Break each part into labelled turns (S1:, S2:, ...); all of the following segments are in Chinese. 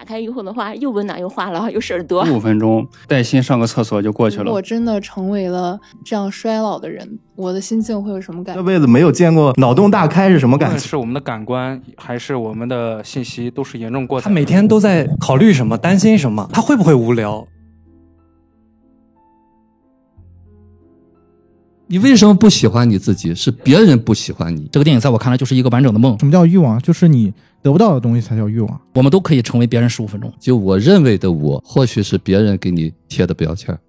S1: 打开以后的话，又温暖又话痨又事儿多。
S2: 15分钟带薪上个厕所就过去了。
S3: 我真的成为了这样衰老的人，我的心境会有什么感觉？
S4: 这辈子没有见过脑洞大开是什么感觉？
S5: 是我们的感官还是我们的信息都是严重过载。
S6: 他每天都在考虑什么，担心什么，他会不会无聊？
S7: 你为什么不喜欢你自己？是别人不喜欢你。
S8: 这个电影在我看来就是一个完整的梦。
S9: 什么叫欲望？就是你得不到的东西才叫欲望。
S8: 我们都可以成为别人15分钟。
S7: 就我认为的我，或许是别人给你贴的标签。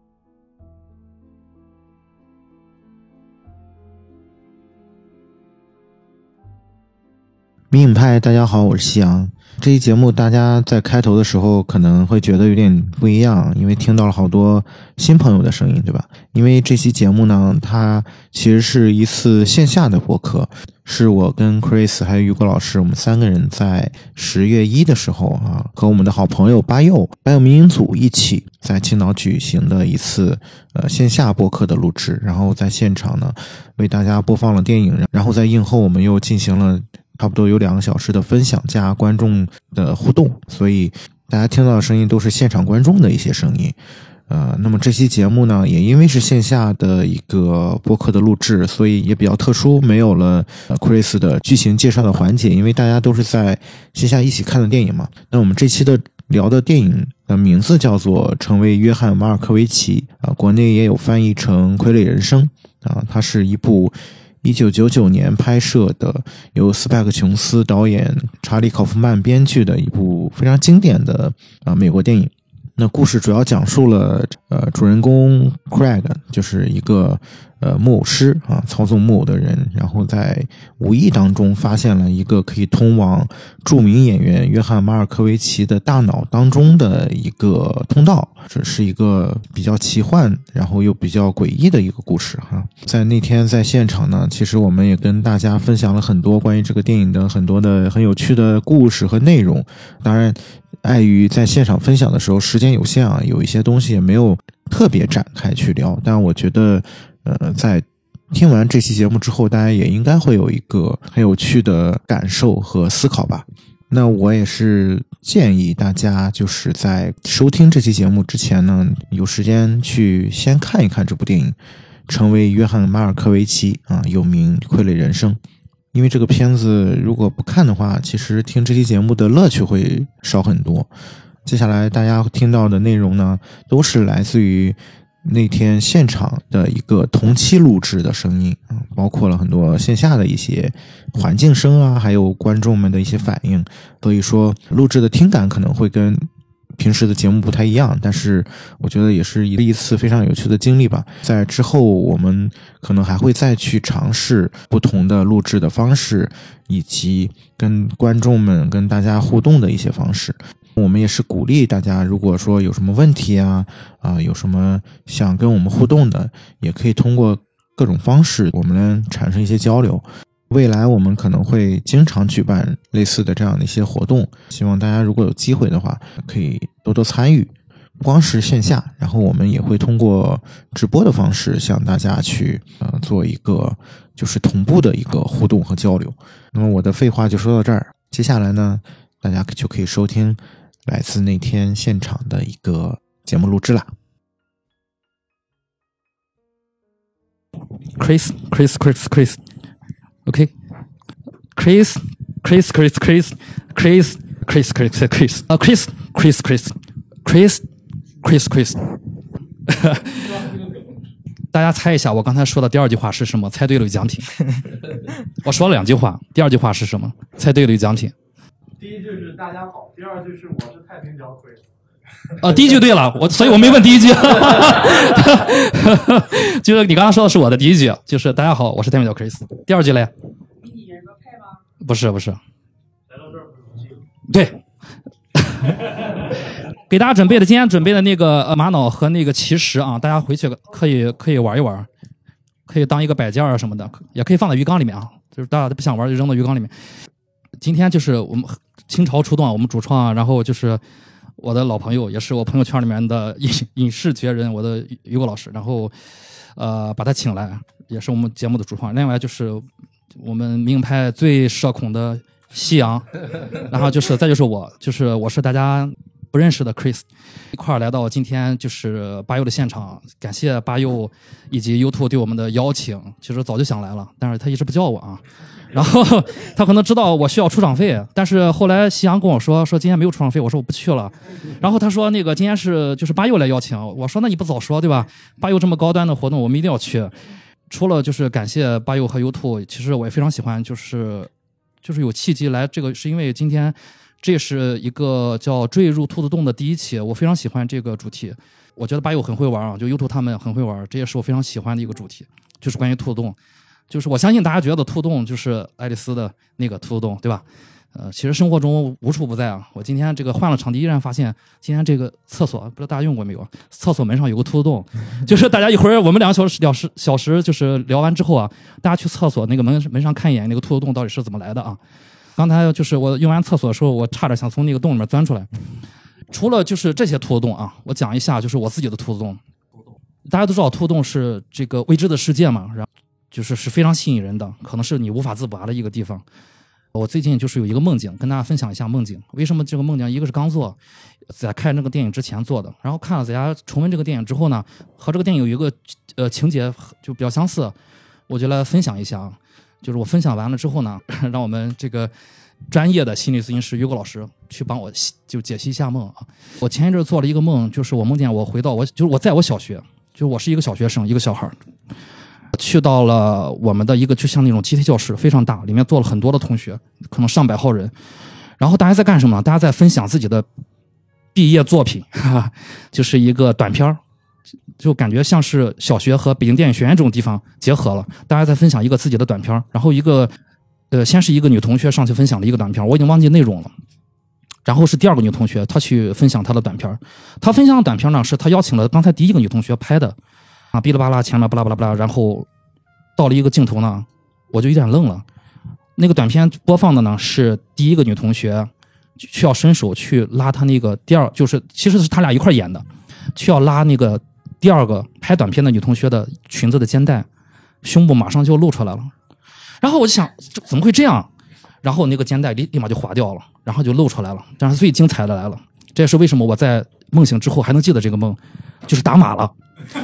S4: 迷影派，大家好，我是夕阳。这期节目大家在开头的时候可能会觉得有点不一样，因为听到了好多新朋友的声音，对吧？因为这期节目呢，它其实是一次线下的播客，是我跟 Chris 还有雨果老师，我们3个人在10月1的时候和我们的好朋友巴佑迷影组一起在青岛举行的一次线下播客的录制，然后在现场呢为大家播放了电影，然后在映后我们又进行了差不多有2个小时的分享加观众的互动，所以大家听到的声音都是现场观众的一些声音。那么这期节目呢，也因为是线下的一个播客的录制，所以也比较特殊，没有了Chris 的剧情介绍的环节，因为大家都是在线下一起看的电影嘛。那我们这期的聊的电影的名字叫做《成为约翰·马尔科维奇》国内也有翻译成《傀儡人生》它是一部1999年拍摄的，由斯派克·琼斯导演、查理·考夫曼编剧的一部非常经典的美国电影。那故事主要讲述了主人公 Craig 就是一个木偶师操纵木偶的人，然后在无意当中发现了一个可以通往著名演员约翰·马尔科维奇的大脑当中的一个通道，这是一个比较奇幻然后又比较诡异的一个故事在那天在现场呢，其实我们也跟大家分享了很多关于这个电影的很多的很有趣的故事和内容。当然碍于在现场分享的时候时间有限有一些东西也没有特别展开去聊，但我觉得在听完这期节目之后，大家也应该会有一个很有趣的感受和思考吧。那我也是建议大家就是在收听这期节目之前呢，有时间去先看一看这部电影，成为约翰·马尔科维奇又名《傀儡人生》。因为这个片子如果不看的话，其实听这期节目的乐趣会少很多。接下来大家听到的内容呢，都是来自于那天现场的一个同期录制的声音包括了很多线下的一些环境声还有观众们的一些反应，所以说录制的听感可能会跟平时的节目不太一样，但是我觉得也是一次非常有趣的经历吧。在之后我们可能还会再去尝试不同的录制的方式，以及跟观众们跟大家互动的一些方式。我们也是鼓励大家，如果说有什么问题有什么想跟我们互动的，也可以通过各种方式我们来产生一些交流。未来我们可能会经常举办类似的这样的一些活动，希望大家如果有机会的话可以多多参与。不光是线下，然后我们也会通过直播的方式向大家去做一个就是同步的一个互动和交流。那么我的废话就说到这儿，接下来呢大家就可以收听来自那天现场的一个节目录制啦。
S8: Chris OK Chris大家猜一下我刚才说的第2句话是什么？猜对了有奖品。我说了2句话，第2句话是什么？猜对了有奖品。
S10: 第1句是大家好，第2句是我是太平角Chris。
S8: 第1句对了，所以我没问第1句。就是你刚刚说的是我的第1句，就是大家好，我是太平角Chris。第2句嘞？
S10: 比你人格配吗？
S8: 不是。来到
S10: 这儿不荣幸。
S8: 对。给大家准备的今天准备的那个玛瑙和那个奇石大家回去可以玩一玩，可以当一个摆件什么的，也可以放在鱼缸里面就是大家不想玩就扔到鱼缸里面。今天就是我们倾巢出动我们主创然后就是我的老朋友，也是我朋友圈里面的影视绝人，我的雨果老师，然后把他请来，也是我们节目的主创。另外就是我们名派最社恐的夕阳，然后就是再就是我是大家不认识的 Chris， 一块儿来到今天就是巴佑的现场，感谢巴佑以及 YouTube 对我们的邀请。其实早就想来了，但是他一直不叫我啊。然后他可能知道我需要出场费，但是后来夕阳跟我说今天没有出场费，我说我不去了。然后他说那个今天就是巴佑来邀请，我说那你不早说对吧？巴佑这么高端的活动，我们一定要去。除了就是感谢巴佑和 YouTube， 其实我也非常喜欢，就是有契机来这个，是因为今天这是一个叫坠入兔子洞的第一期，我非常喜欢这个主题。我觉得巴佑很会玩啊，就 YouTube 他们很会玩，这也是我非常喜欢的一个主题，就是关于兔子洞。就是我相信大家觉得兔洞就是爱丽丝的那个兔子洞，对吧？其实生活中无处不在啊。我今天这个换了场地，依然发现今天这个厕所，不知道大家用过没有？厕所门上有个兔子洞，就是大家一会儿我们2个小时就是聊完之后啊，大家去厕所那个门上看一眼，那个兔子洞到底是怎么来的啊？刚才就是我用完厕所的时候，我差点想从那个洞里面钻出来。除了就是这些兔子洞啊，我讲一下就是我自己的兔子洞。大家都知道兔子洞是这个未知的世界嘛，然后就是非常吸引人的，可能是你无法自拔的一个地方。我最近就是有一个梦境，跟大家分享一下梦境。为什么这个梦境？一个是刚做，在看这个电影之前做的，然后看了在家重温这个电影之后呢，和这个电影有一个情节就比较相似，我就来分享一下啊。就是我分享完了之后呢，让我们这个专业的心理咨询师于果老师去帮我就解析一下梦啊。我前一阵做了一个梦，就是我梦见我回到我在我小学，就是我是一个小学生，一个小孩。去到了我们的一个就像那种集体教室，非常大，里面坐了很多的同学，可能上百号人。然后大家在干什么呢？大家在分享自己的毕业作品，就是一个短片，就感觉像是小学和北京电影学院这种地方结合了。大家在分享一个自己的短片，然后先是一个女同学上去分享了一个短片，我已经忘记内容了。然后是第二个女同学，她去分享她的短片。她分享的短片呢，是她邀请了刚才第一个女同学拍的。啊，哔哩吧啦，前面巴拉巴拉巴拉，然后到了一个镜头呢，我就有点愣了。那个短片播放的呢是第一个女同学需要伸手去拉她那个就是其实是他俩一块演的，需要拉那个第二个拍短片的女同学的裙子的肩带，胸部马上就露出来了。然后我就想怎么会这样？然后那个肩带立马就滑掉了，然后就露出来了。但是最精彩的来了，这也是为什么我在梦醒之后还能记得这个梦，就是打码了。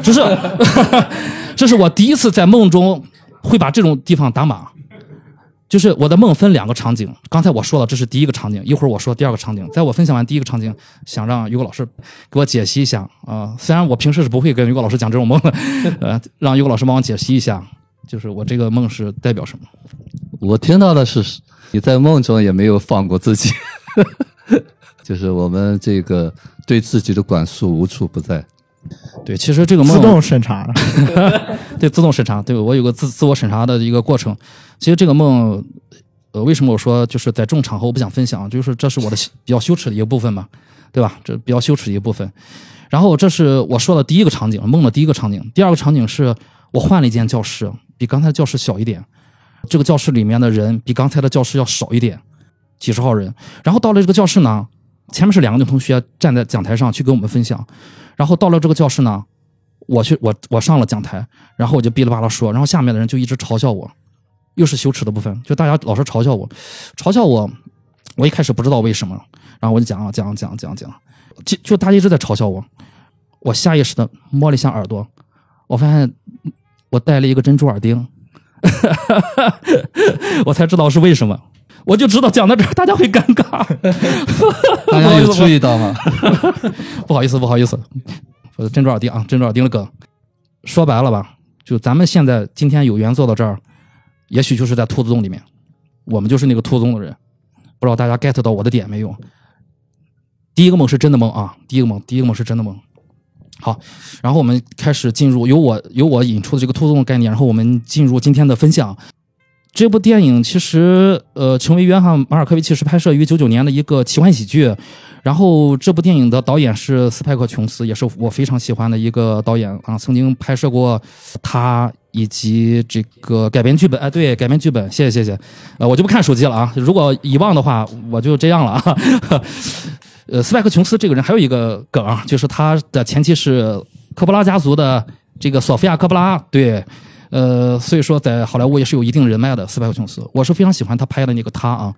S8: 这是我第一次在梦中会把这种地方打码。就是我的梦分2个场景，刚才我说了这是第一个场景，一会儿我说第2个场景。在我分享完第一个场景，想让于果老师给我解析一下啊、虽然我平时是不会跟于果老师讲这种梦的，让于果老师帮我解析一下，就是我这个梦是代表什么。
S7: 我听到的是你在梦中也没有放过自己就是我们这个对自己的管束无处不在。
S8: 对，其实这个梦
S9: 自动审查
S8: 对，自动审查，对，我有个自我审查的一个过程。其实这个梦为什么我说就是在这种场合我不想分享，就是这是我的比较羞耻的一个部分嘛，对吧？这比较羞耻的一个部分。然后这是我说的第一个场景，梦的第一个场景。第2个场景是我换了一间教室，比刚才的教室小一点，这个教室里面的人比刚才的教室要少一点，几十号人。然后到了这个教室呢，前面是2个女同学站在讲台上去跟我们分享，然后到了这个教室呢，我上了讲台，然后我就哔哩吧啦说，然后下面的人就一直嘲笑我，又是羞耻的部分，就大家老是嘲笑我，我一开始不知道为什么，然后我就讲，就大家一直在嘲笑我，我下意识的摸了一下耳朵，我发现我戴了一个珍珠耳钉我才知道是为什么。我就知道讲到这儿大家会尴尬
S7: 大家有注意到吗
S8: 不好意思珍珠耳钉啊，珍珠耳钉的梗。说白了吧，就咱们现在今天有缘坐到这儿，也许就是在兔子洞里面，我们就是那个兔子洞的人。不知道大家 get 到我的点没有？第一个梦是真的梦啊，第一个梦是真的梦。好，然后我们开始进入由我引出的这个兔子洞的概念，然后我们进入今天的分享。这部电影其实成为约翰马尔科维奇是拍摄于99年的一个奇幻喜剧，然后这部电影的导演是斯派克琼斯，也是我非常喜欢的一个导演啊，曾经拍摄过他以及这个改编剧本，对，改编剧本，谢谢，我就不看手机了啊，如果遗忘的话我就这样了啊。斯派克琼斯这个人还有一个梗，就是他的前妻是科波拉家族的这个索菲亚科波拉，对。所以说在好莱坞也是有一定人脉的。斯派克琼斯，我是非常喜欢他拍的那个他啊，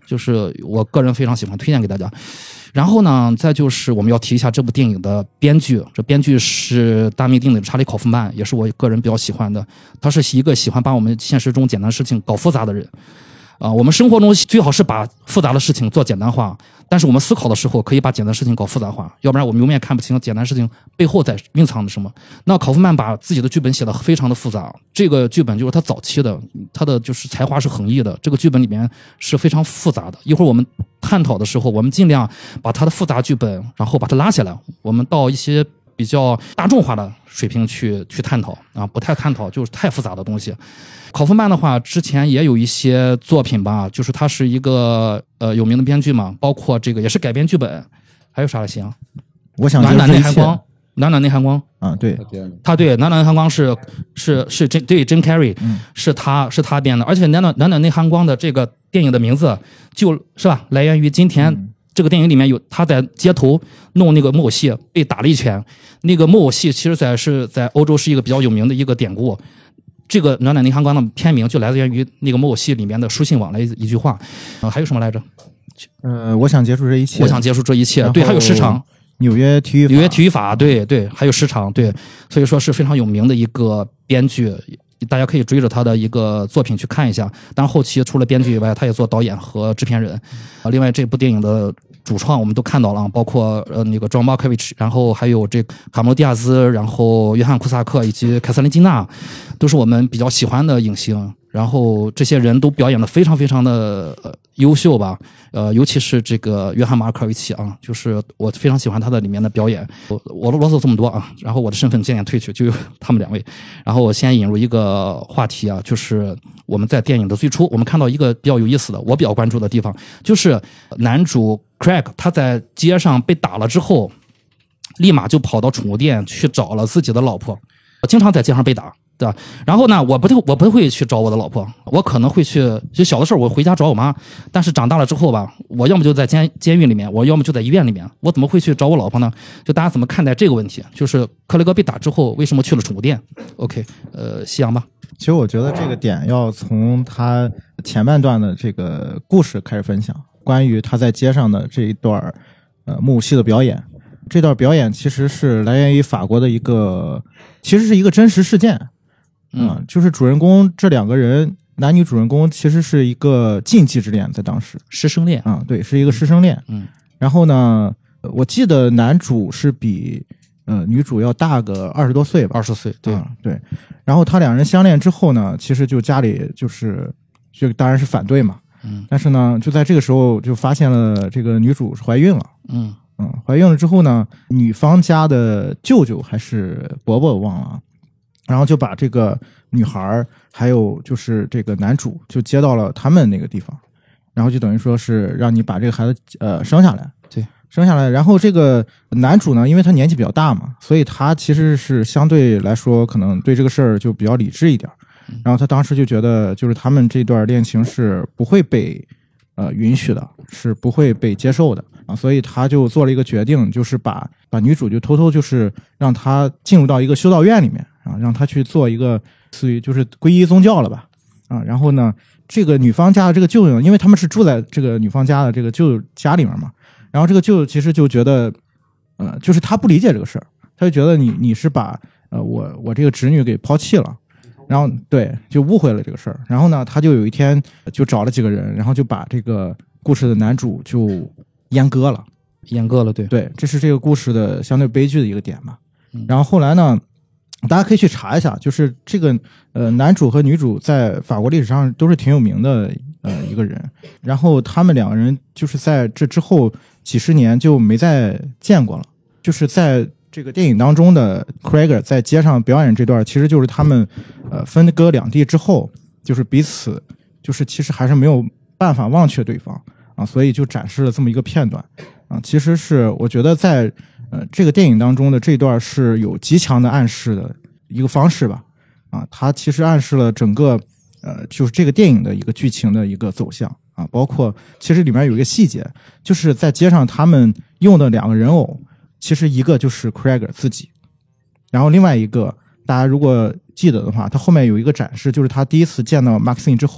S8: 就是我个人非常喜欢，推荐给大家。然后呢，再就是我们要提一下这部电影的编剧，这编剧是大名鼎鼎的查理·考夫曼，也是我个人比较喜欢的。他是一个喜欢把我们现实中简单的事情搞复杂的人。我们生活中最好是把复杂的事情做简单化，但是我们思考的时候可以把简单的事情搞复杂化，要不然我们永远看不清简单事情背后在蕴藏着什么。那考夫曼把自己的剧本写得非常的复杂，这个剧本就是他早期的，他的就是才华是横溢的，这个剧本里面是非常复杂的。一会儿我们探讨的时候，我们尽量把他的复杂剧本然后把它拉下来，我们到一些比较大众化的水平去探讨啊，不太探讨就是太复杂的东西。考夫曼的话，之前也有一些作品吧，就是他是一个有名的编剧嘛，包括这个也是改编剧本，还有啥来行？
S9: 我想
S8: 暖暖内含光，暖暖内含光
S9: 啊，对，
S8: 他对暖暖内含光是真 Carey，是他编的，而且暖暖内含光的这个电影的名字就是吧，来源于今天。这个电影里面有他在街头弄那个木偶戏被打了一拳，那个木偶戏其实是在欧洲是一个比较有名的一个典故。这个暖暖内含光的片名就来自于那个木偶戏里面的书信往来一句话。还有什么来着？
S9: 我想结束这一切。
S8: 我想结束这一切。对，还有时长。
S9: 纽约体
S8: 育法，对对，还有时长，对，所以说是非常有名的一个编剧。大家可以追着他的一个作品去看一下，当然后期除了编剧以外，他也做导演和制片人。另外这部电影的主创我们都看到了，包括那个 John Malkovich， 然后还有这卡梅隆·迪亚兹，然后约翰·库萨克以及凯瑟琳·金娜，都是我们比较喜欢的影星。然后这些人都表演得非常非常的优秀吧，尤其是这个约翰·马尔科维奇啊，就是我非常喜欢他的里面的表演。我啰嗦这么多啊，然后我的身份渐渐褪去，就有他们两位。然后我先引入一个话题啊，就是我们在电影的最初，我们看到一个比较有意思的，我比较关注的地方，就是男主 Craig 他在街上被打了之后，立马就跑到宠物店去找了自己的老婆，经常在街上被打。对吧？然后呢，我不会去找我的老婆，我可能会去，就小的时候我回家找我妈，但是长大了之后吧，我要么就在监狱里面，我要么就在医院里面，我怎么会去找我老婆呢？就大家怎么看待这个问题？就是克雷格被打之后，为什么去了宠物店 ？OK， 西洋吧。
S9: 其实我觉得这个点要从他前半段的这个故事开始分享，关于他在街上的这一段木偶戏的表演。这段表演其实是来源于法国的其实是一个真实事件。就是主人公这两个人，男女主人公其实是一个禁忌之恋，在当时
S8: 师生恋
S9: 啊，对，是一个师生恋。然后呢，我记得男主是比女主要大个20多岁吧
S8: ，20岁，对
S9: 对。然后他两人相恋之后呢，其实就家里就当然是反对嘛，但是呢，就在这个时候就发现了这个女主是怀孕了，怀孕了之后呢，女方家的舅舅还是伯伯我忘了啊。然后就把这个女孩还有就是这个男主就接到了他们那个地方，然后就等于说是让你把这个孩子生下来，
S8: 对，
S9: 生下来。然后这个男主呢，因为他年纪比较大嘛，所以他其实是相对来说可能对这个事儿就比较理智一点。然后他当时就觉得，就是他们这段恋情是不会被允许的，是不会被接受的啊，所以他就做了一个决定，就是把女主就偷偷就是让她进入到一个修道院里面。让他去做一个就是皈依宗教了吧，然后呢，这个女方家的这个舅舅，因为他们是住在这个女方家的这个舅舅家里面嘛，然后这个舅舅其实就觉得，就是他不理解这个事儿，他就觉得你是把我这个侄女给抛弃了，然后对，就误会了这个事儿，然后呢，他就有一天就找了几个人，然后就把这个故事的男主就阉割了，对，这是这个故事的相对悲剧的一个点嘛，然后后来呢。大家可以去查一下，就是这个男主和女主在法国历史上都是挺有名的一个人，然后他们两个人就是在这之后几十年就没再见过了。就是在这个电影当中的 Craig 在街上表演这段，其实就是他们分割两地之后，就是彼此就是其实还是没有办法忘却对方啊，所以就展示了这么一个片段啊。其实是我觉得在这个电影当中的这段是有极强的暗示的一个方式吧，它其实暗示了整个就是这个电影的一个剧情的一个走向啊，包括其实里面有一个细节，就是在街上他们用的两个人偶，其实一个就是 Craig 自己，然后另外一个大家如果记得的话，他后面有一个展示，就是他第一次见到 Maxine 之后，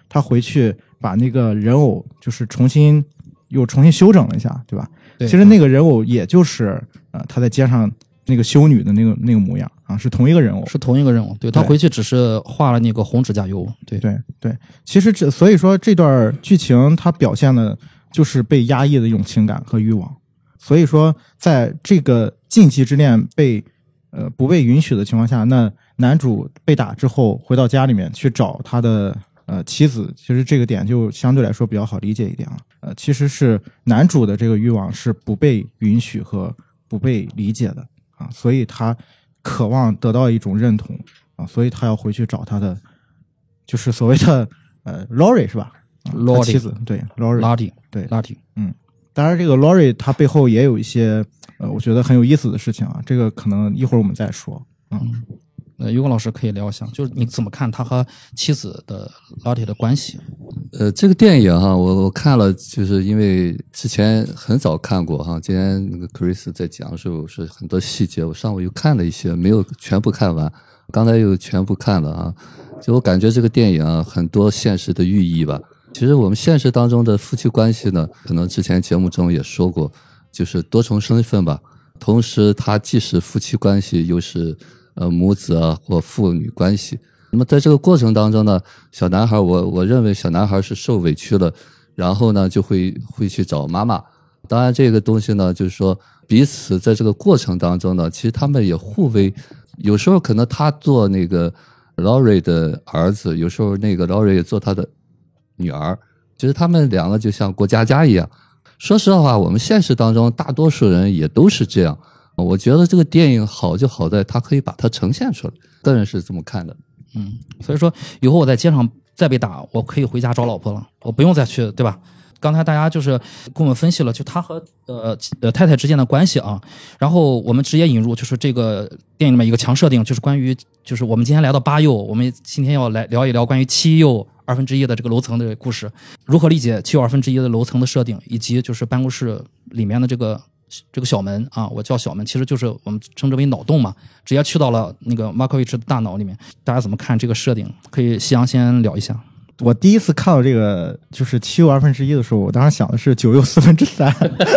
S9: 他回去把那个人偶就是重新修整了一下，对吧？
S8: 对，
S9: 其实那个人偶也就是他在街上那个修女的那个模样啊，是同一个人偶，
S8: 是同一个人偶。对，他回去只是画了那个红指甲油。对
S9: 对对，其实所以说这段剧情它表现的就是被压抑的一种情感和欲望。所以说在这个禁忌之恋不被允许的情况下，那男主被打之后回到家里面去找他的妻子，其实这个点就相对来说比较好理解一点了。其实是男主的这个欲望是不被允许和不被理解的啊，所以他渴望得到一种认同啊，所以他要回去找他的就是所谓的Lori 是吧？Lori 妻子，对 Lori 对
S8: Lottie。
S9: 当然这个 Lori 他背后也有一些我觉得很有意思的事情啊，这个可能一会儿我们再说。
S8: 于光老师可以聊一下，就是你怎么看他和妻子的 Lottie 的关系？
S7: 这个电影哈，我看了，就是因为之前很早看过哈，今天那个 Chris 在讲述是很多细节，我上午又看了一些，没有全部看完，刚才又全部看了啊，就我感觉这个电影啊，很多现实的寓意吧。其实我们现实当中的夫妻关系呢，可能之前节目中也说过，就是多重身份吧。同时，它既是夫妻关系，又是母子啊或父女关系。那么在这个过程当中呢，小男孩我认为小男孩是受委屈了，然后呢就会去找妈妈。当然这个东西呢，就是说彼此在这个过程当中呢，其实他们也互为，有时候可能他做那个 Lori 的儿子，有时候那个 Lori 也做他的女儿，其实他们两个就像过家家一样。说实话，我们现实当中大多数人也都是这样。我觉得这个电影好就好在它可以把它呈现出来，个人是这么看的。
S8: 所以说以后我在街上再被打，我可以回家找老婆了，我不用再去，对吧？刚才大家就是跟我们分析了就他和太太之间的关系啊，然后我们直接引入就是这个电影里面一个强设定，就是关于就是我们今天来到8又，我们今天要来聊一聊关于7又1/2的这个楼层的故事，如何理解7又1/2的楼层的设定，以及就是办公室里面的这个小门啊，我叫小门，其实就是我们称之为脑洞嘛，直接去到了那个马科维奇的大脑里面。大家怎么看这个设定？可以夕阳先聊一下。
S9: 我第一次看到这个就是7又1/2的时候，我当时想的是9又3/4，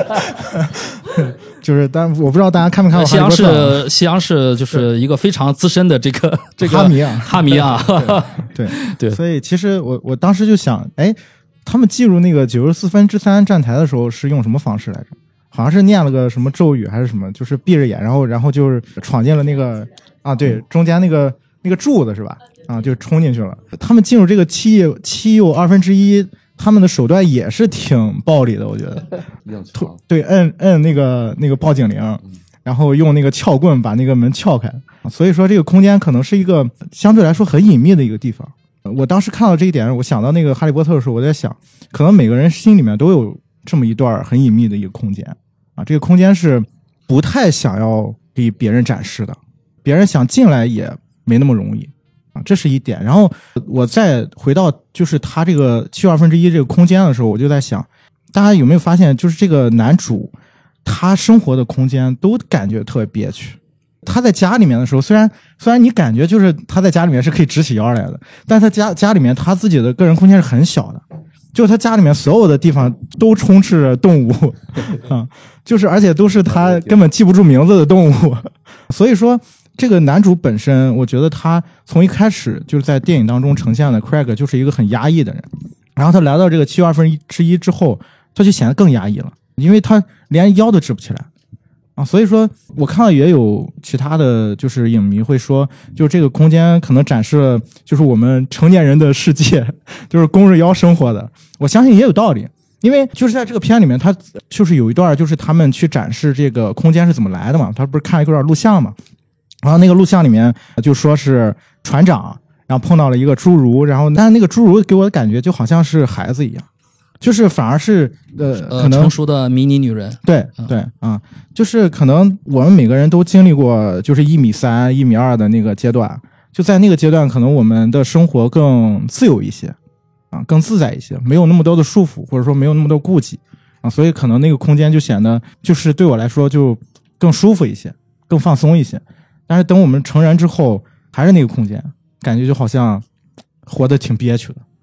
S9: 就是但我不知道大家看没看过。
S8: 夕阳是就是一个非常资深的这个哈迷啊，
S9: 对，所以其实我当时就想，他们进入那个9又3/4站台的时候是用什么方式来着？好像是念了个什么咒语还是什么，就是闭着眼，然后就是闯进了那个对，中间那个柱子是吧？就冲进去了。他们进入这个7又1/2，他们的手段也是挺暴力的，我觉得。对，摁那个报警铃，然后用那个撬棍把那个门撬开。所以说这个空间可能是一个相对来说很隐秘的一个地方。我当时看到这一点，我想到那个哈利波特的时候，我在想，可能每个人心里面都有这么一段很隐秘的一个空间啊，这个空间是不太想要给别人展示的，别人想进来也没那么容易。这是一点。然后我再回到就是他这个7又1/2这个空间的时候，我就在想，大家有没有发现，就是这个男主他生活的空间都感觉特别憋屈。他在家里面的时候，虽然你感觉就是他在家里面是可以直起腰来的，但他家里面他自己的个人空间是很小的，就是他家里面所有的地方都充斥着动物就是而且都是他根本记不住名字的动物。所以说这个男主本身，我觉得他从一开始就是在电影当中呈现的 Craig 就是一个很压抑的人，然后他来到这个7又1/2之后，他就显得更压抑了，因为他连腰都直不起来所以说我看到也有其他的就是影迷会说，就这个空间可能展示了就是我们成年人的世界，就是弓着腰生活的。我相信也有道理，因为就是在这个片里面，他就是有一段就是他们去展示这个空间是怎么来的嘛，他不是看一段录像嘛，然后那个录像里面就说是船长然后碰到了一个侏儒，然后但是那个侏儒给我的感觉就好像是孩子一样，就是反而是可能
S8: 成熟的迷你女人。
S9: 对就是可能我们每个人都经历过就是1.3米1.2米的那个阶段，就在那个阶段可能我们的生活更自由一些更自在一些，没有那么多的束缚，或者说没有那么多顾忌所以可能那个空间就显得就是对我来说就更舒服一些，更放松一些。但是等我们成人之后，还是那个空间，感觉就好像活得挺憋屈的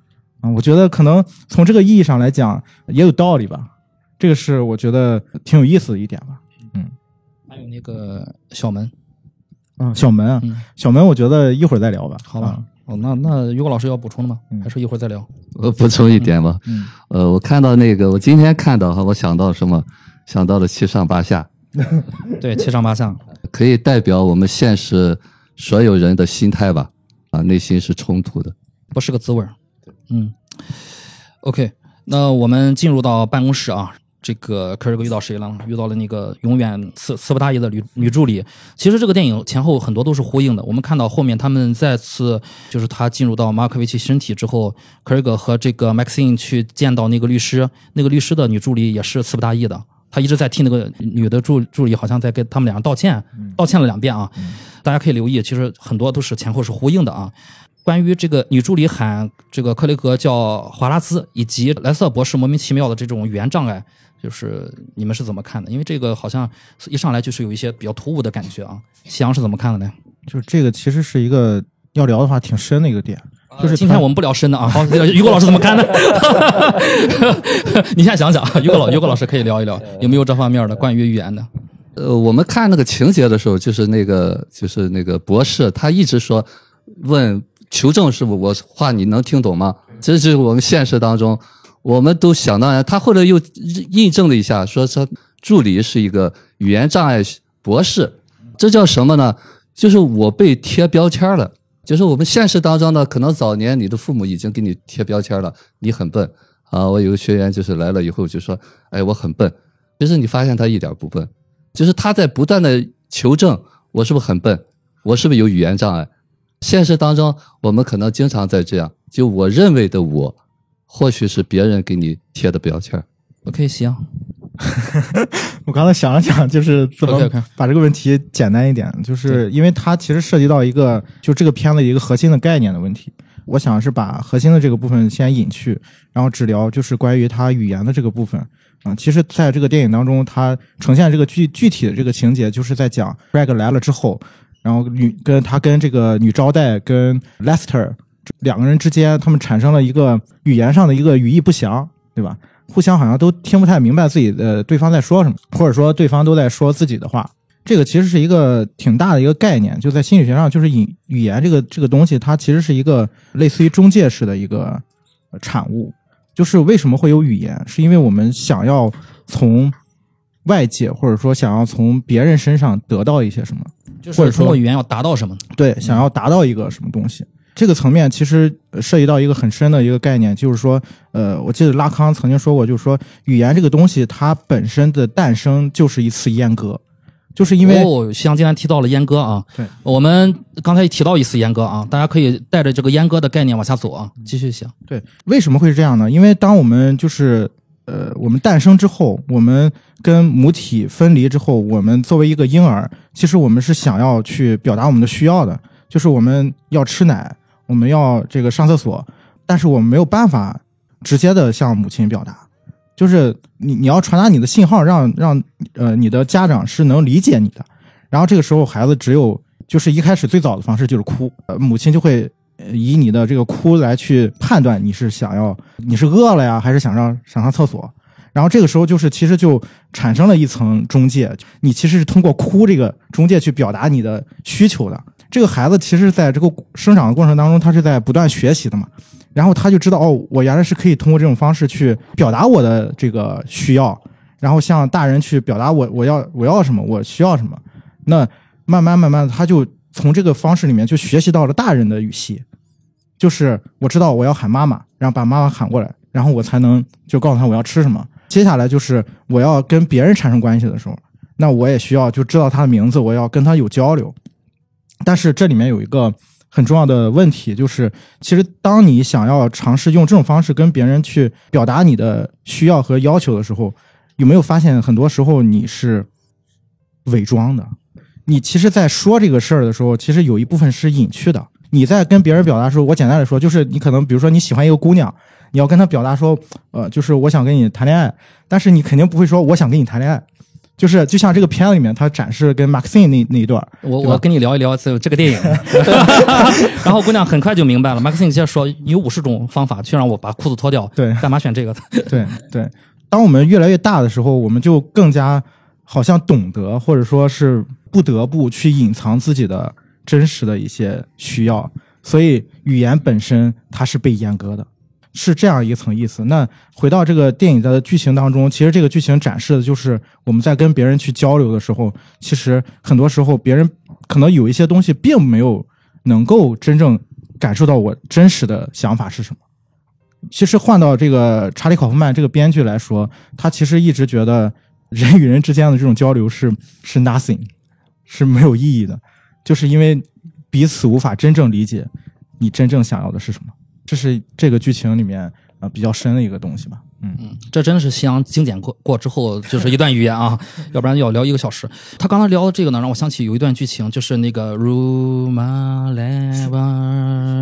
S9: 我觉得可能从这个意义上来讲也有道理吧，这个是我觉得挺有意思的一点吧。
S8: 还有那个小门，
S9: 小门啊，小门我觉得一会儿再聊吧。
S8: 好吧。那于果老师要补充的吗？还是一会儿再聊？
S7: 我补充一点吧。我看到那个，我今天看到我想到什么？想到了七上八下。
S8: 对，七上八下
S7: 可以代表我们现实所有人的心态吧？内心是冲突的，
S8: 不是个滋味。OK， 那我们进入到办公室啊。这个克瑞格遇到谁了？遇到了那个永远词不达意的女助理。其实这个电影前后很多都是呼应的。我们看到后面他们再次就是他进入到马可维奇身体之后，克瑞格和这个 Maxine 去见到那个律师，那个律师的女助理也是词不达意的。他一直在替那个女的助理好像在跟他们俩道歉了2遍啊。大家可以留意，其实很多都是前后是呼应的啊。关于这个女助理喊这个克雷格叫华拉兹，以及莱瑟博士莫名其妙的这种语言障碍，就是你们是怎么看的？因为这个好像一上来就是有一些比较突兀的感觉啊。夕阳是怎么看的呢？
S9: 就是这个其实是一个要聊的话挺深的一个点，就是
S8: 今天我们不聊深的啊。好，于果老师怎么看呢？你现在想想，于果老师可以聊一聊有没有这方面的关于语言的。
S7: 我们看那个情节的时候，就是那个博士，他一直说问求证是不，我话你能听懂吗？这是我们现实当中，我们都想当然。他后来又印证了一下，说助理是一个语言障碍博士，这叫什么呢？就是我被贴标签了。就是我们现实当中呢，可能早年你的父母已经给你贴标签了，你很笨啊。我有个学员就是来了以后就说，哎，我很笨。其实你发现他一点不笨，就是他在不断的求证，我是不是很笨？我是不是有语言障碍？现实当中，我们可能经常在这样，就我认为的我，或许是别人给你贴的标签。
S8: OK， 行。
S9: 我刚才想了想，就是怎么把这个问题简单一点，就是因为它其实涉及到一个就这个片子一个核心的概念的问题。我想是把核心的这个部分先隐去，然后只聊就是关于它语言的这个部分其实在这个电影当中，它呈现这个具体的这个情节，就是在讲 Greg 来了之后，然后跟这个女招待跟 Lester 两个人之间，他们产生了一个语言上的一个语义不详，对吧？互相好像都听不太明白自己的对方在说什么，或者说对方都在说自己的话。这个其实是一个挺大的一个概念，就在心理学上，就是语言这个东西，它其实是一个类似于中介式的一个产物。就是为什么会有语言，是因为我们想要从外界或者说想要从别人身上得到一些什么，
S8: 就是通过语言要达到什么？
S9: 对，想要达到一个什么东西。这个层面其实涉及到一个很深的一个概念，就是说我记得拉康曾经说过，就是说语言这个东西它本身的诞生就是一次阉割。就是因为
S8: 夕阳今天提到了阉割啊，
S9: 对，
S8: 我们刚才提到一次阉割啊，大家可以带着这个阉割的概念往下走啊，继续想。
S9: 对，为什么会是这样呢？因为当我们就是我们诞生之后，我们跟母体分离之后，我们作为一个婴儿，其实我们是想要去表达我们的需要的，就是我们要吃奶，我们要这个上厕所，但是我们没有办法直接的向母亲表达。就是你要传达你的信号，让你的家长是能理解你的，然后这个时候孩子只有就是一开始最早的方式就是哭，母亲就会以你的这个哭来去判断你是饿了呀，还是想上厕所，然后这个时候就是其实就产生了一层中介，你其实是通过哭这个中介去表达你的需求的。这个孩子其实在这个生长的过程当中，他是在不断学习的嘛。然后他就知道我原来是可以通过这种方式去表达我的这个需要，然后向大人去表达我要什么，我需要什么。那慢慢的，他就从这个方式里面就学习到了大人的语系，就是我知道我要喊妈妈，然后把妈妈喊过来，然后我才能就告诉他我要吃什么。接下来就是我要跟别人产生关系的时候，那我也需要就知道他的名字，我要跟他有交流。但是这里面有一个很重要的问题，就是其实当你想要尝试用这种方式跟别人去表达你的需要和要求的时候，有没有发现很多时候你是伪装的？你其实在说这个事儿的时候，其实有一部分是隐去的。你在跟别人表达的时候，我简单的说，就是你可能比如说你喜欢一个姑娘，你要跟她表达说就是我想跟你谈恋爱，但是你肯定不会说我想跟你谈恋爱， 就是就像这个片子里面他展示跟 Maxine 那一段，
S8: 我跟你聊一聊这个电影，然后姑娘很快就明白了。Maxine 接着说，你有50种方法去让我把裤子脱掉，
S9: 对，
S8: 干嘛选这个？
S9: 对对，当我们越来越大的时候，我们就更加好像懂得，或者说是不得不去隐藏自己的真实的一些需要，所以语言本身它是被阉割的，是这样一层意思。那回到这个电影的剧情当中，其实这个剧情展示的就是我们在跟别人去交流的时候，其实很多时候别人可能有一些东西并没有能够真正感受到我真实的想法是什么。其实换到这个查理·考夫曼这个编剧来说，他其实一直觉得人与人之间的这种交流是 nothing， 是没有意义的，就是因为彼此无法真正理解你真正想要的是什么。这是这个剧情里面比较深的一个东西吧。
S8: 这真的是西洋精简过之后就是一段语言啊，要不然要聊1个小时。他刚才聊的这个呢，让我想起有一段剧情，就是那个 Ruma Leva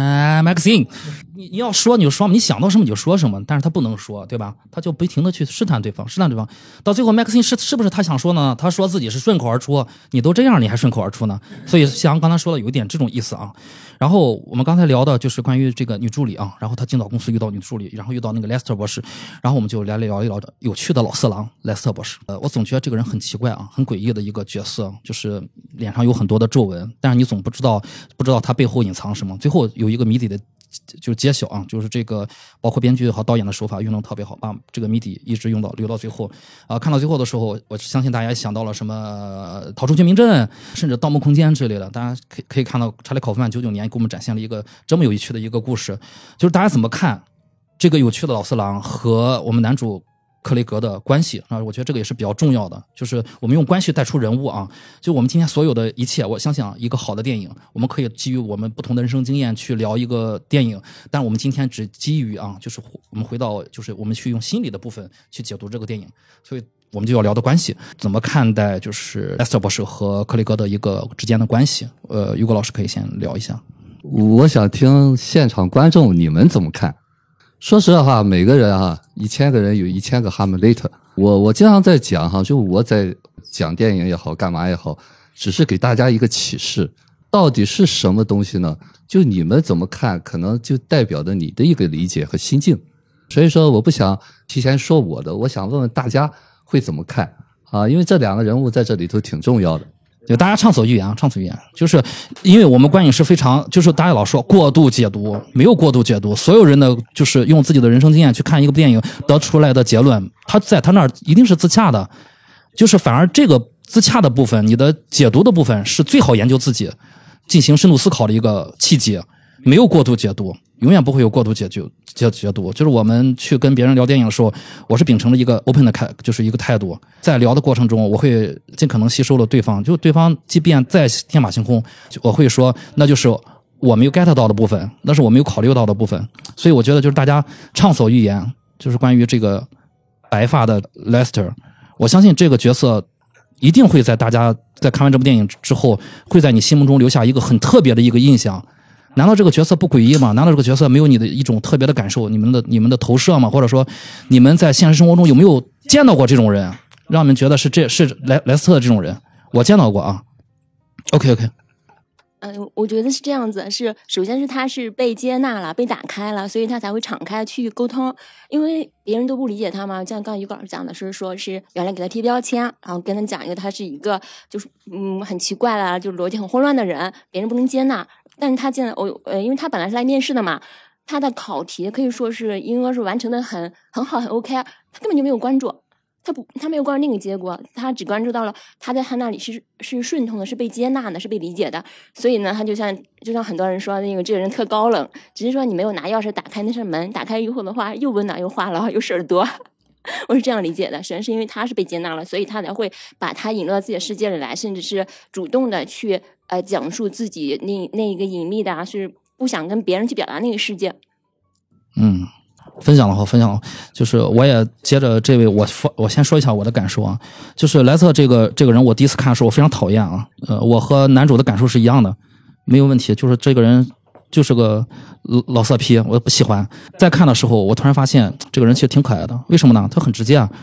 S8: Maxine， 你要说你就说嘛，你想到什么你就说什么，但是他不能说，对吧？他就不停的去试探对方，到最后 Maxine 是不是他想说呢？他说自己是顺口而出，你都这样你还顺口而出呢？所以西洋刚才说的有一点这种意思啊。然后我们刚才聊的就是关于这个女助理啊，然后她进到公司遇到女助理，然后遇到那个莱斯特博士，然后我们就来聊一聊有趣的老色狼莱斯特博士。我总觉得这个人很奇怪啊，很诡异的一个角色，就是脸上有很多的皱纹，但是你总不知道他背后隐藏什么。最后有一个谜底的就是揭晓啊，就是这个包括编剧和导演的手法运用特别好，把这个谜底一直留到最后看到最后的时候，我相信大家也想到了什么逃出绝命镇，甚至盗梦空间之类的。大家可以看到查理·考夫曼99年给我们展现了一个这么有趣的一个故事，就是大家怎么看这个有趣的老色狼和我们男主克雷格的关系啊，我觉得这个也是比较重要的，就是我们用关系带出人物啊。就我们今天所有的一切，我相信一个好的电影，我们可以基于我们不同的人生经验去聊一个电影，但我们今天只基于就是我们回到就是我们去用心理的部分去解读这个电影，所以我们就要聊的关系，怎么看待就是莱斯特博士和克雷格的一个之间的关系。于果老师可以先聊一下。
S7: 我想听现场观众你们怎么看。说实话，每个人1000个人有1000个哈姆雷特。我经常在讲就我在讲电影也好，干嘛也好，只是给大家一个启示，到底是什么东西呢？就你们怎么看，可能就代表着你的一个理解和心境。所以说，我不想提前说我的，我想问问大家会怎么看因为这2个人物在这里头挺重要的。
S8: 就大家畅所欲言，就是因为我们观影是非常，就是大家老说过度解读，没有过度解读，所有人的就是用自己的人生经验去看一个电影得出来的结论，他在他那儿一定是自洽的，就是反而这个自洽的部分，你的解读的部分是最好研究自己，进行深度思考的一个契机，没有过度解读，永远不会有过度解读。就是我们去跟别人聊电影的时候，我是秉承了一个 open 的就是一个态度，在聊的过程中，我会尽可能吸收了对方，就对方即便再天马行空，我会说那就是我没有 get 到的部分，那是我没有考虑到的部分。所以我觉得就是大家畅所欲言，就是关于这个白发的 Lester， 我相信这个角色一定会在大家在看完这部电影之后，会在你心目中留下一个很特别的一个印象。难道这个角色不诡异吗？难道这个角色没有你的一种特别的感受，你们的投射吗？或者说你们在现实生活中有没有见到过这种人，让你们觉得是莱斯特这种人？我见到过啊。OK，
S1: 我觉得是这样子，是首先是他是被接纳了，被打开了，所以他才会敞开去沟通，因为别人都不理解他嘛。像刚才于老师讲的是说是原来给他贴标签，然后跟他讲一个他是一个就是很奇怪啦，就逻辑很混乱的人，别人不能接纳。但是他现在因为他本来是来面试的嘛，他的考题可以说是应该是完成的很好很 OK， 他根本就没有关注。他没有关注那个结果，他只关注到了他在他那里是顺通的，是被接纳的，是被理解的。所以呢，他就像很多人说那个这个人特高冷，只是说你没有拿钥匙打开那扇门，打开以后的话又温暖又话痨又事儿多。我是这样理解的，实际上是因为他是被接纳了，所以他才会把他引入到自己的世界里来，甚至是主动的去讲述自己那一个隐秘的是不想跟别人去表达那个世界。
S8: 分享了好，就是我也接着这位，我先说一下我的感受啊，就是莱瑟这个人，我第一次看的时候我非常讨厌啊，我和男主的感受是一样的，没有问题，就是这个人就是个老色批，我不喜欢。在看的时候，我突然发现这个人其实挺可爱的，为什么呢？他很直接啊，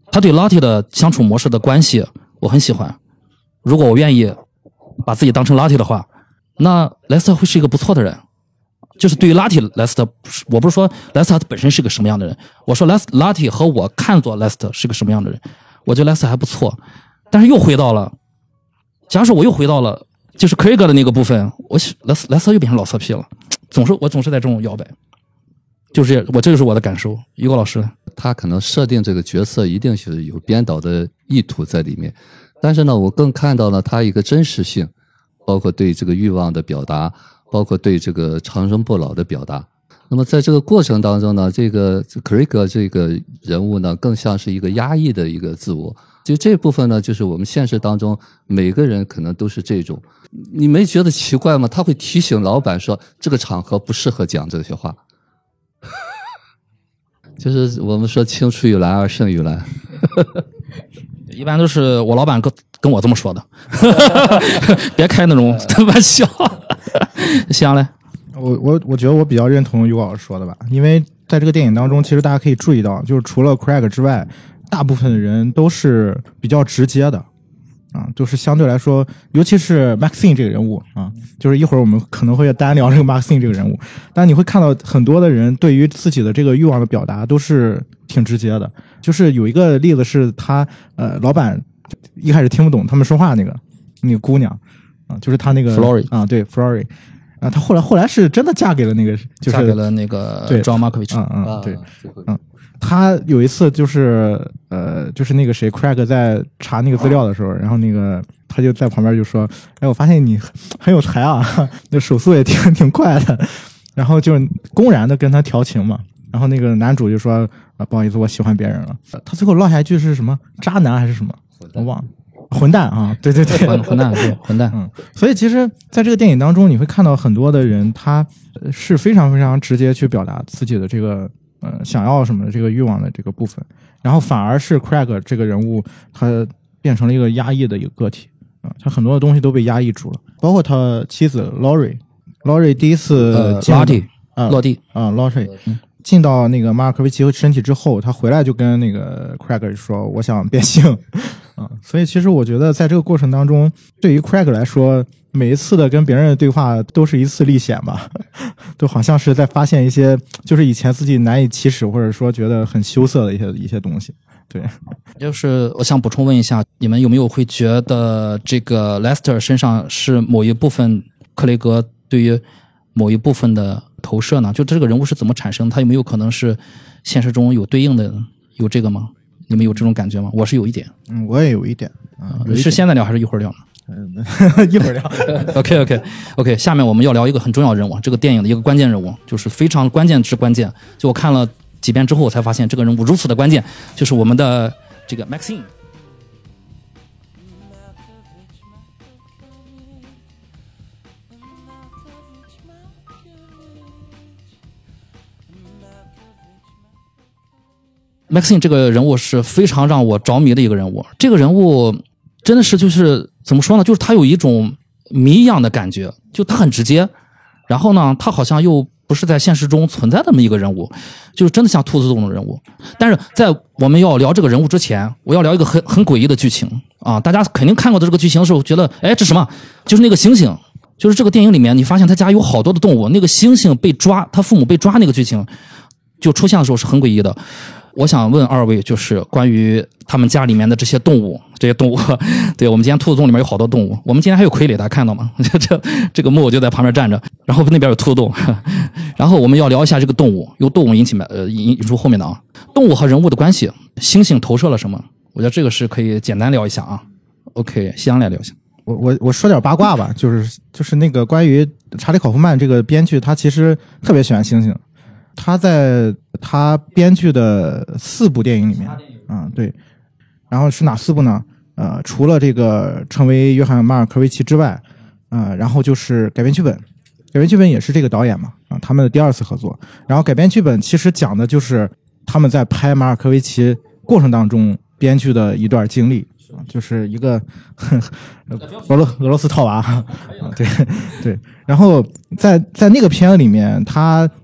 S8: 他对 Lottie 的相处模式的关系我很喜欢。如果我愿意把自己当成 Lottie 的话，那莱斯特会是一个不错的人。就是对于 Lottie 莱斯特，我不是说莱斯特本身是个什么样的人，我说Lottie 和我看作莱斯特是个什么样的人，我觉得莱斯特还不错。但是又回到了，假如说我又回到了就是 Craig 的那个部分，莱斯特又变成老色批了，我总是在这种摇摆。这就是我的感受。于果老师，
S7: 他可能设定这个角色一定是有编导的意图在里面，但是呢，我更看到了他一个真实性，包括对这个欲望的表达，包括对这个长生不老的表达。那么在这个过程当中呢，这个 Craig 这个人物呢，更像是一个压抑的一个自我。就这部分呢，就是我们现实当中每个人可能都是这种。你没觉得奇怪吗？他会提醒老板说这个场合不适合讲这些话。就是我们说青出于蓝而胜于蓝。
S8: 一般都是我老板跟我这么说的。别开那种玩笑。行嘞。
S9: 我觉得我比较认同于果老师说的吧，因为在这个电影当中，其实大家可以注意到，就是除了 Craig 之外，大部分的人都是比较直接的啊，就是相对来说，尤其是 Maxine 这个人物啊，就是一会儿我们可能会单聊这个 Maxine 这个人物，但你会看到很多的人对于自己的这个欲望的表达都是挺直接的。就是有一个例子是他老板一开始听不懂他们说话那个姑娘啊，就是他那个
S8: Flory
S9: 啊，对 Flory。啊，她后来是真的嫁给了那个，就是
S8: 嫁给了那个 John Malkovich。
S9: 对，她有一次就是那个谁 Craig 在查那个资料的时候，然后那个他就在旁边就说：“哎，我发现你很有才啊，那手速也挺快的。”然后就公然的跟他调情嘛。然后那个男主就说：“不好意思，我喜欢别人了。”他最后落下一句是什么？渣男还是什么？我忘了。混蛋啊，对，
S8: 混蛋，对，混蛋。
S9: 所以其实在这个电影当中，你会看到很多的人，他是非常非常直接去表达自己的这个想要什么的这个欲望的这个部分，然后反而是 Craig 这个人物，他变成了一个压抑的一个个体啊，他很多的东西都被压抑住了，包括他妻子 Laurie 第一次
S8: 落地
S9: Laurie。进到那个马尔科维奇身体之后，他回来就跟那个 Craig 说：“我想变性。”啊，所以其实我觉得在这个过程当中，对于 Craig 来说，每一次的跟别人的对话都是一次历险吧，都好像是在发现一些就是以前自己难以启齿或者说觉得很羞涩的一些东西。对，
S8: 就是我想补充问一下，你们有没有会觉得这个 Lester 身上是某一部分克雷格对于某一部分的投射呢？就这个人物是怎么产生？他有没有可能是现实中有对应的有这个吗？你们有这种感觉吗？我是有一点。
S9: 我也有一点。
S8: 是现在聊还是一会儿聊呢？
S9: 一会儿聊。
S8: OK， 下面我们要聊一个很重要人物，这个电影的一个关键人物，就是非常关键之关键。就我看了几遍之后，我才发现这个人物如此的关键，就是我们的这个 Maxine。Maxine 这个人物是非常让我着迷的一个人物，这个人物真的是就是怎么说呢，就是他有一种谜一样的感觉，就他很直接，然后呢他好像又不是在现实中存在的那么一个人物，就是真的像兔子洞的人物。但是在我们要聊这个人物之前，我要聊一个很诡异的剧情啊！大家肯定看过的这个剧情的时候觉得，哎，这什么？就是那个猩猩，就是这个电影里面你发现他家有好多的动物，那个猩猩被抓，他父母被抓那个剧情就出现的时候是很诡异的。我想问二位，就是关于他们家里面的这些动物，对，我们今天兔子洞里面有好多动物，我们今天还有傀儡，大家看到吗？这个木偶就在旁边站着，然后那边有兔子洞，然后我们要聊一下这个动物，由动物引出后面的啊，动物和人物的关系，猩猩投射了什么？我觉得这个是可以简单聊一下啊。OK， 西洋来聊一下。
S9: 我说点八卦吧，就是那个关于查理·考夫曼这个编剧，他其实特别喜欢猩猩。他在他编剧的4部电影里面，对，然后是哪4部呢？除了这个成为约翰·马尔科维奇之外，然后就是改编剧本，改编剧本也是这个导演嘛，他们的第2次合作。然后改编剧本其实讲的就是他们在拍马尔科维奇过程当中编剧的一段经历，就是一个俄罗斯套娃，对。然后在那个片子里面，他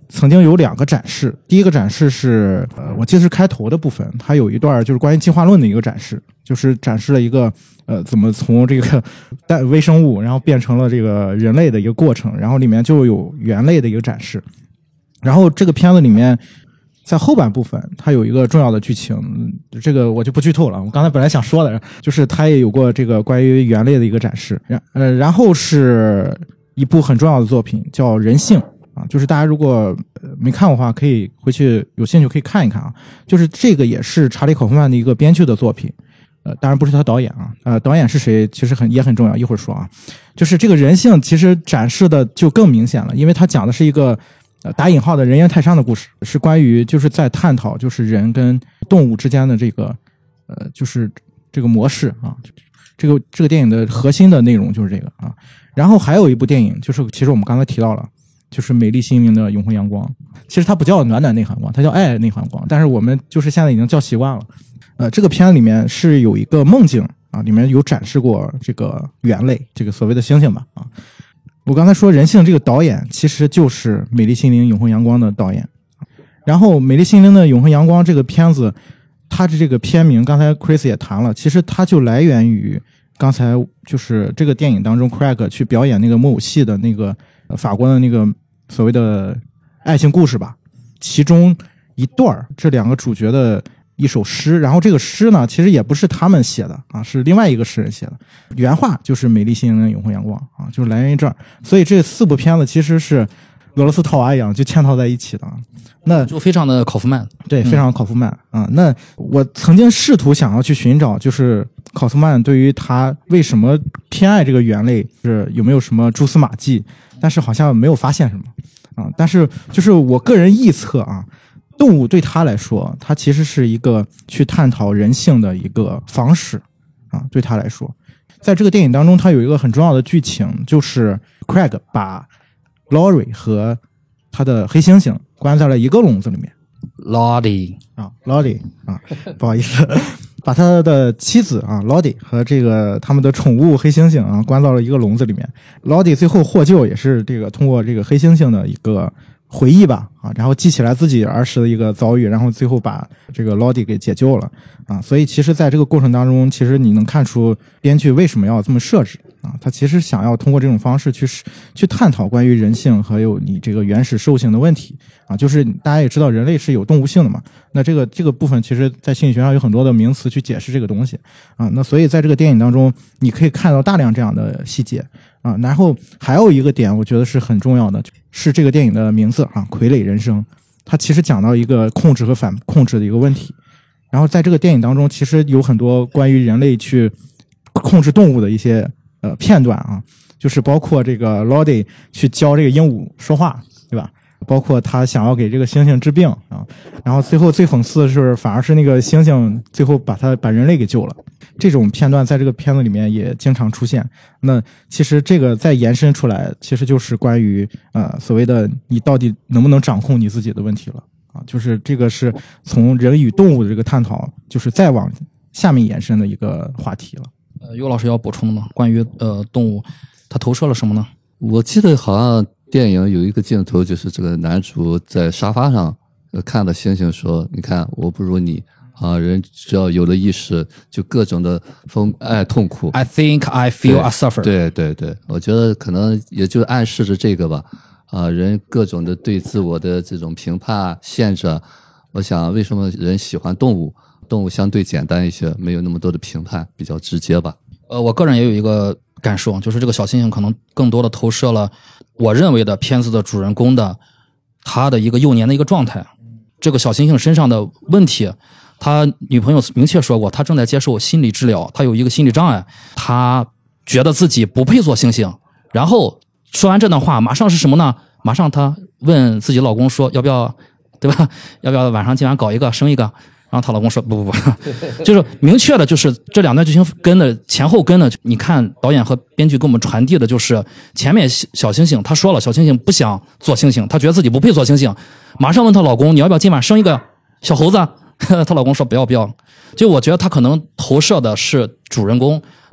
S9: 曾经有2个展示，第一个展示是我记得是开头的部分，它有一段就是关于进化论的一个展示，就是展示了一个怎么从这个微生物然后变成了这个人类的一个过程，然后里面就有猿类的一个展示。然后这个片子里面在后半部分它有一个重要的剧情，这个我就不剧透了，我刚才本来想说的就是它也有过这个关于猿类的一个展示。然后是一部很重要的作品叫人性啊，就是大家如果没看过的话，可以回去有兴趣可以看一看啊。就是这个也是查理·考夫曼的一个编剧的作品，当然不是他导演啊。导演是谁其实也很重要，一会儿说啊。就是这个人性其实展示的就更明显了，因为他讲的是一个打引号的人猿泰山的故事，是关于就是在探讨就是人跟动物之间的这个就是这个模式啊。这个电影的核心的内容就是这个啊。然后还有一部电影就是其实我们刚才提到了。就是美丽心灵的永恒阳光，其实它不叫暖暖内涵光，它叫爱内涵光，但是我们就是现在已经叫习惯了。这个片里面是有一个梦境啊，里面有展示过这个猿类，这个所谓的猩猩吧啊。我刚才说人性这个导演其实就是美丽心灵永恒阳光的导演。然后美丽心灵的永恒阳光这个片子，它的这个片名刚才 Chris 也谈了，其实它就来源于刚才就是这个电影当中 Craig 去表演那个木偶戏的那个法国的那个所谓的爱情故事吧，其中一段这2个主角的一首诗，然后这个诗呢其实也不是他们写的啊，是另外一个诗人写的，原话就是美丽心灵的永恒阳光啊，就是来源于这儿。所以这4部片子其实是俄罗斯套娃一样就嵌套在一起的啊，那
S8: 就非常的考夫曼，
S9: 对，非常考夫曼啊。那我曾经试图想要去寻找，就是考夫曼对于他为什么偏爱这个猿类是有没有什么蛛丝马迹，但是好像没有发现什么啊。但是就是我个人臆测啊，动物对他来说，它其实是一个去探讨人性的一个方式啊。对他来说，在这个电影当中，它有一个很重要的剧情，就是 Craig 把 Laurie 和他的黑猩猩关在了一个笼子里面。
S8: Lottie
S9: 啊 ，Lottie 啊，不好意思，把他的妻子啊 Lottie 和这个他们的宠物黑猩猩啊关到了一个笼子里面。Lottie 最后获救也是这个通过这个黑猩猩的一个回忆吧啊，然后记起来自己儿时的一个遭遇，然后最后把这个 Lottie 给解救了啊。所以其实在这个过程当中，其实你能看出编剧为什么要这么设置啊，他其实想要通过这种方式去探讨关于人性还有你这个原始兽性的问题啊。就是大家也知道人类是有动物性的嘛，那这个部分其实在心理学上有很多的名词去解释这个东西啊。那所以在这个电影当中你可以看到大量这样的细节啊。然后还有一个点我觉得是很重要的，是这个电影的名字啊，傀儡人生。它其实讲到一个控制和反控制的一个问题，然后在这个电影当中其实有很多关于人类去控制动物的一些片段啊，就是包括这个 Lottie 去教这个鹦鹉说话，对吧？包括他想要给这个猩猩治病啊，然后最后最讽刺的是反而是那个猩猩最后把人类给救了。这种片段在这个片子里面也经常出现。那其实这个再延伸出来，其实就是关于所谓的你到底能不能掌控你自己的问题了啊，就是这个是从人与动物的这个探讨，就是再往下面延伸的一个话题了。
S8: 尤老师要补充的吗？关于动物，它投射了什么呢？
S7: 我记得好像电影有一个镜头，就是这个男主在沙发上看到猩猩说：“你看，我不如你啊！人只要有了意识，就各种的爱痛苦。”
S8: I think I feel I suffer。
S7: 对对对，我觉得可能也就暗示着这个吧。啊，人各种的对自我的这种评判限制，我想为什么人喜欢动物？动物相对简单一些，没有那么多的评判，比较直接吧。
S8: 我个人也有一个感受，就是这个小猩猩可能更多的投射了我认为的片子的主人公的他的一个幼年的一个状态。这个小猩猩身上的问题，他女朋友明确说过，他正在接受心理治疗，他有一个心理障碍，他觉得自己不配做猩猩。然后说完这段话，马上是什么呢？马上他问自己老公说，要不要，对吧？要不要晚上今晚搞一个生一个？然后她老公说不，就是明确的，就是这两段剧情跟的前后跟的。你看导演和编剧给我们传递的就是前面小猩猩他说了，小猩猩不想做猩猩，他觉得自己不配做猩猩，马上问她老公你要不要今晚生一个小猴子？她老公说不要。就我觉得他可能投射的是主人公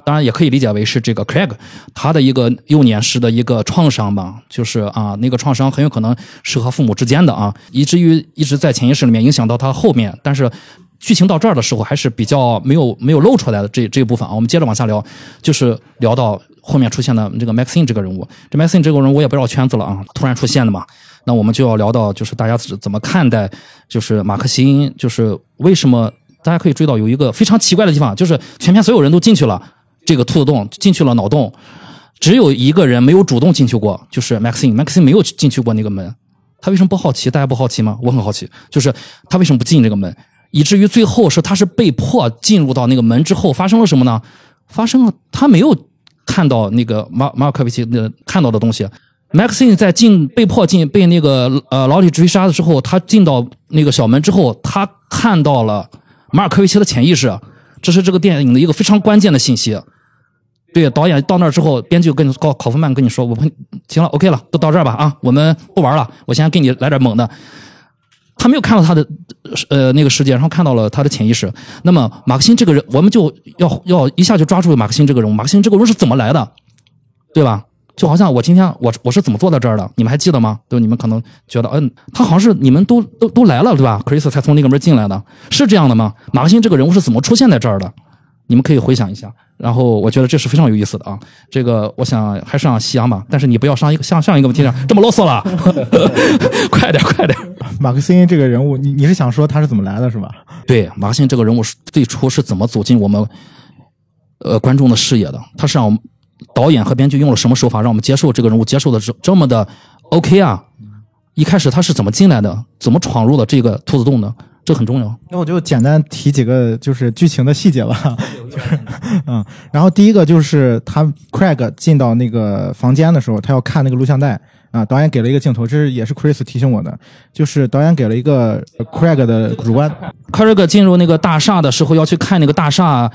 S8: 当然也可以理解为是这个 Craig 他的一个幼年时的一个创伤吧，就是啊，那个创伤很有可能是和父母之间的啊，以至于一直在潜意识里面影响到他后面，但是剧情到这儿的时候还是比较没有露出来的这一部分啊。我们接着往下聊，就是聊到后面出现的这个 Maxine 这个人物，这 Maxine 这个人物我也不知道圈子了啊，突然出现的嘛。那我们就要聊到就是大家怎么看待就是马克辛，就是为什么大家可以追到有一个非常奇怪的地方，就是全片所有人都进去了这个兔子洞，进去了脑洞，只有一个人没有主动进去过，就是 Maxine 没有进去过那个门。他为什么不好奇？大家不好奇吗？我很好奇，就是他为什么不进这个门，以至于最后是他是被迫进入到那个门之后发生了什么呢？发生了他没有看到那个马尔科维奇看到的东西。Maxine 在被迫被那个老李追杀的时候，他进到那个小门之后，他看到了马尔科维奇的潜意识，这是这个电影的一个非常关键的信息。对，导演到那儿之后，编剧跟考夫曼跟你说，我行了 ，OK 了，都到这儿吧啊，我们不玩了，我先给你来点猛的。他没有看到他的那个世界，然后看到了他的潜意识。那么马克辛这个人，我们就要一下就抓住马克辛这个人物。马克辛这个人是怎么来的，对吧？就好像我今天我是怎么坐在这儿的，你们还记得吗？对，你们可能觉得他好像是你们都来了，对吧 ？Chris 才从那个门进来的，是这样的吗？马克辛这个人物是怎么出现在这儿的？你们可以回想一下。然后我觉得这是非常有意思的啊。这个我想还是让夕阳吧，但是你不要像一个问题上这么啰嗦了，快点。
S9: 马克辛这个人物，你是想说他是怎么来的，是吧？
S8: 对，马克辛这个人物最初是怎么走进我们观众的视野的？他是让导演和编剧用了什么手法让我们接受这个人物，接受的这么的 OK 啊？一开始他是怎么进来的？怎么闯入了这个兔子洞的？这很重要。
S9: 那我就简单提几个就是剧情的细节吧。就是然后第一个就是他 Craig 进到那个房间的时候，他要看那个录像带啊。导演给了一个镜头，这也是 Chris 提醒我的，就是导演给了一个 Craig 的主观。
S8: Craig 进入那个大厦的时候，要去看那个大厦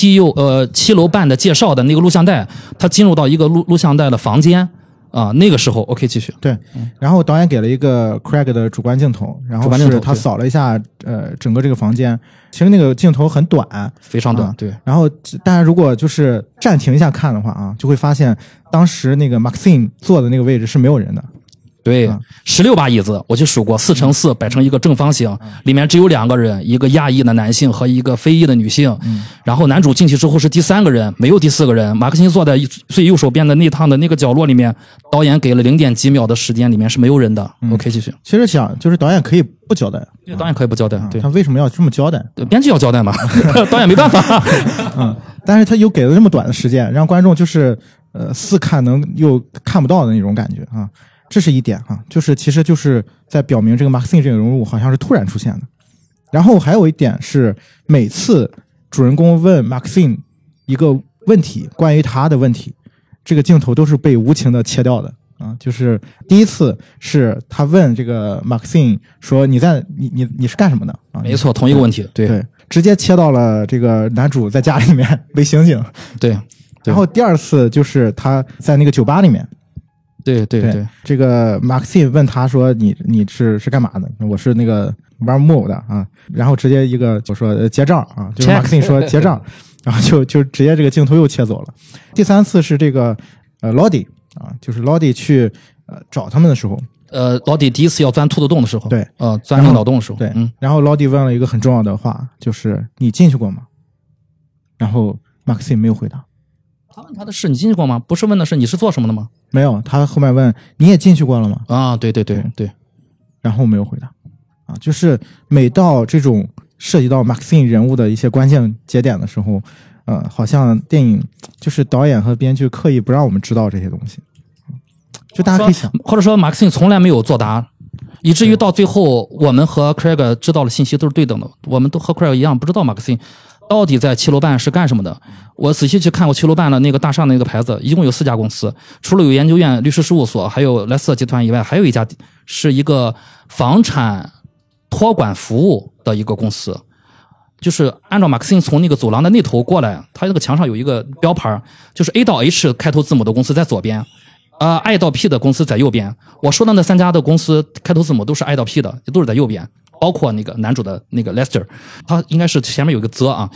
S8: 7楼半的介绍的那个录像带，他进入到一个录像带的房间。啊，那个时候 OK 继续。
S9: 对，然后导演给了一个 Craig 的主观镜头，然后是他扫了一下整个这个房间，其实那个镜头很短，
S8: 非常短，对。
S9: 然后大家如果就是暂停一下看的话啊，就会发现当时那个 Maxine 坐的那个位置是没有人的。
S8: 对，16把椅子，我去数过，4×4摆成一个正方形，里面只有2个人，一个亚裔的男性和一个非裔的女性。然后男主进去之后是第3个人，没有第4个人。马克辛坐在最右手边的那趟的那个角落里面，导演给了0点几秒的时间，里面是没有人的。OK， 继续。
S9: 其实就是导演可以不交代，
S8: 对，导演可以不交代，对。
S9: 他为什么要这么交代？
S8: 对，编剧要交代嘛，导演没办法。
S9: 但是他又给了这么短的时间，让观众就是似看又看不到的那种感觉啊。这是一点啊，其实就是在表明这个 Maxine 这个人物好像是突然出现的。然后还有一点是，每次主人公问 Maxine 一个问题，关于他的问题，这个镜头都是被无情的切掉的啊。就是第一次是他问这个 Maxine 说你是干什么的啊？
S8: 没错，同一个问题，对，
S9: 直接切到了这个男主在家里面喂猩猩，
S8: 对。
S9: 然后第二次就是他在那个酒吧里面。
S8: 对，
S9: 这个 Maxine 问他说你是干嘛的？我是那个玩木偶的啊。然后直接我说结账啊，就是 Maxine 说结账，然后就直接这个镜头又切走了。第三次是这个Lottie 啊，就是 Lottie 去找他们的时候
S8: ，Lottie 第一次要钻兔子洞的时候，
S9: 对，
S8: 钻那个脑洞的时候，
S9: 对，然后 Lottie 问了一个很重要的话，就是你进去过吗？然后 Maxine 没有回答。
S8: 他问他的是你进去过吗？不是问的是你是做什么的吗？
S9: 没有，他后面问你也进去过了吗？
S8: 啊，对，
S9: 然后没有回答啊，就是每到这种涉及到 Maxine 人物的一些关键节点的时候，好像电影就是导演和编剧刻意不让我们知道这些东西，就大家可以想，
S8: 或者说 Maxine 从来没有作答，以至于到最后我们和 Craig 知道的信息都是对等的，我们都和 Craig 一样不知道 Maxine 到底在7楼半是干什么的。我仔细去看过7楼半的那个大厦那个牌子，一共有4家公司，除了有研究院律师事务所还有莱斯特集团以外，还有一家是一个房产托管服务的一个公司。就是按照 Maxine 从那个走廊的那头过来，他那个墙上有一个标牌，就是 A 到 H 开头字母的公司在左边，I 到 P 的公司在右边。我说的那3家的公司开头字母都是 I 到 P 的，都是在右边，包括那个男主的那个 Lester， 他应该是前面有一个 The 啊。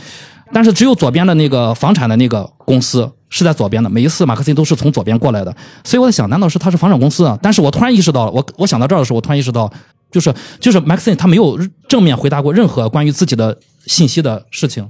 S8: 但是只有左边的那个房产的那个公司是在左边的，每一次马克沁都是从左边过来的，所以我在想，难道是他是房产公司啊？但是我突然意识到了，我想到这儿的时候，我突然意识到，就是马克沁他没有正面回答过任何关于自己的信息的事情。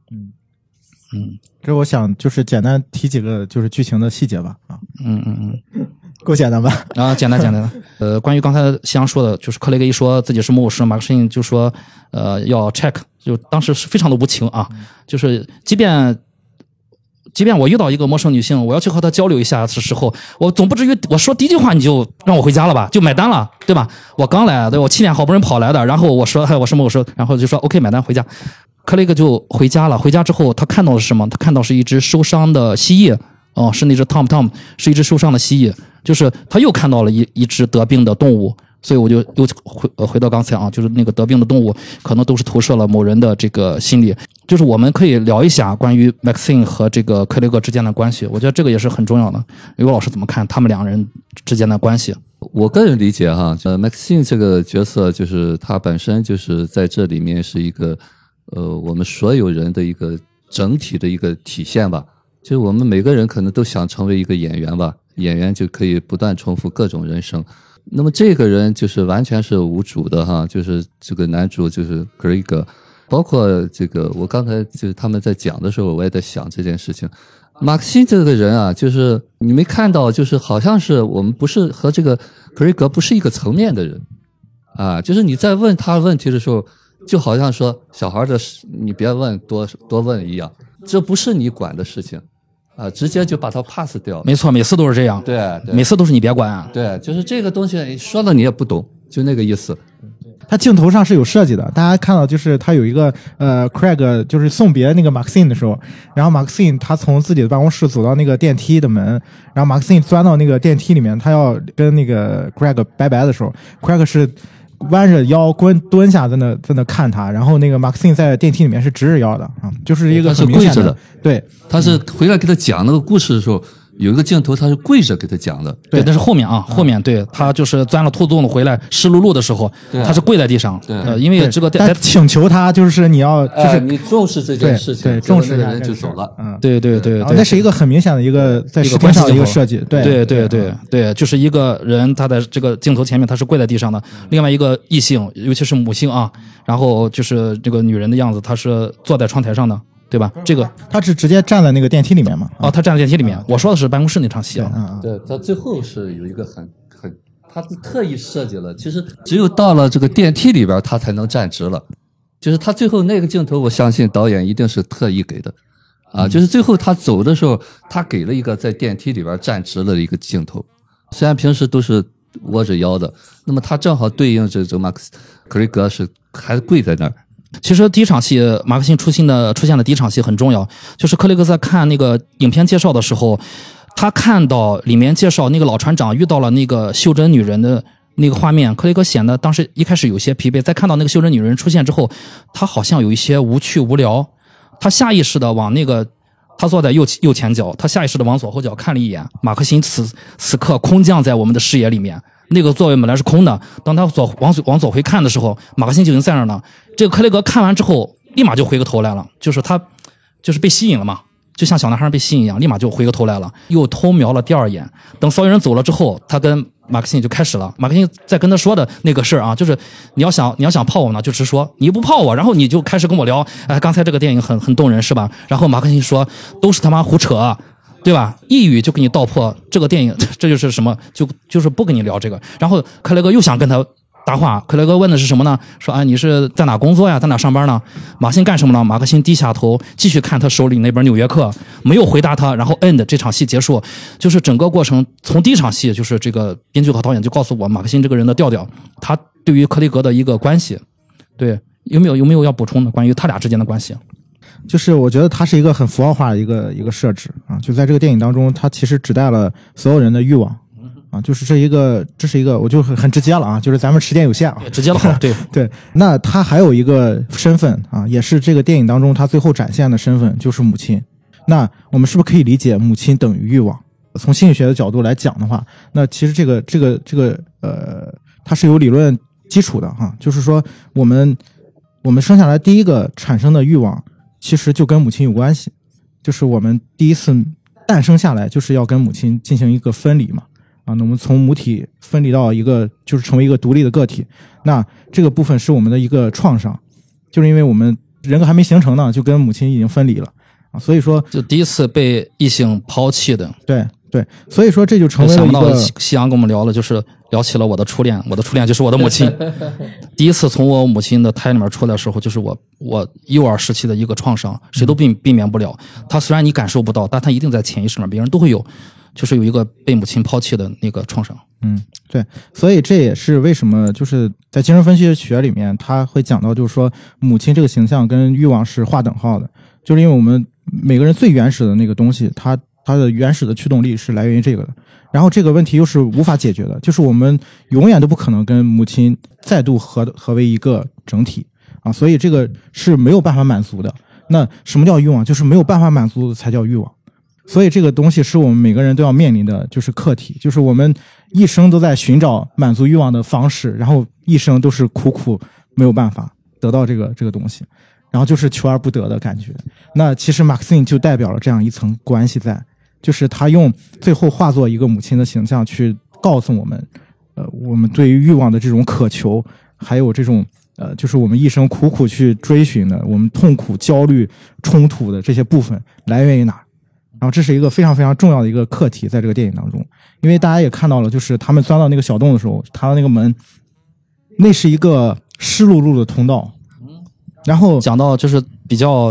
S9: 这我想就是简单提几个就是剧情的细节吧够简单吧？
S8: 啊，简单。关于刚才西阳说的，就是克雷格一说自己是牧师，马克沁就说要 check， 就当时是非常的无情啊，就是即便我遇到一个陌生女性，我要去和她交流一下的时候，我总不至于我说第一句话你就让我回家了吧，就买单了，对吧？我刚来，对，我7点好不容易跑来的，然后我说我是牧师，然后就说 OK 买单回家。克雷格就回家了，回家之后他看到的是什么？他看到是一只受伤的蜥蜴，是那只 Tom， 是一只受伤的蜥蜴，就是他又看到了一只得病的动物，所以我就又回到刚才啊，就是那个得病的动物可能都是投射了某人的这个心理，就是我们可以聊一下关于 Maxine 和这个克雷格之间的关系，我觉得这个也是很重要的。刘老师怎么看他们两人之间的关系？
S7: 我个人理解哈，Maxine 这个角色就是他本身就是在这里面是一个我们所有人的一个整体的一个体现吧，就是我们每个人可能都想成为一个演员吧，演员就可以不断重复各种人生。那么这个人就是完全是无主的哈，就是这个男主就是格雷格，包括这个我刚才就是他们在讲的时候，我也在想这件事情。马克沁这个人啊，就是你没看到，就是好像是我们不是和这个格雷格不是一个层面的人啊，就是你在问他问题的时候，就好像说小孩的你别问多问一样，这不是你管的事情啊，直接就把它 pass 掉。
S8: 没错，每次都是这样。
S7: 对，
S8: 每次都是你别管啊。
S7: 对，就是这个东西说了你也不懂，就那个意思。
S9: 他镜头上是有设计的，大家看到就是他有一个Craig 就是送别那个 Maxine 的时候，然后 Maxine 他从自己的办公室走到那个电梯的门，然后 Maxine 钻到那个电梯里面，他要跟那个 Craig 拜拜的时候 ，Craig 是弯着腰蹲下在那看他，然后那个 Maxine 在电梯里面是直着腰的啊，就是一个很明显的，对，
S7: 他是回来给他讲那个故事的时候。有一个镜头，他是跪着给他讲的，
S8: 对，那是后面啊，后面对他就是钻了兔洞子回来湿漉漉的时候，他是跪在地上，因为这个
S9: 他请求他就是你要就是
S7: 你重视这件事情，
S9: 对，重视
S7: 人就走了，
S8: 对，
S9: 那是一个很明显的一个在视频上的一个设计，
S8: 对，就是一个人他在这个镜头前面他是跪在地上的，另外一个异性，尤其是母性啊，然后就是这个女人的样子，她是坐在窗台上的。对吧？这个
S9: 他是直接站在那个电梯里面嘛？
S8: 他站在电梯里面。我说的是办公室那场戏啊。
S7: 对，他最后是有一个他是特意设计了，其实只有到了这个电梯里边，他才能站直了。就是他最后那个镜头，我相信导演一定是特意给的，就是最后他走的时候，他给了一个在电梯里边站直了的一个镜头。虽然平时都是窝着腰的，那么他正好对应着这马克克雷格是还跪在那儿。
S8: 其实第一场戏马克沁出现的第一场戏很重要，就是克雷格在看那个影片介绍的时候，他看到里面介绍那个老船长遇到了那个袖珍女人的那个画面，克雷格显得当时一开始有些疲惫，在看到那个袖珍女人出现之后，他好像有一些无趣无聊，他下意识的往那个他坐在右前角，他下意识的往左后角看了一眼，马克沁此刻空降在我们的视野里面。那个座位本来是空的，当他往左回看的时候，马克沁就已经在那儿了。这个克雷格看完之后，立马就回过头来了，就是他就是被吸引了嘛，就像小男孩被吸引一样，立马就回过头来了，又偷瞄了第二眼。等所有人走了之后，他跟马克沁就开始了。马克沁在跟他说的那个事儿啊，就是你要想泡我呢，就直说，你不泡我，然后你就开始跟我聊，刚才这个电影很动人是吧？然后马克沁说，都是他妈胡扯。对吧？一语就给你道破这个电影，这就是什么？就是不跟你聊这个。然后克雷格又想跟他搭话，克雷格问的是什么呢？说你是在哪工作呀？在哪上班呢？马克沁干什么呢？马克沁低下头继续看他手里那本《纽约客》，没有回答他。然后 end 这场戏结束，就是整个过程从第一场戏就是这个编剧和导演就告诉我马克沁这个人的调调，他对于克雷格的一个关系。对，有没有要补充的关于他俩之间的关系？
S9: 就是我觉得它是一个很符号化的一个设置啊，就在这个电影当中，它其实指代了所有人的欲望啊，就是这是一个，我就很直接了啊，就是咱们时间有限啊，
S8: 直接了好，对
S9: 对。那他还有一个身份啊，也是这个电影当中他最后展现的身份，就是母亲。那我们是不是可以理解母亲等于欲望？从心理学的角度来讲的话，那其实这个它是有理论基础的哈，就是说我们生下来第一个产生的欲望其实就跟母亲有关系，就是我们第一次诞生下来就是要跟母亲进行一个分离嘛，那我们从母体分离到一个就是成为一个独立的个体，那这个部分是我们的一个创伤，就是因为我们人格还没形成呢，就跟母亲已经分离了所以说
S8: 就第一次被异性抛弃的。
S9: 对，所以说这就成为了一个
S8: 夕阳跟我们聊了，就是聊起了我的初恋，我的初恋就是我的母亲。第一次从我母亲的胎里面出来的时候，就是我幼儿时期的一个创伤，谁都避免不了。它虽然你感受不到，但它一定在潜意识里面，别人都会有，就是有一个被母亲抛弃的那个创伤。
S9: 对，所以这也是为什么就是在精神分析学里面，他会讲到就是说母亲这个形象跟欲望是划等号的，就是因为我们每个人最原始的那个东西，它的原始的驱动力是来源于这个的，然后这个问题又是无法解决的，就是我们永远都不可能跟母亲再度合为一个整体所以这个是没有办法满足的。那什么叫欲望？就是没有办法满足的才叫欲望。所以这个东西是我们每个人都要面临的就是课题，就是我们一生都在寻找满足欲望的方式，然后一生都是苦没有办法得到这个东西，然后就是求而不得的感觉。那其实 Maxine 就代表了这样一层关系在，就是他用最后化作一个母亲的形象去告诉我们我们对于欲望的这种渴求，还有这种就是我们一生苦去追寻的，我们痛苦焦虑冲突的这些部分来源于哪。然后这是一个非常非常重要的一个课题在这个电影当中，因为大家也看到了，就是他们钻到那个小洞的时候，他的那个门那是一个湿漉漉的通道，然后
S8: 讲到就是比较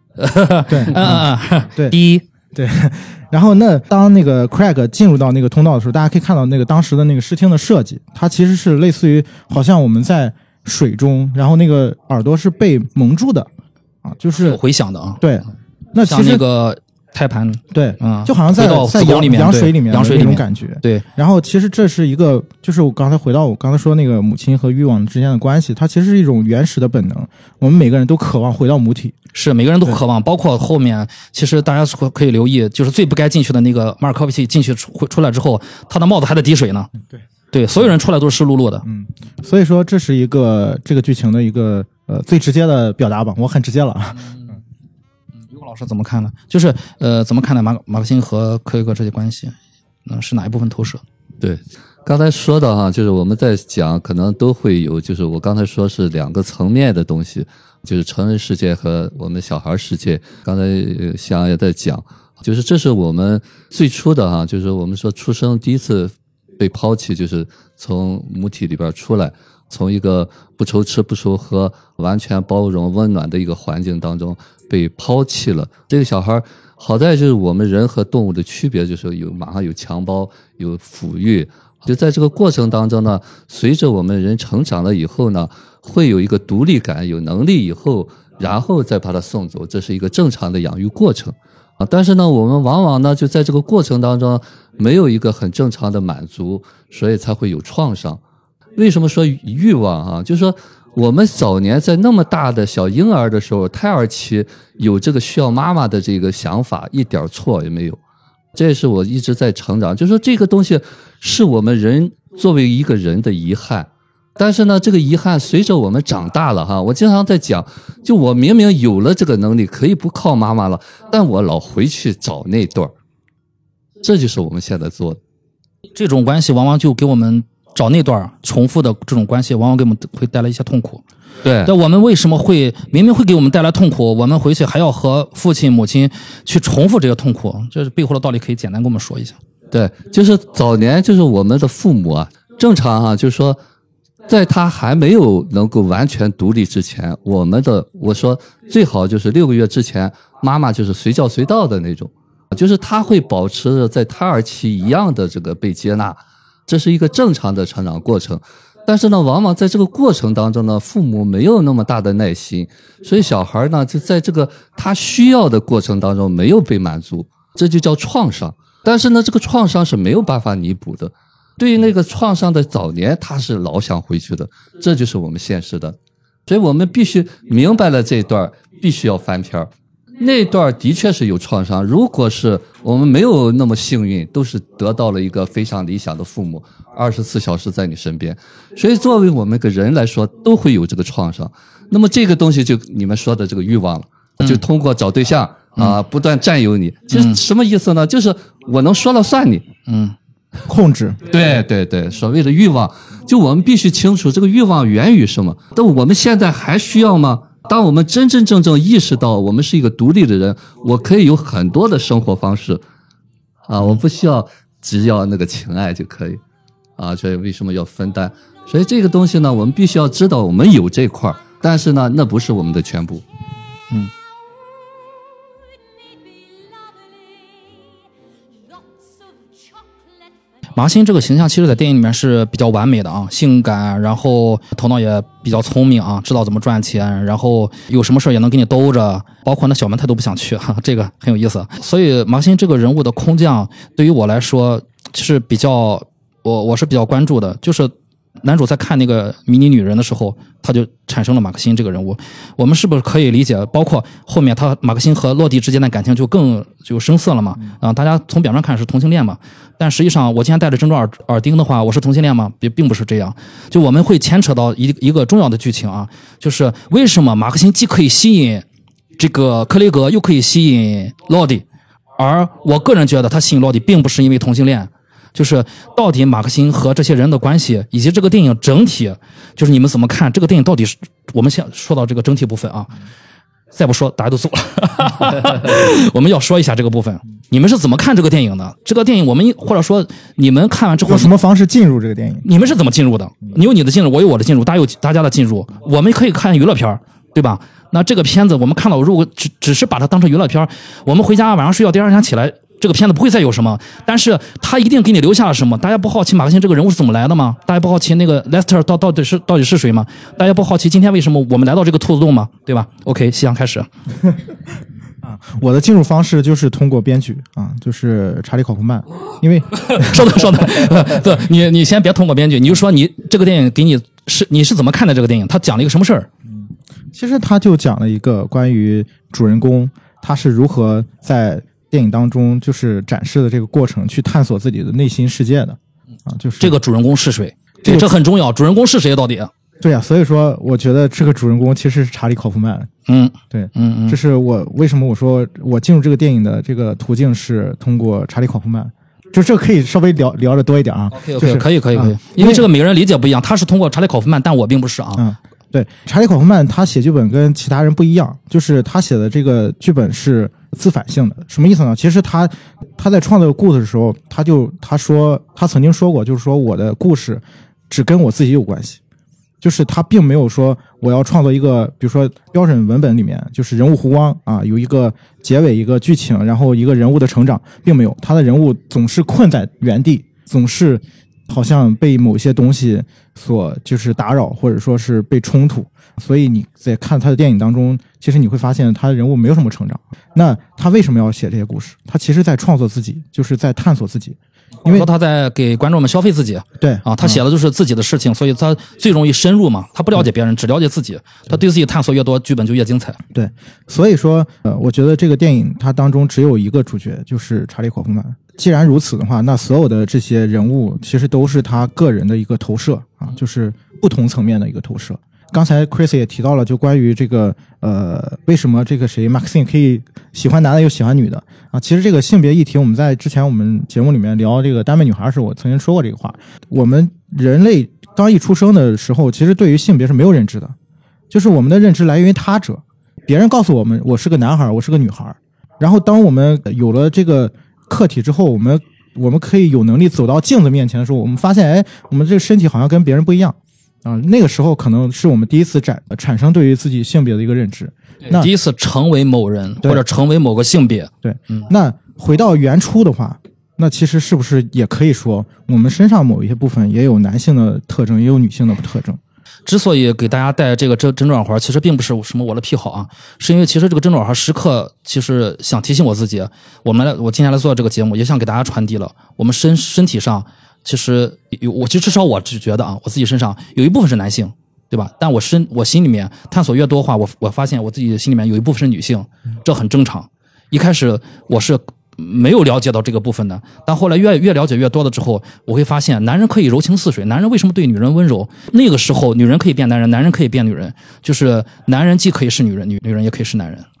S9: 对对，然后那当那个 Craig 进入到那个通道的时候，大家可以看到那个当时的那个视听的设计，它其实是类似于好像我们在水中，然后那个耳朵是被蒙住的就是
S8: 有回响的
S9: 对，那其实
S8: 像那个胎盘
S9: 对就好像在羊水里面的那种感觉。
S8: 对，
S9: 然后其实这是一个就是我刚才说那个母亲和欲望之间的关系，它其实是一种原始的本能，我们每个人都渴望回到母体，
S8: 是每个人都渴望，包括后面其实大家可以留意，就是最不该进去的那个马尔科维奇进去出来之后，他的帽子还在滴水呢。对，所有人出来都是湿漉漉的。
S9: 所以说这是一个这个剧情的一个最直接的表达吧，我很直接了。
S8: 于老师怎么看呢？就是怎么看待马克辛和克雷格这些关系？是哪一部分投射？
S7: 对，刚才说的就是我们在讲可能都会有，就是我刚才说是两个层面的东西，就是成人世界和我们小孩世界。刚才夕阳也在讲，就是这是我们最初的就是我们说出生第一次被抛弃，就是从母体里边出来，从一个不愁吃不愁喝完全包容温暖的一个环境当中被抛弃了。这个小孩好在就是我们人和动物的区别，就是马上有襁褓有抚育，就在这个过程当中呢，随着我们人成长了以后呢，会有一个独立感，有能力以后，然后再把他送走，这是一个正常的养育过程但是呢，我们往往呢就在这个过程当中没有一个很正常的满足，所以才会有创伤。为什么说欲望就是说我们早年在那么大的小婴儿的时候，胎儿期有这个需要妈妈的这个想法，一点错也没有。这也是我一直在成长，就是说这个东西是我们人作为一个人的遗憾。但是呢，这个遗憾随着我们长大了我经常在讲，就我明明有了这个能力，可以不靠妈妈了，但我老回去找那段，这就是我们现在做的。
S8: 这种关系往往就给我们找那段重复的这种关系，往往给我们会带来一些痛苦。
S7: 对，
S8: 但我们为什么会明明会给我们带来痛苦，我们回去还要和父亲母亲去重复这个痛苦？这是背后的道理，可以简单跟我们说一下。
S7: 对，就是早年就是我们的父母正常就是说在他还没有能够完全独立之前，我说最好就是6个月之前，妈妈就是随叫随到的那种，就是他会保持着在胎儿期一样的这个被接纳，这是一个正常的成长过程。但是呢，往往在这个过程当中呢，父母没有那么大的耐心，所以小孩呢就在这个他需要的过程当中没有被满足，这就叫创伤。但是呢，这个创伤是没有办法弥补的。对于那个创伤的早年，他是老想回去的，这就是我们现实的。所以我们必须明白了这一段，必须要翻篇。那段的确是有创伤，如果是我们没有那么幸运，都是得到了一个非常理想的父母，24小时在你身边，所以作为我们个人来说，都会有这个创伤。那么这个东西就你们说的这个欲望了， 就通过找对象不断占有你，这什么意思呢？就是我能说了算你，
S9: 控制。
S7: 对对对，所谓的欲望，就我们必须清楚这个欲望源于什么。但我们现在还需要吗？当我们真真正正意识到我们是一个独立的人，我可以有很多的生活方式我不需要只要那个情爱就可以所以为什么要分担？所以这个东西呢，我们必须要知道我们有这块，但是呢，那不是我们的全部。
S8: 马欣这个形象其实在电影里面是比较完美的性感，然后头脑也比较聪明知道怎么赚钱，然后有什么事也能给你兜着，包括那小门他都不想去这个很有意思。所以马欣这个人物的空降对于我来说是比较我是比较关注的，就是男主在看那个迷你女人的时候，他就产生了马克辛这个人物。我们是不是可以理解，包括后面马克辛和洛蒂之间的感情就更生涩了嘛？大家从表面看是同性恋嘛，但实际上我今天戴着珍珠耳钉的话，我是同性恋吗？并不是这样。就我们会牵扯到一个重要的剧情就是为什么马克辛既可以吸引这个克雷格，又可以吸引洛蒂，而我个人觉得他吸引洛蒂并不是因为同性恋。就是到底马克辛和这些人的关系，以及这个电影整体，就是你们怎么看这个电影？到底是我们先说到这个整体部分再不说大家都走了我们要说一下这个部分，你们是怎么看这个电影的？这个电影我们或者说你们看完之后
S9: 用什么方式进入这个电影？
S8: 你们是怎么进入的？你有你的进入，我有我的进入，大家有大家的进入。我们可以看娱乐片，对吧？那这个片子我们看到，如果只是把它当成娱乐片，我们回家晚上睡觉，第二天起来这个片子不会再有什么，但是他一定给你留下了什么。大家不好奇马克辛这个人物是怎么来的吗？大家不好奇那个 Lester 到底是谁吗？大家不好奇今天为什么我们来到这个兔子洞吗？对吧 ？OK， 夕阳开始。
S9: 我的进入方式就是通过编剧就是查理·考夫曼，因为
S8: 稍等，对，你先别通过编剧，你就说你这个电影给你是怎么看的这个电影？他讲了一个什么事儿？
S9: 其实他就讲了一个关于主人公他是如何在电影当中就是展示的这个过程，去探索自己的内心世界的就是
S8: 这个主人公是谁？这很重要，主人公是谁到底？
S9: 对所以说我觉得这个主人公其实是查理·考夫曼。对，这是我为什么我说我进入这个电影的这个途径是通过查理·考夫曼。就这可以稍微聊的多一点
S8: OK， 可以，因为这个每个人理解不一样，他是通过查理·考夫曼，但我并不是
S9: 对，查理·考夫曼他写剧本跟其他人不一样，就是他写的这个剧本是自反性的。什么意思呢？其实他在创作故事的时候，他曾经说过，就是说我的故事只跟我自己有关系，就是他并没有说我要创作一个，比如说标准文本里面就是人物弧光有一个结尾，一个剧情，然后一个人物的成长，并没有。他的人物总是困在原地，总是好像被某些东西所就是打扰，或者说是被冲突。所以你在看他的电影当中，其实你会发现他的人物没有什么成长。那他为什么要写这些故事？他其实在创作自己，就是在探索自己。因为
S8: 说他在给观众们消费自己。
S9: 对
S8: 他写的就是自己的事情，所以他最容易深入嘛。他不了解别人，只了解自己。他对自己探索越多，剧本就越精彩。
S9: 对，所以说我觉得这个电影它当中只有一个主角，就是查理·考夫曼。既然如此的话，那所有的这些人物其实都是他个人的一个投射就是不同层面的一个投射。刚才 Chris 也提到了，就关于这个为什么这个谁 Maxine 可以喜欢男的又喜欢女的其实这个性别议题，我们在之前我们节目里面聊这个耽美女孩时，我曾经说过这个话。我们人类刚一出生的时候，其实对于性别是没有认知的，就是我们的认知来源于他者，别人告诉我们我是个男孩，我是个女孩。然后当我们有了这个客体之后，我们可以有能力走到镜子面前的时候，我们发现我们这个身体好像跟别人不一样那个时候可能是我们第一次产生对于自己性别的一个认知，那
S8: 第一次成为某人或者成为某个性别。
S9: 对，那回到原初的话，那其实是不是也可以说我们身上某一些部分也有男性的特征，也有女性的特征？
S8: 之所以给大家带这个珍珠耳环，其实并不是什么我的癖好是因为其实这个珍珠耳环时刻其实想提醒我自己，我今天来做这个节目，也想给大家传递了我们身体上其实至少我只觉得我自己身上有一部分是男性，对吧？但我心里面探索越多的话，我发现我自己心里面有一部分是女性，这很正常。一开始我是没有了解到这个部分的，但后来越了解越多了之后，我会发现男人可以柔情似水，男人为什么对女人温柔？那个时候女人可以变男人，男人可以变女人，就是男人既可以是女人，女人也可以是男人。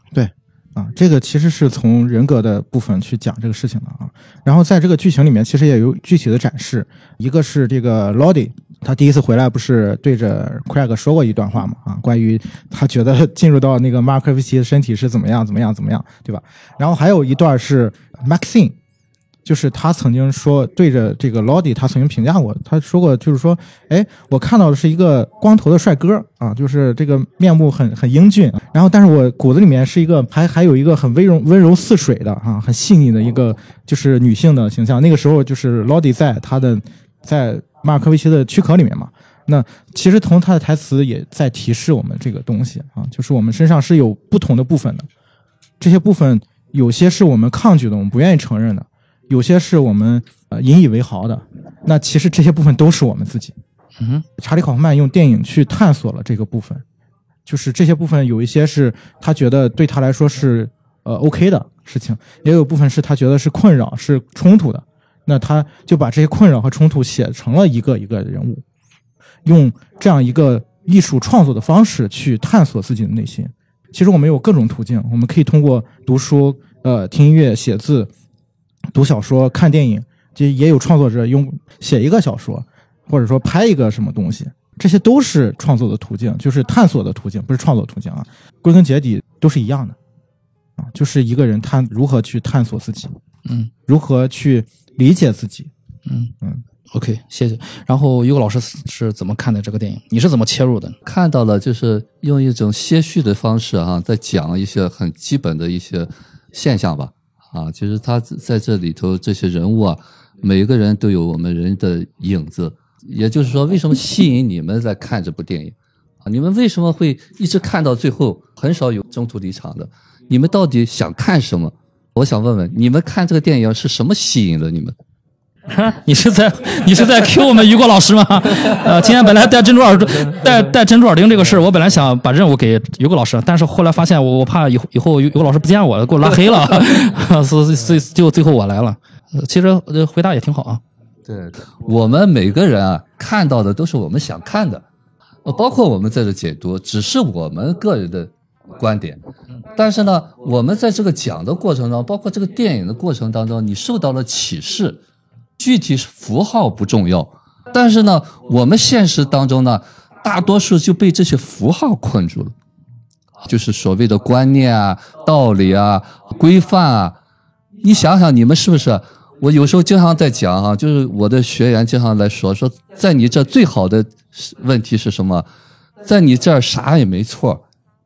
S9: 对啊，这个其实是从人格的部分去讲这个事情的啊。然后在这个剧情里面，其实也有具体的展示。一个是这个 Lottie， 他第一次回来不是对着 Craig 说过一段话嘛？啊，关于他觉得进入到那个马克维奇的身体是怎么样，对吧？然后还有一段是 Maxine。就是他曾经说对着这个 Lottie， 他曾经评价过，他说过就是说，哎，我看到的是一个光头的帅哥啊，就是这个面目很英俊，然后但是我骨子里面是一个还有一个很温柔似水的啊，很细腻的一个就是女性的形象。那个时候就是 Lottie 在马尔科维奇的躯壳里面嘛，那其实从他的台词也在提示我们这个东西啊，就是我们身上是有不同的部分的，这些部分有些是我们抗拒的，我们不愿意承认的。有些是我们引以为豪的，那其实这些部分都是我们自己。查理·考夫曼用电影去探索了这个部分，就是这些部分有一些是他觉得对他来说是OK 的事情，也有部分是他觉得是困扰、是冲突的。那他就把这些困扰和冲突写成了一个一个人物，用这样一个艺术创作的方式去探索自己的内心。其实我们有各种途径，我们可以通过读书、听音乐、写字。读小说、看电影，就也有创作者用写一个小说，或者说拍一个什么东西，这些都是创作的途径，就是探索的途径，不是创作途径啊。归根结底都是一样的啊，就是一个人如何去探索自己，如何去理解自己。
S8: OK， 谢谢。然后于果老师是怎么看的这个电影？你是怎么切入的？
S7: 看到了，就是用一种些许的方式啊，在讲一些很基本的一些现象吧。啊，其实他在这里头这些人物啊，每个人都有我们人的影子。也就是说，为什么吸引你们在看这部电影啊？你们为什么会一直看到最后，很少有中途离场的？你们到底想看什么？我想问问，你们看这个电影是什么吸引了你们？
S8: 你是在 Q 我们于果老师吗？今天本来带珍珠耳钉这个事，我本来想把任务给于果老师，但是后来发现我怕以后于果老师不见我，给我拉黑了，所以就最后我来了。其实回答也挺好啊。
S7: 对，我们每个人啊看到的都是我们想看的，包括我们在这解读，只是我们个人的观点。但是呢，我们在这个讲的过程中，包括这个电影的过程当中，你受到了启示。具体符号不重要，但是呢，我们现实当中呢，大多数就被这些符号困住了，就是所谓的观念啊、道理啊、规范啊。你想想，你们是不是？我有时候经常在讲啊，就是我的学员经常来说，在你这最好的问题是什么？在你这儿啥也没错，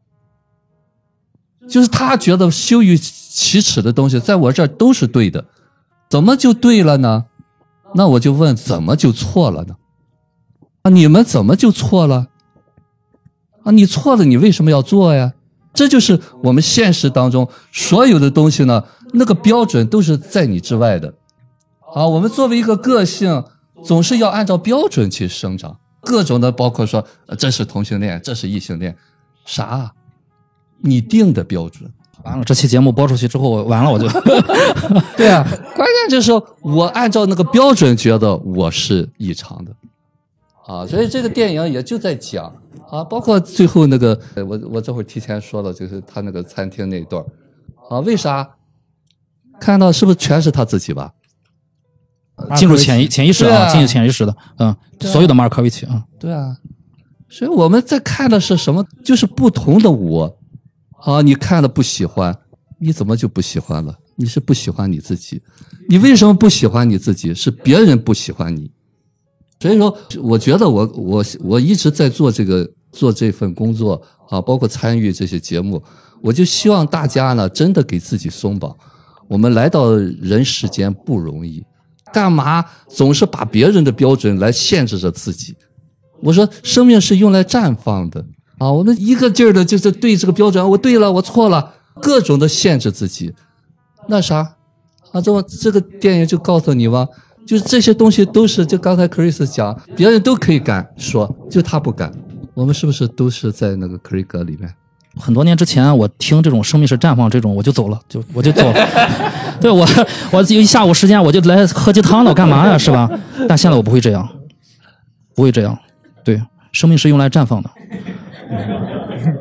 S7: 就是他觉得羞于启齿的东西，在我这儿都是对的，怎么就对了呢？那我就问，怎么就错了呢？啊，你们怎么就错了？啊，你错了，你为什么要做呀？这就是我们现实当中所有的东西呢，那个标准都是在你之外的。啊，我们作为一个个性，总是要按照标准去生长，各种的，包括说这是同性恋，这是异性恋，啥？你定的标准。
S8: 完了，这期节目播出去之后，完了我就
S7: 对啊，关键就是我按照那个标准觉得我是异常的啊，所以这个电影也就在讲啊，包括最后那个我这会儿提前说了，就是他那个餐厅那一段啊，为啥看到是不是全是他自己吧？
S8: 进入潜意识啊，进入潜意识的，所有的马尔科维奇啊，
S7: 对啊，所以我们在看的是什么？就是不同的我。啊，你看了不喜欢，你怎么就不喜欢了？你是不喜欢你自己，你为什么不喜欢你自己？是别人不喜欢你。所以说，我觉得我一直在做这份工作啊，包括参与这些节目，我就希望大家呢，真的给自己松绑。我们来到人世间不容易，干嘛总是把别人的标准来限制着自己？我说，生命是用来绽放的。啊，我们一个劲儿的就是对这个标准，我对了，我错了，各种的限制自己，那啥啊？这个电影就告诉你吧，就是这些东西都是，就刚才 Chris 讲，别人都可以敢说，就他不敢。我们是不是都是在那个 Craig 里面？
S8: 很多年之前，我听这种生命是绽放这种，我就走了，我就走了。对我一下午时间我就来喝鸡汤了，干嘛呀？是吧？但现在我不会这样，不会这样。对，生命是用来绽放的。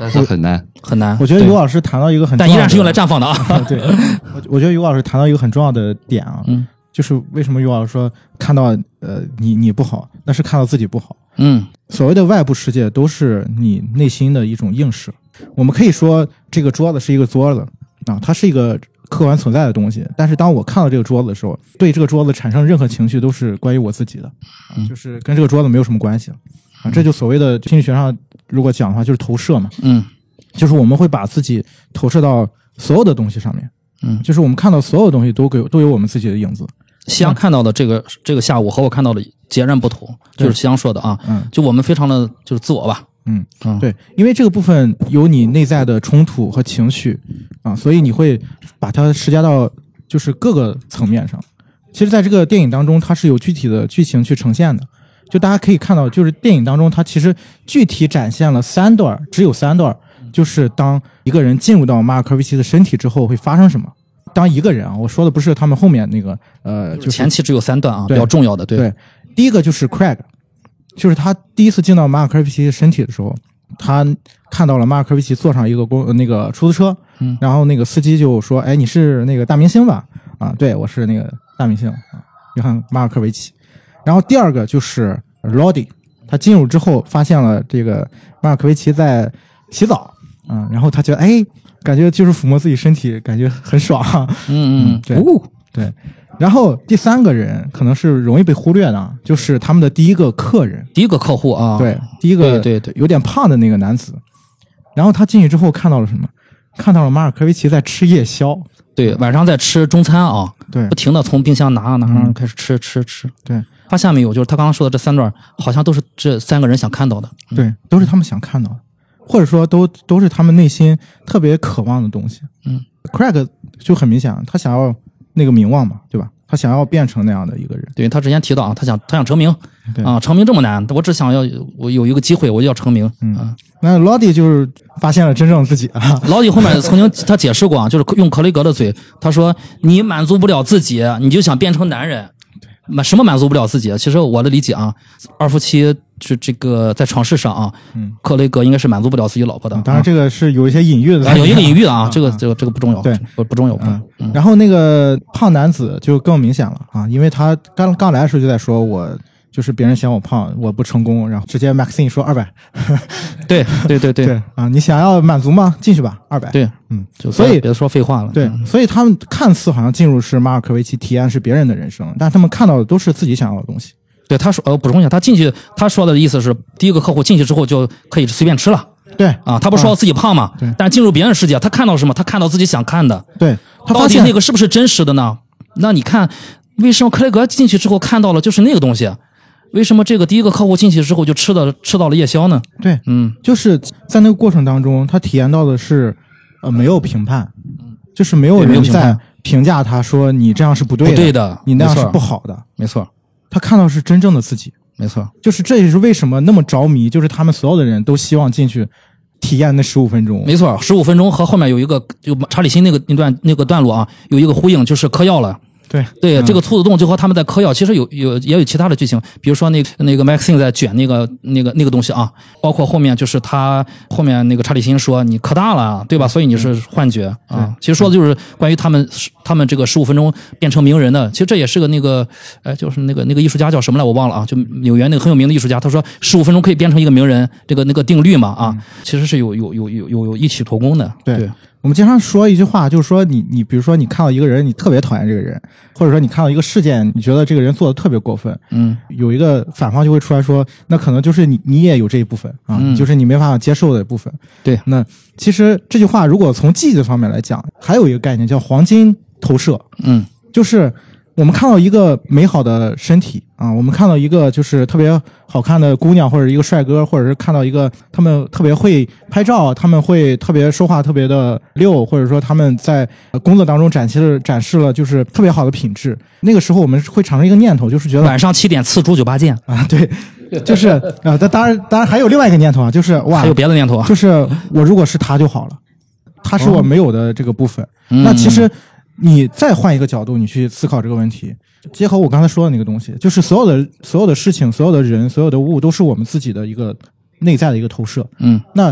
S7: 但是很难。
S8: 很难。
S9: 我觉得尤老师谈到一个很重要的，
S8: 但依然是用来绽放的啊。
S9: 对，我觉得尤老师谈到一个很重要的点啊，就是为什么尤老师说看到你不好，那是看到自己不好。所谓的外部世界都是你内心的一种映射。我们可以说这个桌子是一个桌子啊，它是一个客观存在的东西，但是当我看到这个桌子的时候，对这个桌子产生任何情绪都是关于我自己的，就是跟这个桌子没有什么关系啊。这就所谓的心理学上如果讲的话，就是投射嘛。就是我们会把自己投射到所有的东西上面。就是我们看到所有东西都有我们自己的影子。
S8: 夕阳看到的这个下午和我看到的截然不同，就是夕阳说的啊，就我们非常的就是自我吧。
S9: 对，因为这个部分有你内在的冲突和情绪啊，所以你会把它施加到就是各个层面上。其实在这个电影当中，它是有具体的剧情去呈现的。就大家可以看到，就是电影当中它其实具体展现了3段，只有3段，就是当一个人进入到马尔科维奇的身体之后会发生什么。当一个人啊，我说的不是他们后面那个就是
S8: 前期只有3段啊，比较重要的。对，
S9: 第一个就是 Craig， 就是他第一次进到马尔科维奇的身体的时候，他看到了马尔科维奇坐上一个那个出租车，然后那个司机就说：“哎，你是那个大明星吧？”啊，对，我是那个大明星啊，约翰马尔科维奇。然后第二个就是 Lodi， 他进入之后发现了这个马尔科维奇在洗澡啊，然后他觉得感觉就是抚摸自己身体，感觉很爽。对。然后第3个人可能是容易被忽略的，就是他们的第一个客人，
S8: 第一个客户啊，
S9: 对，第一个
S8: 对
S9: 有点胖的那个男子。然后他进去之后看到了什么？看到了马尔科维奇在吃夜宵。
S8: 对，晚上在吃中餐啊，
S9: 对，
S8: 不停的从冰箱拿开始吃。
S9: 对，
S8: 发现没有？就是他刚刚说的这3段，好像都是这3个人想看到的。
S9: 对，都是他们想看到的，或者说都是他们内心特别渴望的东西。Craig 就很明显，他想要那个名望嘛，对吧？他想要变成那样的一个人。
S8: 对，他之前提到啊，他想成名啊，成名这么难，我只想要我有一个机会，我就要成名。
S9: 那 Lodi 就是发现了真正自己啊。
S8: Lodi 后面曾经他解释过啊，就是用克雷格的嘴，他说你满足不了自己，你就想变成男人。什么满足不了自己？其实我的理解啊，二夫妻是这个在床事上啊，克雷格应该是满足不了自己老婆的。
S9: 当然这个是有一些隐喻的，
S8: 有一个隐喻的啊，这个不重要，
S9: 对，
S8: 不重要。
S9: 然后那个胖男子就更明显了啊，因为他刚来的时候就在说我就是别人嫌我胖，我不成功，然后直接 Maxine 说200。对啊，你想要满足吗？进去吧，200。
S8: 对，所以别说废话了。
S9: 对，所以他们看似好像进入是马尔科维奇体验是别人的人生，但他们看到的都是自己想要的东西。
S8: 对，他说补充一下，他进去他说的意思是，第一个客户进去之后就可以随便吃了。
S9: 对
S8: 啊，他不说自己胖嘛？
S9: 对。
S8: 但进入别人世界，他看到什么？他看到自己想看的。
S9: 对，他
S8: 到底那个是不是真实的呢？那你看，为什么克雷格进去之后看到了就是那个东西？为什么这个第一个客户进去之后就吃到了夜宵呢？
S9: 对，就是在那个过程当中，他体验到的是没有评判，就是没有人在评价他说你这样是不对的，你那样是不好的。
S8: 没错，
S9: 他看到是真正的自己。
S8: 没错，
S9: 就是这也是为什么那么着迷，就是他们所有的人都希望进去体验那15分钟。
S8: 没错，15分钟和后面有一个就查理辛那个段落啊，有一个呼应，就是嗑药了。对，这个兔子洞就和他们在嗑药，其实也有其他的剧情，比如说那个 Maxine 在卷那个东西啊，包括后面就是他后面那个查理辛说你嗑大了，对吧？所以你是幻觉啊。其实说的就是关于他们这个15分钟变成名人的，其实这也是个那个就是那个艺术家叫什么来我忘了啊，就纽约那个很有名的艺术家，他说15分钟可以变成一个名人，那个定律嘛啊，其实是有异曲同工的。对。
S9: 我们经常说一句话，就是说你比如说你看到一个人，你特别讨厌这个人，或者说你看到一个事件，你觉得这个人做的特别过分，有一个反方就会出来说，那可能就是你也有这一部分啊，就是你没办法接受的部分。
S8: 对，
S9: 那其实这句话如果从积极的方面来讲，还有一个概念叫黄金投射，就是我们看到一个美好的身体啊，我们看到一个就是特别好看的姑娘，或者一个帅哥，或者是看到一个他们特别会拍照，他们会特别说话特别的溜，或者说他们在工作当中展示了就是特别好的品质。那个时候我们会产生一个念头，就是觉得
S8: 晚上7点刺猪酒吧见
S9: 啊，对，就是当然还有另外一个念头啊，就是哇，
S8: 还有别的念头啊，
S9: 就是我如果是他就好了，他是我没有的这个部分。那其实你再换一个角度，你去思考这个问题，结合我刚才说的那个东西，就是所有的事情，所有的人，所有的物，都是我们自己的一个内在的一个投射。那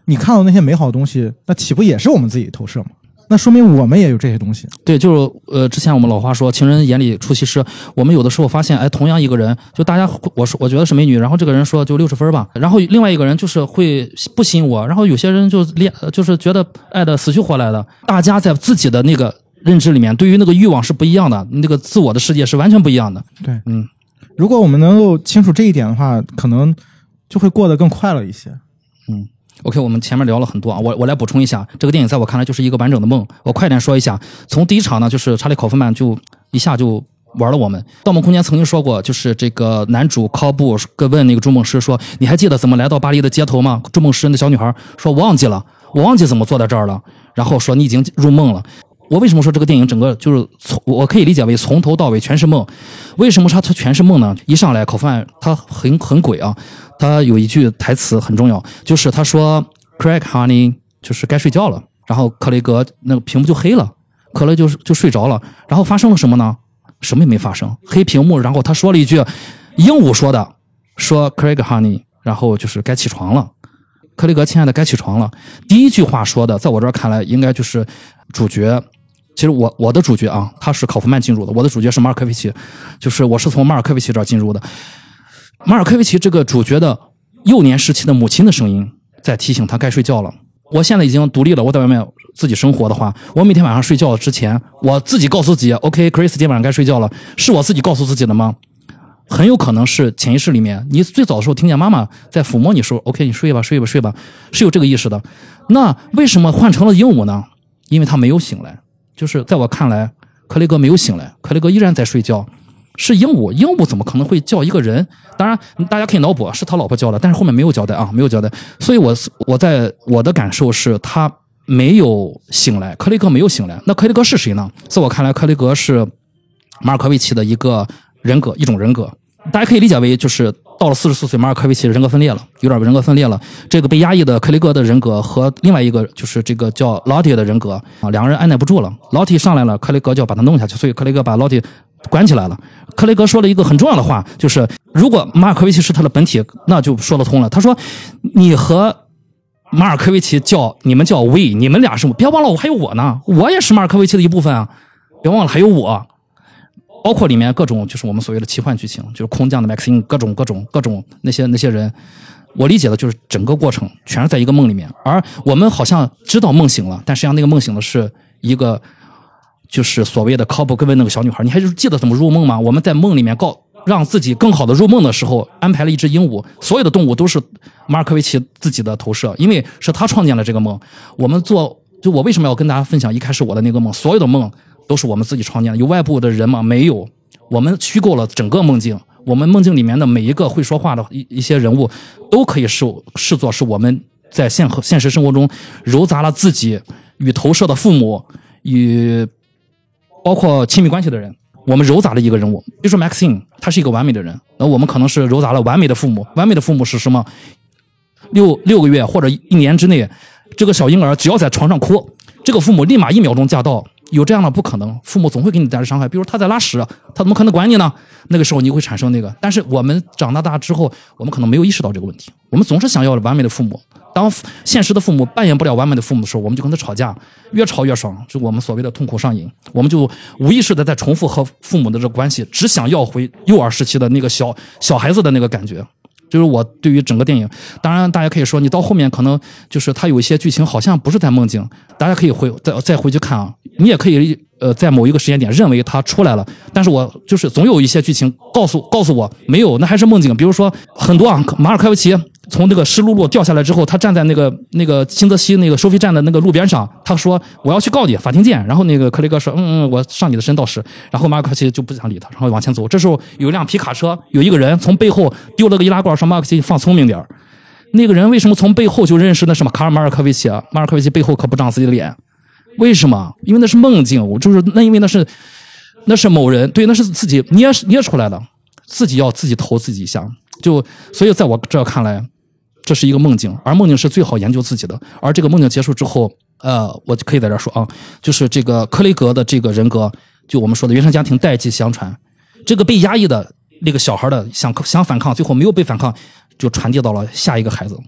S9: 你看到那些美好的东西，那岂不也是我们自己投射吗？那说明我们也有这些东西。
S8: 对，就是之前我们老话说情人眼里出西施，我们有的时候发现，哎，同样一个人，就大家我觉得是美女，然后这个人说就60分吧，然后另外一个人就是会不吸引我，然后有些人就是觉得爱的死去活来的，大家在自己的那个认知里面，对于那个欲望是不一样的，那个自我的世界是完全不一样的。
S9: 对，如果我们能够清楚这一点的话，可能就会过得更快乐一些。
S8: OK， 我们前面聊了很多啊，我来补充一下，这个电影在我看来就是一个完整的梦。我快点说一下，从第一场呢，就是查理·考夫曼就一下就玩了我们。盗梦空间曾经说过，就是这个男主考布问那个筑梦师说：“你还记得怎么来到巴黎的街头吗？”筑梦师那小女孩说：“我忘记了，我忘记怎么坐在这儿了。”然后说：“你已经入梦了。”我为什么说这个电影整个就是我可以理解为从头到尾全是梦？为什么它全是梦呢？一上来考夫曼他很鬼啊，他有一句台词很重要，就是他说 Craig honey 就是该睡觉了，然后克雷格那个屏幕就黑了，克雷就睡着了，然后发生了什么呢？什么也没发生，黑屏幕，然后他说了一句鹦鹉说的，说 Craig honey， 然后就是该起床了，克雷格亲爱的该起床了。第一句话说的在我这儿看来应该就是主角，其实我的主角啊，他是考夫曼进入的，我的主角是马尔科维奇，就是我是从马尔科维奇这儿进入的。马尔科维奇这个主角的幼年时期的母亲的声音在提醒他该睡觉了。我现在已经独立了，我在外面自己生活的话，我每天晚上睡觉之前，我自己告诉自己 OK Chris 今天晚上该睡觉了，是我自己告诉自己的吗？很有可能是潜意识里面，你最早的时候听见妈妈在抚摸你说 OK 你睡吧睡吧睡吧，是有这个意识的。那为什么换成了鹦鹉呢？因为他没有醒来，就是在我看来克雷格没有醒来，克雷格依然在睡觉。是鹦鹉，鹦鹉怎么可能会叫一个人？当然大家可以脑补是他老婆叫的，但是后面没有交代啊，没有交代。所以我在我的感受是他没有醒来，克雷格没有醒来。那克雷格是谁呢？在我看来克雷格是马尔科维奇的一个人格，一种人格。大家可以理解为就是到了44岁马尔科维奇人格分裂了，有点人格分裂了。这个被压抑的克雷格的人格和另外一个就是这个叫劳蒂的人格啊，两个人按耐不住了，劳蒂上来了，克雷格就要把他弄下去，所以克雷格把劳蒂关起来了。克雷格说了一个很重要的话，就是如果马尔科维奇是他的本体，那就说得通了。他说你和马尔科维奇你们叫 we， 你们俩是，别忘了我还有我呢，我也是马尔科维奇的一部分啊，别忘了还有我。包括里面各种就是我们所谓的奇幻剧情，就是空降的 Maxine， 各种那些人，我理解的就是整个过程全是在一个梦里面，而我们好像知道梦醒了，但实际上那个梦醒的是一个就是所谓的考布跟问那个小女孩，你还记得怎么入梦吗？我们在梦里面让自己更好的入梦的时候，安排了一只鹦鹉，所有的动物都是马尔科维奇自己的投射，因为是他创建了这个梦。我为什么要跟大家分享一开始我的那个梦？所有的梦都是我们自己创建的，有外部的人吗？没有，我们虚构了整个梦境。我们梦境里面的每一个会说话的一些人物，都可以视作是我们在现实生活中糅杂了自己与投射的父母，与包括亲密关系的人，我们糅杂了一个人物。比如说 Maxine， 他是一个完美的人，那我们可能是糅杂了完美的父母。完美的父母是什么？6个月或者1年之内，这个小婴儿只要在床上哭，这个父母立马1秒钟驾到。有这样的不可能，父母总会给你带来伤害。比如他在拉屎，他怎么可能管你呢？那个时候你会产生那个。但是我们长大之后，我们可能没有意识到这个问题。我们总是想要完美的父母，当现实的父母扮演不了完美的父母的时候，我们就跟他吵架，越吵越爽，就我们所谓的痛苦上瘾。我们就无意识的在重复和父母的这个关系，只想要回幼儿时期的那个小孩子的那个感觉。就是我对于整个电影，当然大家可以说你到后面可能就是它有一些剧情好像不是在梦境，大家可以再回去看啊。你也可以在某一个时间点认为它出来了，但是我就是总有一些剧情告诉我没有，那还是梦境。比如说很多啊，马尔科维奇从这个湿漉漉掉下来之后，他站在那个新泽西那个收费站的那个路边上，他说我要去告你，法庭见。然后那个克雷格说我上你的身到时，然后马尔科维奇就不想理他，然后往前走。这时候有一辆皮卡车，有一个人从背后丢了个易拉罐，说马尔科维奇放聪明点。那个人为什么从背后就认识那什么卡尔马尔科维奇啊？马尔科维奇背后可不长自己的脸，为什么？因为那是梦境，因为那是某人，对，那是自己捏出来的，自己要自己投自己一下。所以在我这看来，这是一个梦境，而梦境是最好研究自己的。而这个梦境结束之后，我可以在这说啊，就是这个克雷格的这个人格，就我们说的原生家庭代际相传，这个被压抑的那个小孩的想反抗，最后没有被反抗，就传递到了下一个孩子。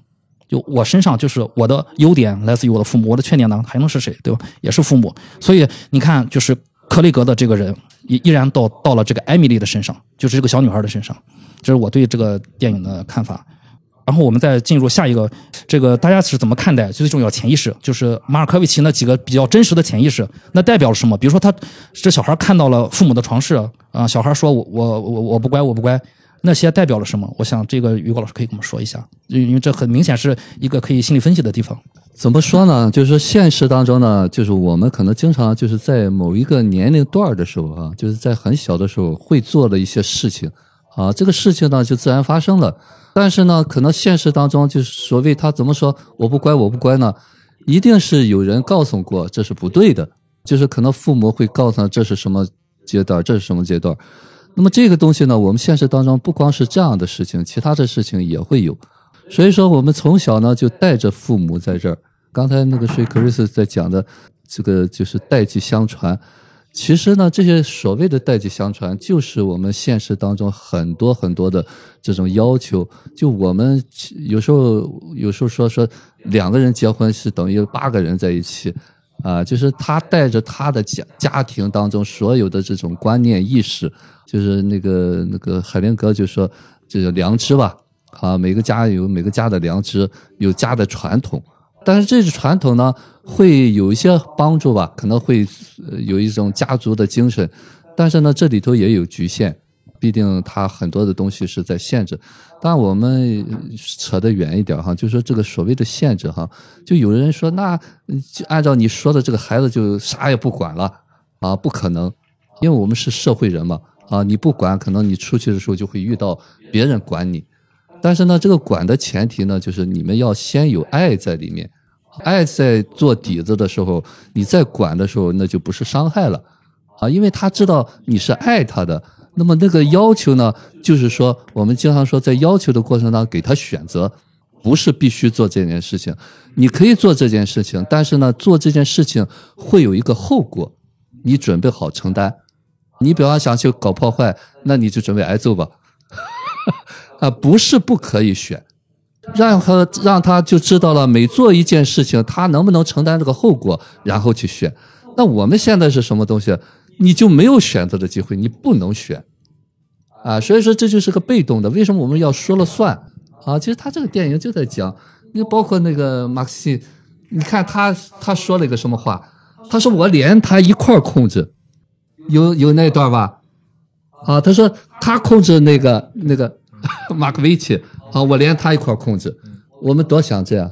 S8: 就我身上就是我的优点来自于我的父母，我的缺点呢还能是谁，对吧？也是父母。所以你看，就是克雷格的这个人依然到了这个艾米丽的身上，就是这个小女孩的身上。这是我对这个电影的看法。然后我们再进入下一个，这个大家是怎么看待最重要潜意识，就是马尔科维奇那几个比较真实的潜意识，那代表了什么？比如说他这小孩看到了父母的床事啊，小孩说我不乖我不乖，那些代表了什么？我想这个于果老师可以跟我们说一下，因为这很明显是一个可以心理分析的地方。
S7: 怎么说呢？就是现实当中呢，就是我们可能经常就是在某一个年龄段的时候啊，就是在很小的时候会做的一些事情啊，这个事情呢就自然发生了。但是呢，可能现实当中就是所谓他怎么说我不乖我不乖呢，一定是有人告诉过这是不对的，就是可能父母会告诉他这是什么阶段，这是什么阶段。那么这个东西呢，我们现实当中不光是这样的事情，其他的事情也会有。所以说我们从小呢就带着父母在这儿。刚才那个谁克里斯在讲的这个就是代际相传，其实呢这些所谓的代际相传就是我们现实当中很多很多的这种要求。就我们有时候说2个人结婚是等于8个人在一起啊，就是他带着他的家庭当中所有的这种观念意识，就是那个海灵格就说这个良知吧啊，每个家有每个家的良知，有家的传统。但是这种传统呢会有一些帮助吧，可能会有一种家族的精神，但是呢这里头也有局限，毕竟它很多的东西是在限制。当然我们扯得远一点哈，就说这个所谓的限制哈，就有人说那就按照你说的这个孩子就啥也不管了啊，不可能，因为我们是社会人嘛啊，你不管可能你出去的时候就会遇到别人管你。但是呢这个管的前提呢就是你们要先有爱在里面，爱在做底子的时候，你在管的时候那就不是伤害了啊，因为他知道你是爱他的。那么那个要求呢，就是说我们经常说在要求的过程当中给他选择，不是必须做这件事情，你可以做这件事情，但是呢做这件事情会有一个后果，你准备好承担。你比方想去搞破坏，那你就准备挨揍吧啊，不是不可以选，让他就知道了每做一件事情他能不能承担这个后果，然后去选。那我们现在是什么东西？你就没有选择的机会，你不能选啊，所以说这就是个被动的。为什么我们要说了算啊？其实他这个电影就在讲，你包括那个马克西，你看他说了一个什么话？他说我连他一块控制，有那段吧？啊，他说他控制那个马克维奇啊，我连他一块控制，我们多想这样。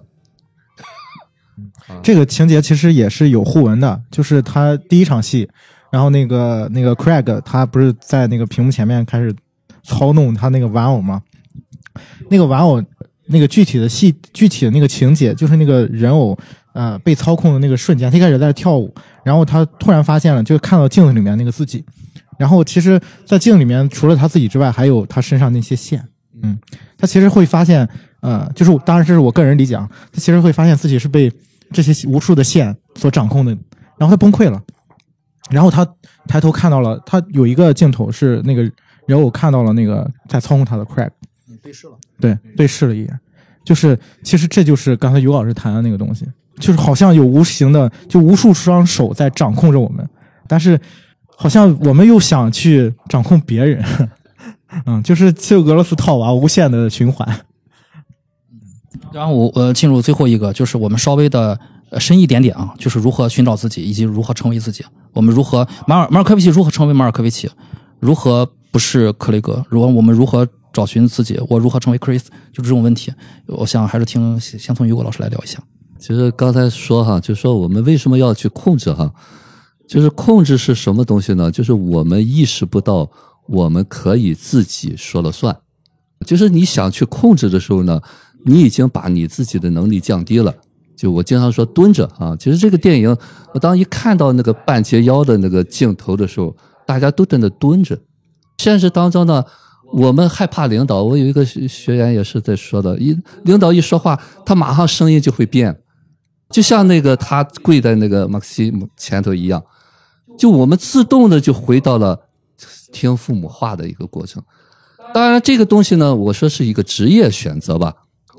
S9: 这个情节其实也是有互文的，就是他第一场戏，然后那个 Craig 他不是在那个屏幕前面开始操弄他那个玩偶吗？那个玩偶那个具体的那个情节，就是那个人偶被操控的那个瞬间，他一开始在跳舞，然后他突然发现了，就看到镜子里面那个自己，然后其实在镜里面除了他自己之外，还有他身上那些线，他其实会发现就是当然这是我个人理解啊，他其实会发现自己是被这些无数的线所掌控的，然后他崩溃了，然后他抬头看到了，他有一个镜头是那个人偶看到了那个在操控他的 Craig，
S8: 对视了，
S9: 对，对视了一眼，就是其实这就是刚才于老师谈的那个东西，就是好像有无形的就无数双手在掌控着我们，但是好像我们又想去掌控别人，就是俄罗斯套娃无限的循环。
S8: 然后我进入最后一个，就是我们稍微的深一点点啊，就是如何寻找自己，以及如何成为自己。我们如何马尔科维奇如何成为马尔科维奇，如何不是克雷格，我们如何找寻自己，我如何成为 Chris， 就这种问题，我想还是先从于果老师来聊一下。
S7: 其实刚才说哈，就说我们为什么要去控制哈，就是控制是什么东西呢？就是我们意识不到我们可以自己说了算，就是你想去控制的时候呢，你已经把你自己的能力降低了。就我经常说蹲着啊，其实这个电影我当一看到那个半截腰的那个镜头的时候，大家都在那蹲着。现实当中呢，我们害怕领导，我有一个学员也是在说的，领导一说话他马上声音就会变，就像那个他跪在那个马克西前头一样，就我们自动的就回到了听父母话的一个过程。当然这个东西呢，我说是一个职业选择吧，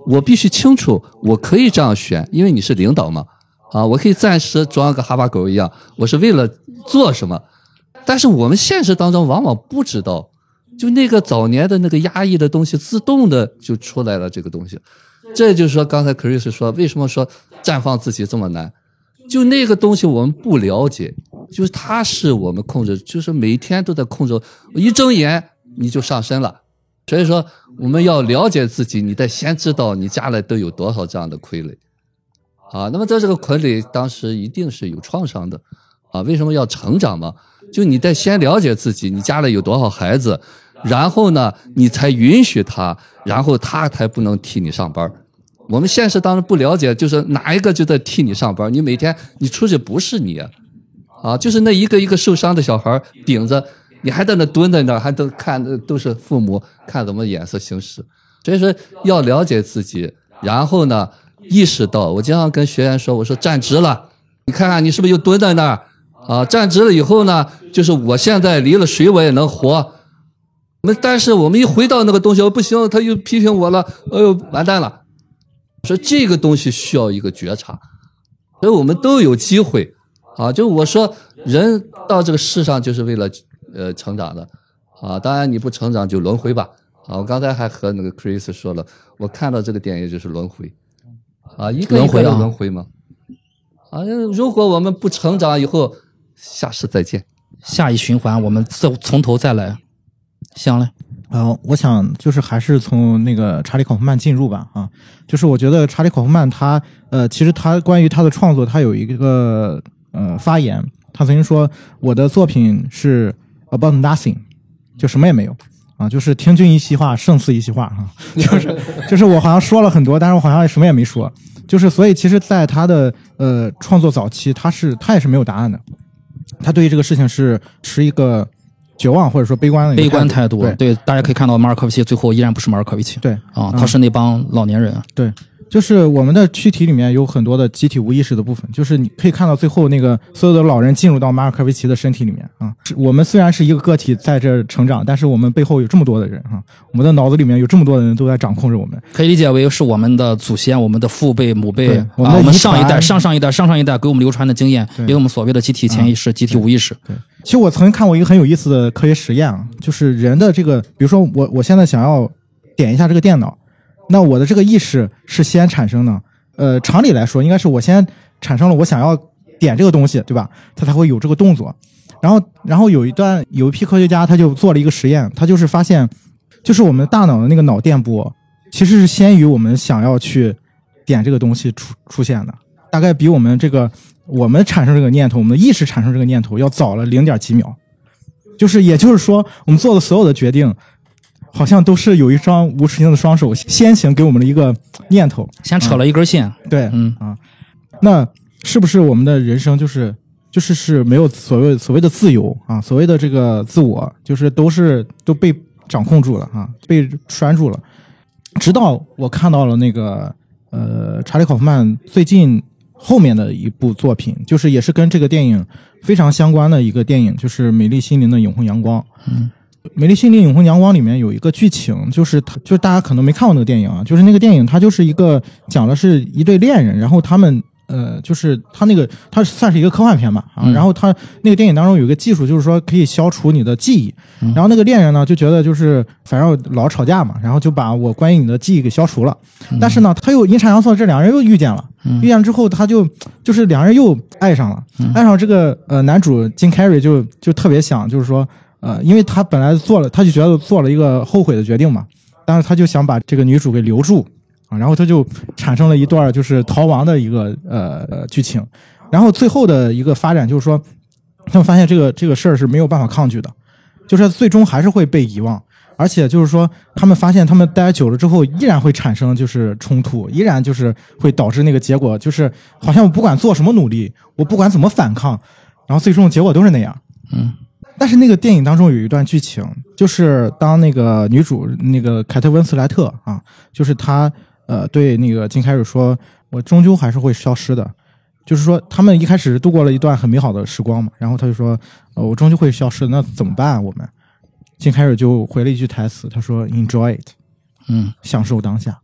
S7: 我必须清楚，我可以这样选，因为你是领导嘛，啊，我可以暂时装个哈巴狗一样，我是为了做什么。但是我们现实当中往往不知道，就那个早年的那个压抑的东西，自动的就出来了这个东西。这就是说，刚才 Chris 说，为什么说绽放自己这么难？就那个东西我们不了解，就是它是我们控制，就是每天都在控制，一睁眼你就上身了。所以说我们要了解自己，你得先知道你家里都有多少这样的傀儡啊。那么在这个傀儡当时一定是有创伤的啊。为什么要成长嘛？就你得先了解自己，你家里有多少孩子，然后呢你才允许他，然后他才不能替你上班。我们现实当中不了解，就是哪一个就在替你上班，你每天你出去不是你啊，就是那一个一个受伤的小孩顶着，你还在那蹲在那儿，还都看都是父母看怎么眼色行事。所以说要了解自己，然后呢意识到，我经常跟学员说，我说站直了，你看看你是不是又蹲在那儿啊？站直了以后呢，就是我现在离了水我也能活。但是我们一回到那个东西，不行，他又批评我了，哎呦完蛋了。所以这个东西需要一个觉察，所以我们都有机会啊。就我说，人到这个世上就是为了成长的啊。当然你不成长就轮回吧啊。我刚才还和那个 Chris 说了，我看到这个电影就是轮回啊，一个一个的轮回嘛啊。如果我们不成长以后，下世再见，
S8: 下一循环我们从头再来。行嘞。
S9: 我想就是还是从那个查理·考夫曼进入吧啊，就是我觉得查理·考夫曼他其实他关于他的创作，他有一个发言，他曾经说我的作品是 about nothing， 就什么也没有啊，就是听君一席话，胜似一席话啊，就是我好像说了很多，但是我好像什么也没说，就是所以其实在他的创作早期，他也是没有答案的，他对于这个事情是持一个绝望或者说悲观的
S8: 悲观态度。对，大家可以看到马尔科维奇最后依然不是马尔科维奇。
S9: 对
S8: 啊，他是那帮老年人。
S9: 对，就是我们的躯体里面有很多的集体无意识的部分，就是你可以看到最后那个所有的老人进入到马尔科维奇的身体里面啊。我们虽然是一个个体在这成长，但是我们背后有这么多的人啊，我们的脑子里面有这么多的人都在掌控着我们。
S8: 可以理解为是我们的祖先、我们的父辈、母辈啊，
S9: 我
S8: 们上一代、上上一代给我们流传的经验，给我们所谓的集体潜意识、集体无意识。
S9: 对。其实我曾经看过一个很有意思的科学实验啊，就是人的这个，比如说我现在想要点一下这个电脑，那我的这个意识是先产生的，常理来说应该是我先产生了我想要点这个东西，对吧？它才会有这个动作。然后有一批科学家他就做了一个实验，他就是发现，就是我们大脑的那个脑电波其实是先于我们想要去点这个东西出现的，大概比我们产生这个念头，我们的意识产生这个念头要早了0.几秒，也就是说，我们做的所有的决定，好像都是有一双无形的双手先行给我们的一个念头，
S8: 先扯了一根线。
S9: 对，那是不是我们的人生就是没有所谓的自由啊？所谓的这个自我，就是都被掌控住了啊，被拴住了。直到我看到了那个查理·考夫曼最近后面的一部作品，就是也是跟这个电影非常相关的一个电影，就是《美丽心灵的永恒阳光》。美丽心灵永恒阳光里面有一个剧情，就是大家可能没看过那个电影啊，就是那个电影它就是一个讲的是一对恋人，然后他们就是它算是一个科幻片吧啊，然后它那个电影当中有一个技术，就是说可以消除你的记忆，然后那个恋人呢就觉得就是反正老吵架嘛，然后就把我关于你的记忆给消除了，但是呢他又阴差阳错这两人又遇见了，遇见了之后他就是两人又爱上了，爱上这个男主金凯瑞就特别想就是说因为他本来他就觉得做了一个后悔的决定嘛，但是他就想把这个女主给留住啊，然后他就产生了一段就是逃亡的一个剧情，然后最后的一个发展就是说，他们发现这个事儿是没有办法抗拒的，就是最终还是会被遗忘，而且就是说他们发现他们待久了之后依然会产生就是冲突，依然就是会导致那个结果就是好像我不管做什么努力，我不管怎么反抗，然后最终的结果都是那样。但是那个电影当中有一段剧情，就是当那个女主那个凯特温斯莱特啊，就是她对那个金凯瑞说，我终究还是会消失的，就是说他们一开始度过了一段很美好的时光嘛，然后他就说我终究会消失的，那怎么办我们？金凯瑞就回了一句台词，他说 enjoy it， 享受当下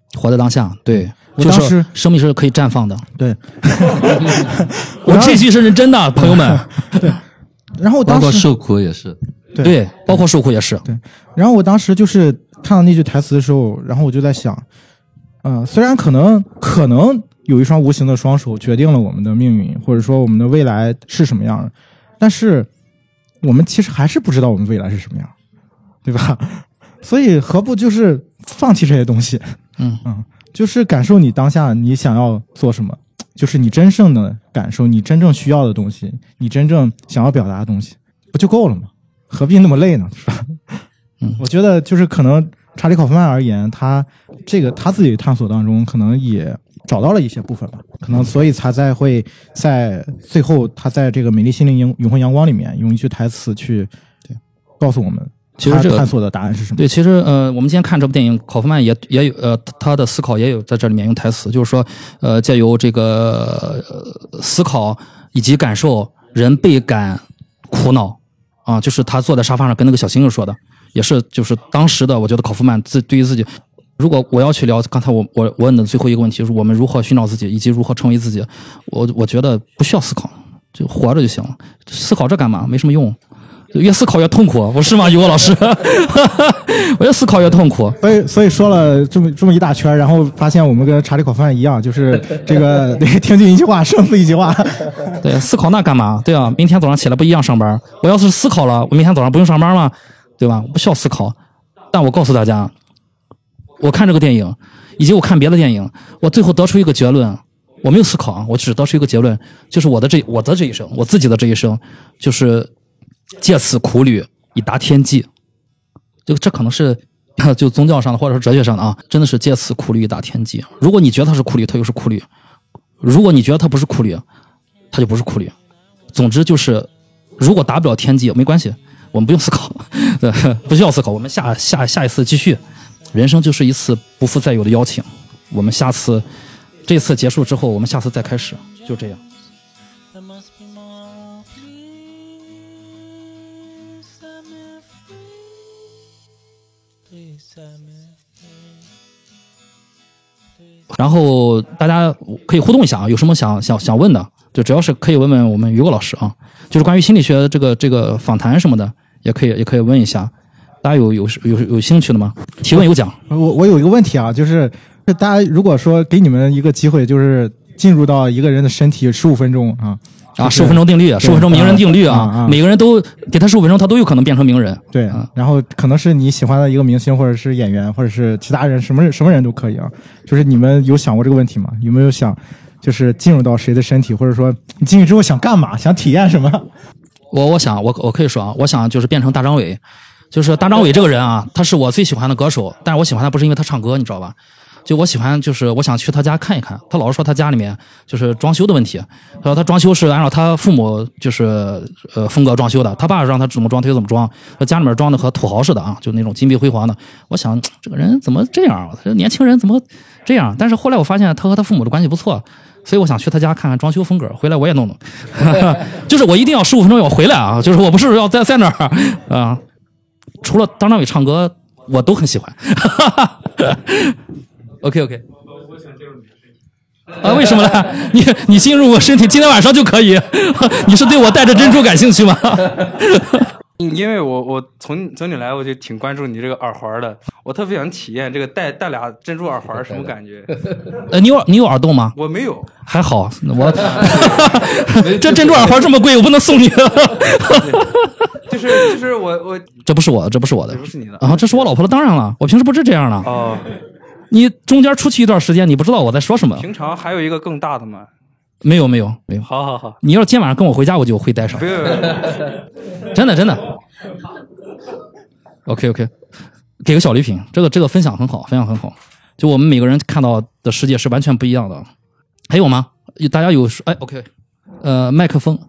S8: 活在当下，对，
S9: 我当时
S8: 就是生命是可以绽放的。
S9: 对，
S8: 我这句是认真的，朋友们。
S9: 对，然后我当时
S7: 包括受苦也是。
S8: 对，包括受苦也是。
S9: 对，然后我当时就是看到那句台词的时候，然后我就在想，虽然可能有一双无形的双手决定了我们的命运，或者说我们的未来是什么样的，但是我们其实还是不知道我们未来是什么样，对吧？所以何不就是放弃这些东西？就是感受你当下你想要做什么，就是你真正的感受你真正需要的东西，你真正想要表达的东西，不就够了吗？何必那么累呢？是吧？我觉得就是可能查理·考夫曼而言，他自己探索当中可能也找到了一些部分吧，可能所以他才会在最后他在这个《美丽心灵永恒阳光》里面用一句台词去告诉我们，
S8: 其实这个
S9: 探索的答案是什么？
S8: 对，其实我们今天看这部电影，考夫曼也有他的思考也有在这里面用台词，就是说借由这个思考以及感受人倍感苦恼啊，就是他坐在沙发上跟那个小猩猩说的，也是就是当时的我觉得考夫曼对于自己，如果我要去聊刚才我问的最后一个问题，就是我们如何寻找自己以及如何成为自己，我觉得不需要思考，就活着就行了，思考这干嘛？没什么用。越思考越痛苦，不是吗？于果老师，我越思考越痛苦。
S9: 所以说了这么一大圈，然后发现我们跟查理·考夫曼一样，就是这个听进一句话，胜似一句话。
S8: 对，思考那干嘛？对啊，明天早上起来不一样上班。我要是思考了，我明天早上不用上班吗？对吧？我不需要思考。但我告诉大家，我看这个电影，以及我看别的电影，我最后得出一个结论。我没有思考啊，我只得出一个结论，就是我的这一生，我自己的这一生，就是借此苦旅以达天际。这可能是就宗教上的或者是哲学上的啊，真的是借此苦旅以达天际。如果你觉得它是苦旅，它就是苦旅；如果你觉得它不是苦旅，它就不是苦旅。总之就是，如果达不了天际没关系，我们不用思考，对，不需要思考。我们下一次继续。人生就是一次不复再有的邀请，我们这次结束之后，我们下次再开始，就这样。然后大家可以互动一下啊，有什么想问的，就只要是可以问问我们于果老师啊，就是关于心理学这个访谈什么的，也可以问一下。大家有兴趣的吗？提问有奖。
S9: 我有一个问题啊，就是大家如果说给你们一个机会，就是进入到一个人的身体15分钟啊。
S8: 15分钟定律，15分钟名人定律啊！每个人都给他15分钟，他都有可能变成名人。
S9: 对，然后可能是你喜欢的一个明星，或者是演员，或者是其他人，什么人都可以啊。就是你们有想过这个问题吗？有没有想，就是进入到谁的身体，或者说你进去之后想干嘛，想体验什么？
S8: 我想我可以说啊，我想就是变成大张伟，就是大张伟这个人啊，他是我最喜欢的歌手，但是我喜欢他不是因为他唱歌，你知道吧？就我喜欢，就是我想去他家看一看。他老是说他家里面就是装修的问题，他装修是按照他父母就是风格装修的，他爸让他怎么装他就怎么装，他家里面装的和土豪似的啊，就那种金碧辉煌的。我想这个人怎么这样？这年轻人怎么这样？但是后来我发现他和他父母的关系不错，所以我想去他家看看装修风格，回来我也弄弄。就是我一定要15分钟要回来啊，就是我不是要在那儿啊。除了张伟唱歌，我都很喜欢。OK，
S10: 我想进入你的身体
S8: 啊？为什么呢？你进入我身体，今天晚上就可以。你是对我带着珍珠感兴趣吗？
S5: 因为我从你来，我就挺关注你这个耳环的，我特别想体验这个戴俩珍珠耳环什么感觉。
S8: 你有耳洞吗？
S5: 我没有，
S8: 还好我这珍珠耳环这么贵，我不能送你。
S5: 就是我
S8: 这不是我的，
S5: 这不是你的
S8: 啊，这是我老婆的，当然了，我平时不是这样的
S5: 哦。
S8: 你中间出去一段时间，你不知道我在说什么。
S5: 平常还有一个更大的吗？
S8: 没有。
S5: 好。
S8: 你要是今天晚上跟我回家，我就会带上。真的。OK， 给个小礼品，这个分享很好。就我们每个人看到的世界是完全不一样的。还有吗？大家有？OK， 麦克风。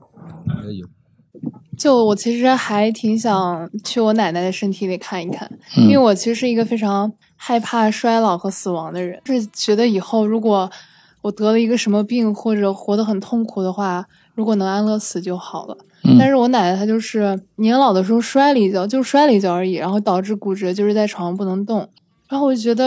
S3: 就我其实还挺想去我奶奶的身体里看一看，因为我其实是一个非常害怕衰老和死亡的人，是觉得以后如果我得了一个什么病或者活得很痛苦的话，如果能安乐死就好了。但是我奶奶她就是年老的时候摔了一跤而已，然后导致骨折，就是在床上不能动。然后我就觉得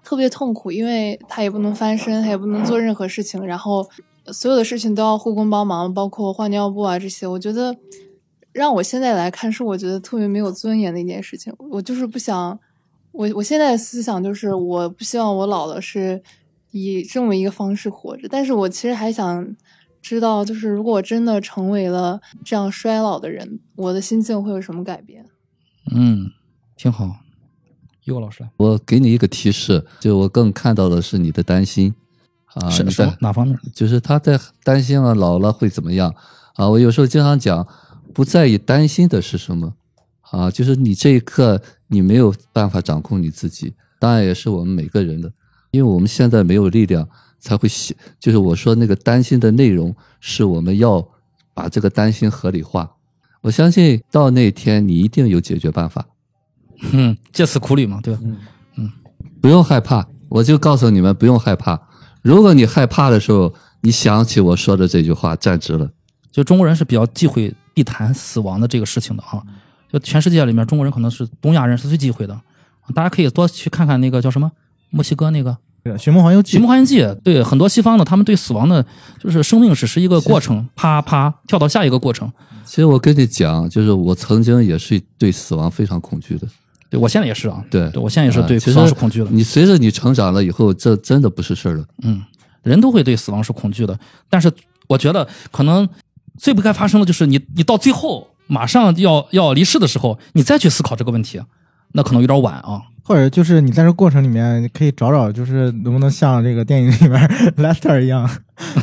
S3: 特别痛苦，因为他也不能翻身，他也不能做任何事情，然后所有的事情都要护工帮忙，包括换尿布啊这些。我觉得让我现在来看，是我觉得特别没有尊严的一件事情。我就是不想，我现在的思想就是我不希望我老了是以这么一个方式活着。但是我其实还想知道，就是如果我真的成为了这样衰老的人，我的心境会有什么改变？
S8: 挺好。于果老师来，
S7: 我给你一个提示，就我更看到的是你的担心啊，
S8: 是哪方面？
S7: 就是他在担心啊，老了会怎么样啊？我有时候经常讲，不在意担心的是什么啊？就是你这一刻你没有办法掌控你自己，当然也是我们每个人的，因为我们现在没有力量才会就是我说那个担心的内容是我们要把这个担心合理化。我相信到那天你一定有解决办法。
S8: 借此苦旅嘛，对吧？
S7: 不用害怕，我就告诉你们不用害怕。如果你害怕的时候，你想起我说的这句话，站直了。
S8: 就中国人是比较忌讳避谈死亡的这个事情的哈。就全世界里面，中国人可能是东亚人是最忌讳的。大家可以多去看看那个叫什么墨西哥那个
S9: 《寻梦环游记》。
S8: 寻梦环游记，对，很多西方的他们对死亡的，就是生命只是一个过程，啪啪跳到下一个过程。
S7: 其实我跟你讲，就是我曾经也是对死亡非常恐惧的。
S8: 对，我现在也是啊。
S7: 对，
S8: 我现在也是对死亡是恐惧的。
S7: 你随着你成长了以后，这真的不是事儿了。
S8: 人都会对死亡是恐惧的，但是我觉得可能最不该发生的就是你到最后马上要离世的时候，你再去思考这个问题，那可能有点晚啊。
S9: 或者就是你在这过程里面，你可以找，就是能不能像这个电影里面 Lester 一样，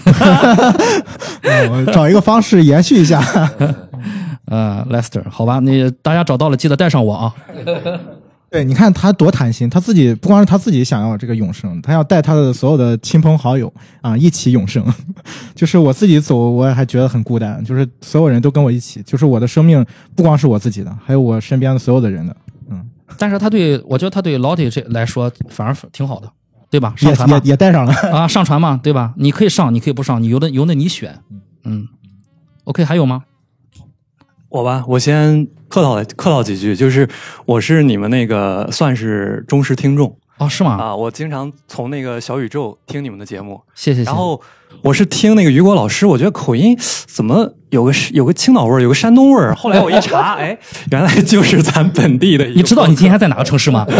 S9: 我找一个方式延续一下。
S8: Lester， 好吧，你大家找到了，记得带上我啊。
S9: 对，你看他多贪心，他自己不光是他自己想要这个永生，他要带他的所有的亲朋好友啊一起永生。就是我自己走，我还觉得很孤单，就是所有人都跟我一起，就是我的生命不光是我自己的，还有我身边的所有的人的。
S8: 但是我觉得他对老铁这来说反而挺好的，对吧？上传嘛
S9: 也带上了
S8: 啊，上传嘛，对吧？你可以上，你可以不上，你由的你选。OK， 还有吗？
S6: 我吧，我先客套几句，就是我是你们那个算是忠实听众
S8: 哦，是吗？
S6: 啊，我经常从那个小宇宙听你们的节目，
S8: 谢谢。
S6: 然后我是听那个于果老师，我觉得口音怎么有个青岛味儿，有个山东味儿。后来我一查，哎，原来就是咱本地的。
S8: 你知道你今天在哪个城市吗？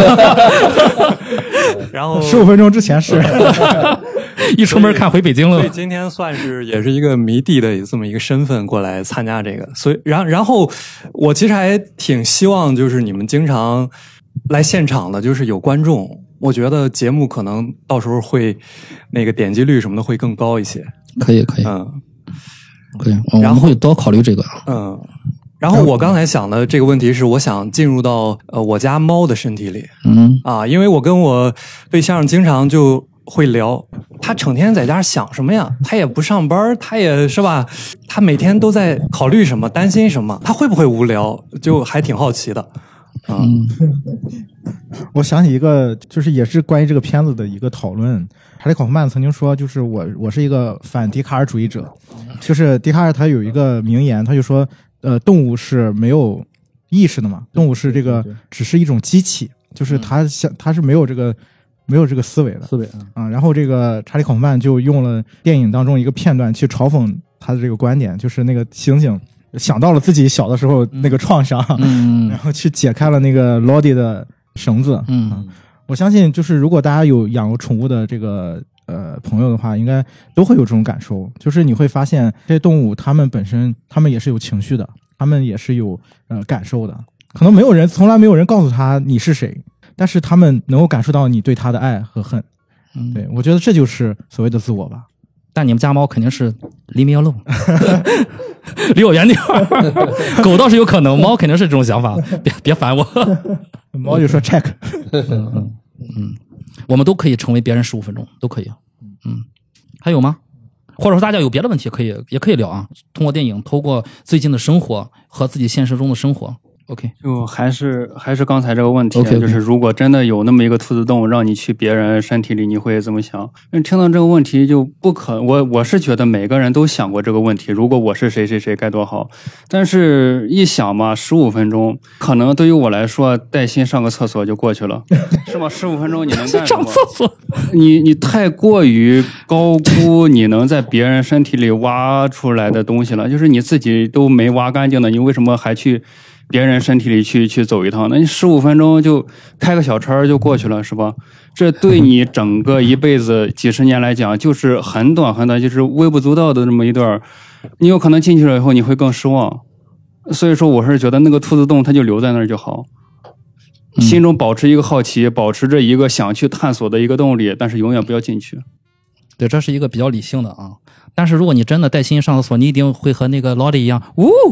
S6: 然后
S9: 15分钟之前是。
S8: 一出门看回北京了。
S6: 所以今天算是也是一个迷弟的这么一个身份过来参加这个，所以然后我其实还挺希望就是你们经常来现场的，就是有观众，我觉得节目可能到时候会那个点击率什么的会更高一些。
S8: 可以，可以，我们会多考虑这个。
S6: 然后我刚才想的这个问题是，我想进入到我家猫的身体里。因为我跟我对象经常就会聊，他整天在家想什么呀？他也不上班，他也是吧？他每天都在考虑什么，担心什么？他会不会无聊？就还挺好奇的。
S9: 我想起一个，就是也是关于这个片子的一个讨论。查理·考夫曼曾经说，就是我是一个反笛卡尔主义者，就是笛卡尔他有一个名言，他就说，动物是没有意识的嘛，动物是这个只是一种机器，就是它是没有这个思维的。然后这个查理·考夫曼就用了电影当中一个片段去嘲讽他的这个观点，就是那个猩猩想到了自己小的时候那个创伤，然后去解开了那个罗迪的绳子。我相信就是如果大家有养过宠物的这个朋友的话，应该都会有这种感受，就是你会发现这些动物它们本身它们也是有情绪的，它们也是有感受的，可能从来没有人告诉他你是谁，但是他们能够感受到你对他的爱和恨。对，我觉得这就是所谓的自我吧。
S8: 但你们家猫肯定是离me alone，离我远点。狗倒是有可能，猫肯定是这种想法，别烦我。
S9: 猫就说 check。
S8: 我们都可以成为别人15分钟，都可以。还有吗？或者说大家有别的问题也可以聊啊。通过电影，透过最近的生活和自己现实中的生活， OK，
S2: 就还是刚才这个问题
S8: OK，
S2: 就是如果真的有那么一个兔子洞让你去别人身体里，你会怎么想？听到这个问题就不可，我是觉得每个人都想过这个问题，如果我是谁谁谁该多好。但是一想嘛，15分钟可能对于我来说，带薪上个厕所就过去了，是吗？15分钟你能干什么？
S8: 上厕所？
S2: 你太过于高估你能在别人身体里挖出来的东西了，就是你自己都没挖干净的，你为什么还去别人身体里去走一趟？那你15分钟就开个小差就过去了，是吧？这对你整个一辈子几十年来讲，就是很短很短，就是微不足道的这么一段，你有可能进去了以后你会更失望。所以说我是觉得那个兔子洞它就留在那儿就好，心中保持一个好奇，保持着一个想去探索的一个动力，但是永远不要进去。
S8: 对，这是一个比较理性的啊。但是如果你真的带薪上厕所，你一定会和那个 Lottie 一样，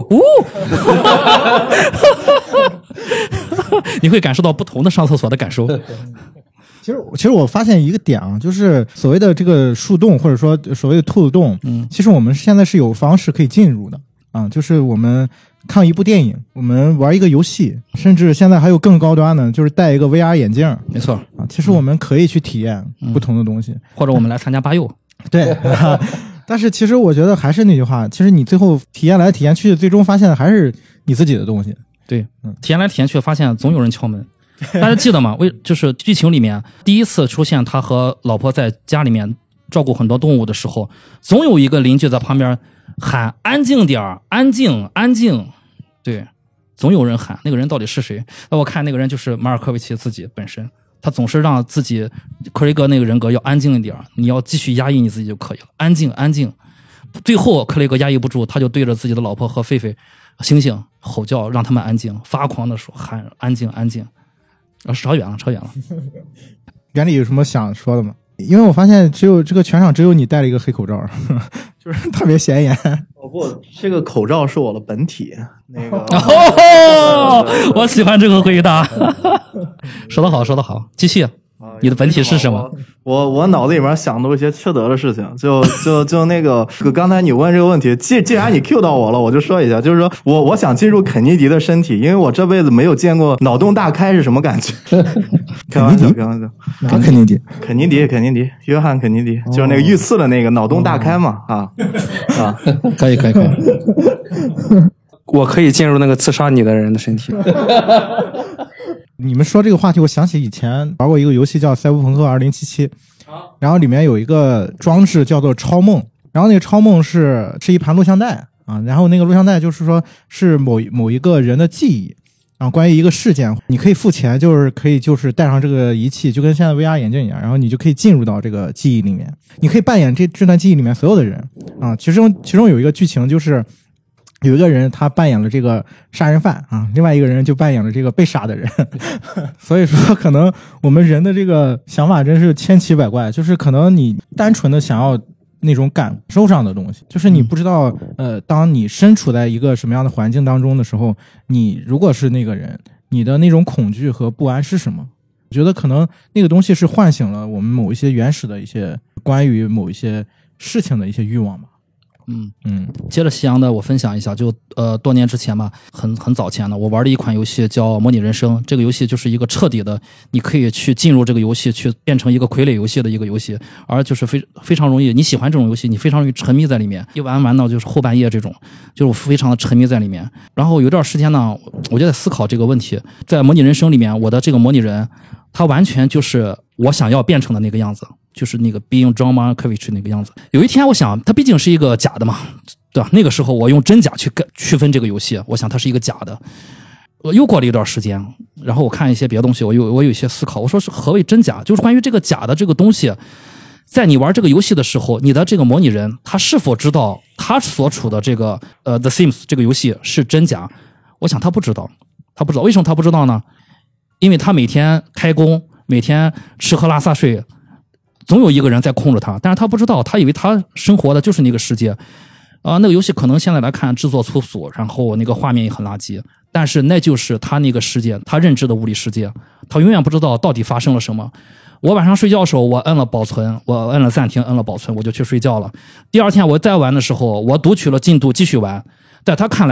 S8: 你会感受到不同的上厕所的感受。
S9: 其实我发现一个点啊，就是所谓的这个树洞，或者说所谓的兔子洞，其实我们现在是有方式可以进入的啊，就是我们看一部电影，我们玩一个游戏，甚至现在还有更高端的，就是戴一个 VR 眼镜。
S8: 没错
S9: 啊，其实我们可以去体验不同的东西，
S8: 或者我们来参加巴佑。
S9: 对。但是其实我觉得还是那句话，其实你最后体验来体验去，最终发现还是你自己的东西。
S8: 对，体验来体验去，发现总有人敲门。大家记得吗？就是剧情里面第一次出现他和老婆在家里面照顾很多动物的时候，总有一个邻居在旁边喊安静点儿，安静安静。对，总有人喊，那个人到底是谁？那我看那个人就是马尔科维奇自己本身，他总是让自己克雷格那个人格要安静一点，你要继续压抑你自己就可以了，安静安静。最后克雷格压抑不住，他就对着自己的老婆和狒狒猩猩吼叫，让他们安静，发狂的说喊安静安静。扯远了。
S9: 原理有什么想说的吗？因为我发现只有这个全场只有你戴了一个黑口罩，就是特别显眼。
S11: 不，这个口罩是我的本体。那个
S8: 我喜欢这个回答。说得好，继续。你的本体是什么？
S11: 我脑子里面想到一些缺德的事情，就那个刚才你问这个问题，既然你 Q 到我了，我就说一下，就是说我想进入肯尼迪的身体，因为我这辈子没有见过脑洞大开是什么感觉。开玩笑。肯尼迪，约翰肯尼迪，就是那个遇刺的那个脑洞大开嘛，
S8: 可以。
S5: 我可以进入那个刺杀你的人的身体。
S9: 你们说这个话题，我想起以前玩过一个游戏叫《赛博朋克2077》，然后里面有一个装置叫做超梦，然后那个超梦是一盘录像带啊，然后那个录像带就是说是某一个人的记忆啊，关于一个事件，你可以付钱，就是带上这个仪器，就跟现在 VR 眼镜一样，然后你就可以进入到这个记忆里面，你可以扮演这段记忆里面所有的人啊，其中有一个剧情就是有一个人他扮演了这个杀人犯啊，另外一个人就扮演了这个被杀的人。所以说可能我们人的这个想法真是千奇百怪，就是可能你单纯的想要那种感受上的东西，就是你不知道当你身处在一个什么样的环境当中的时候，你如果是那个人，你的那种恐惧和不安是什么？我觉得可能那个东西是唤醒了我们某一些原始的一些关于某一些事情的一些欲望吧。
S8: 接着夕阳的我分享一下，就多年之前吧，很早前的，我玩了一款游戏叫模拟人生。这个游戏就是一个彻底的，你可以去进入这个游戏，去变成一个傀儡游戏的一个游戏，而就是非常容易，你喜欢这种游戏，你非常容易沉迷在里面，一玩到就是后半夜这种，就是我非常的沉迷在里面。然后有段时间呢，我就在思考这个问题，在模拟人生里面，我的这个模拟人，他完全就是我想要变成的那个样子。就是那个 Being John Malkovich 那个样子。有一天我想它毕竟是一个假的嘛，对吧？那个时候我用真假去区分这个游戏，我想它是一个假的。又过了一段时间，然后我看一些别的东西，我有一些思考，我说是何谓真假？就是关于这个假的这个东西，在你玩这个游戏的时候，你的这个模拟人他是否知道他所处的这个The Sims 这个游戏是真假？我想他不知道。为什么他不知道呢？因为他每天开工，每天吃喝拉撒睡，总有一个人在控制他，但是他不知道，他以为他生活的就是那个世界那个游戏可能现在来看制作粗俗，然后那个画面也很垃圾，但是那就是他那个世界，他认知的物理世界，他永远不知道到底发生了什么。我晚上睡觉的时候，我摁了保存，我摁了暂停，摁了保存，我就去睡觉了。第二天我再玩的时候，我读取了进度继续玩，在他看来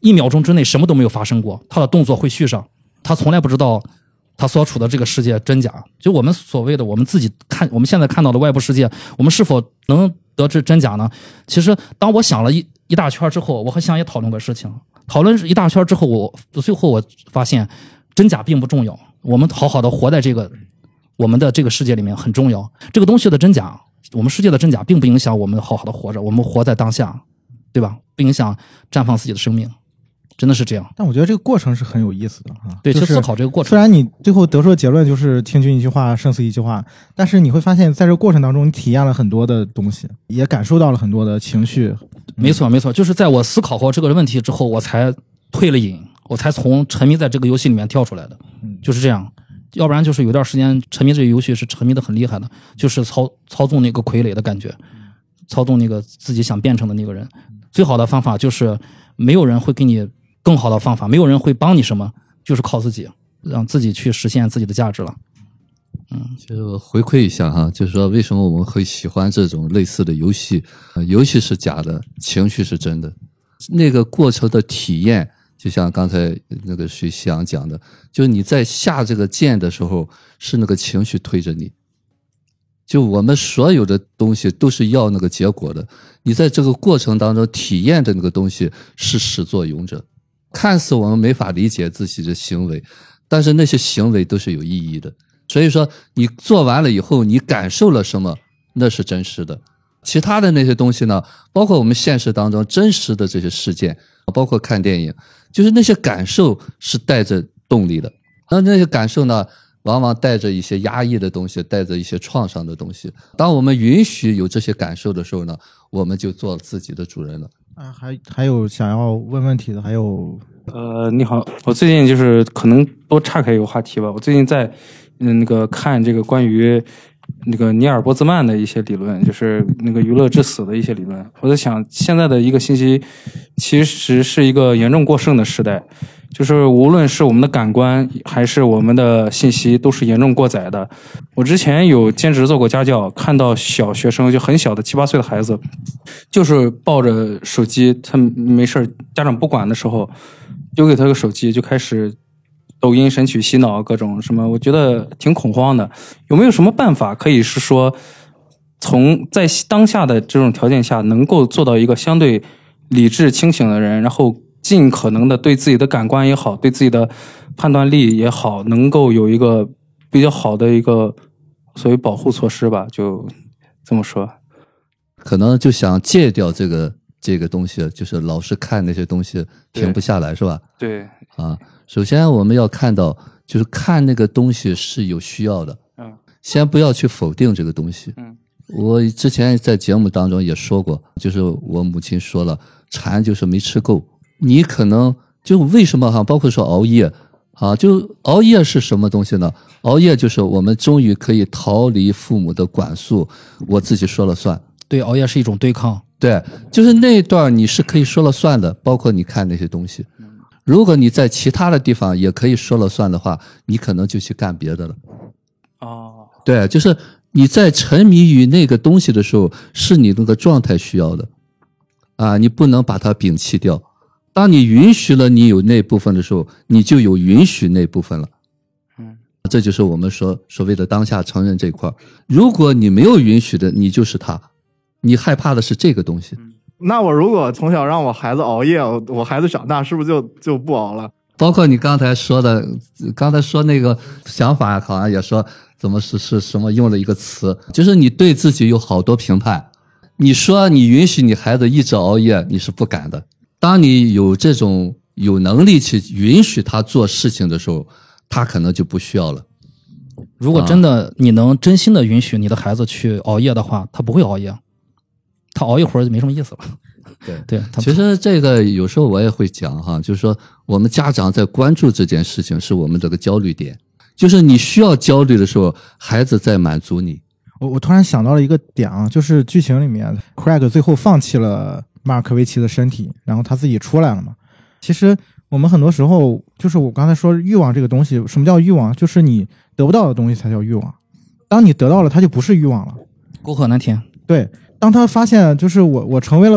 S8: 1秒钟之内什么都没有发生过，他的动作会续上，他从来不知道他所处的这个世界真假。就我们所谓的我们自己看，我们现在看到的外部世界，我们是否能得知真假呢？其实当我想了一大圈之后，我和香也讨论个事情，讨论一大圈之后，最后我发现真假并不重要，我们好好的活在我们的这个世界里面很重要。这个东西的真假，我们世界的真假并不影响我们好好的活着，我们活在当下，对吧？不影响绽放自己的生命，真的是这样。
S9: 但我觉得这个过程是很有意思的啊。
S8: 对，
S9: 就是
S8: 去思考这个过程。
S9: 虽然你最后得出的结论就是听君一句话，胜似一句话，但是你会发现在这个过程当中，你体验了很多的东西，也感受到了很多的情绪。
S8: 没错，没错，就是在我思考过这个问题之后，我才退了瘾，我才从沉迷在这个游戏里面跳出来的，就是这样。要不然就是有段时间沉迷这个游戏是沉迷的很厉害的，就是操纵那个傀儡的感觉，操纵那个自己想变成的那个人。最好的方法就是没有人会给你更好的方法，没有人会帮你什么，就是靠自己，让自己去实现自己的价值了。
S7: 就回馈一下哈，就是说为什么我们会喜欢这种类似的游戏？游戏是假的，情绪是真的。那个过程的体验，就像刚才那个徐夕阳讲的，就是你在下这个键的时候，是那个情绪推着你。就我们所有的东西都是要那个结果的，你在这个过程当中体验的那个东西是始作俑者。看似我们没法理解自己的行为，但是那些行为都是有意义的。所以说你做完了以后，你感受了什么，那是真实的。其他的那些东西呢，包括我们现实当中真实的这些事件，包括看电影，就是那些感受是带着动力的。那些感受呢，往往带着一些压抑的东西，带着一些创伤的东西。当我们允许有这些感受的时候呢，我们就做自己的主人了。
S9: 还有想要问问题的，还有
S5: 你好，我最近就是可能多岔开一个话题吧。我最近在那个看这个关于那个尼尔波兹曼的一些理论，就是那个娱乐至死的一些理论。我在想，现在的一个信息其实是一个严重过剩的时代，就是无论是我们的感官还是我们的信息都是严重过载的。我之前有兼职做过家教，看到小学生就很小的7、8岁的孩子，就是抱着手机，他没事家长不管的时候，丢给他个手机就开始抖音神曲洗脑各种什么，我觉得挺恐慌的。有没有什么办法可以是说在当下的这种条件下能够做到一个相对理智清醒的人，然后尽可能的对自己的感官也好，对自己的判断力也好，能够有一个比较好的一个所谓保护措施吧，就这么说。
S7: 可能就想戒掉这个东西，就是老是看那些东西停不下来，是吧？
S5: 对
S7: 啊，首先我们要看到，就是看那个东西是有需要的。先不要去否定这个东西。我之前在节目当中也说过，就是我母亲说了，馋就是没吃够。你可能就为什么包括说熬夜就熬夜是什么东西呢？熬夜就是我们终于可以逃离父母的管束，我自己说了算。
S8: 对，熬夜是一种对抗。
S7: 对，就是那段你是可以说了算的，包括你看那些东西。如果你在其他的地方也可以说了算的话，你可能就去干别的了。对，就是你在沉迷于那个东西的时候，是你那个状态需要的你不能把它摒弃掉。当你允许了你有那部分的时候，你就有允许那部分了。这就是我们所谓的当下承认这块。如果你没有允许的，你就是他，你害怕的是这个东西。
S11: 那我如果从小让我孩子熬夜，我孩子长大是不是就不熬了？
S7: 包括你刚才说那个想法，好像也说怎么是什么用了一个词，就是你对自己有好多评判。你说你允许你孩子一直熬夜，你是不敢的。当你有这种有能力去允许他做事情的时候，他可能就不需要了。
S8: 如果真的你能真心的允许你的孩子去熬夜的话，他不会熬夜，他熬一会儿就没什么意思了。对，
S7: 其实这个有时候我也会讲就是说我们家长在关注这件事情是我们这个焦虑点，就是你需要焦虑的时候，孩子在满足你。
S9: 我突然想到了一个点就是剧情里面 Craig 最后放弃了马尔科维奇的身体，然后他自己出来了嘛。其实我们很多时候就是我刚才说欲望这个东西，什么叫欲望？就是你得不到的东西才叫欲望，当你得到了它就不是欲望了。
S8: 沟壑难填。
S9: 对，当他发现就是我成为了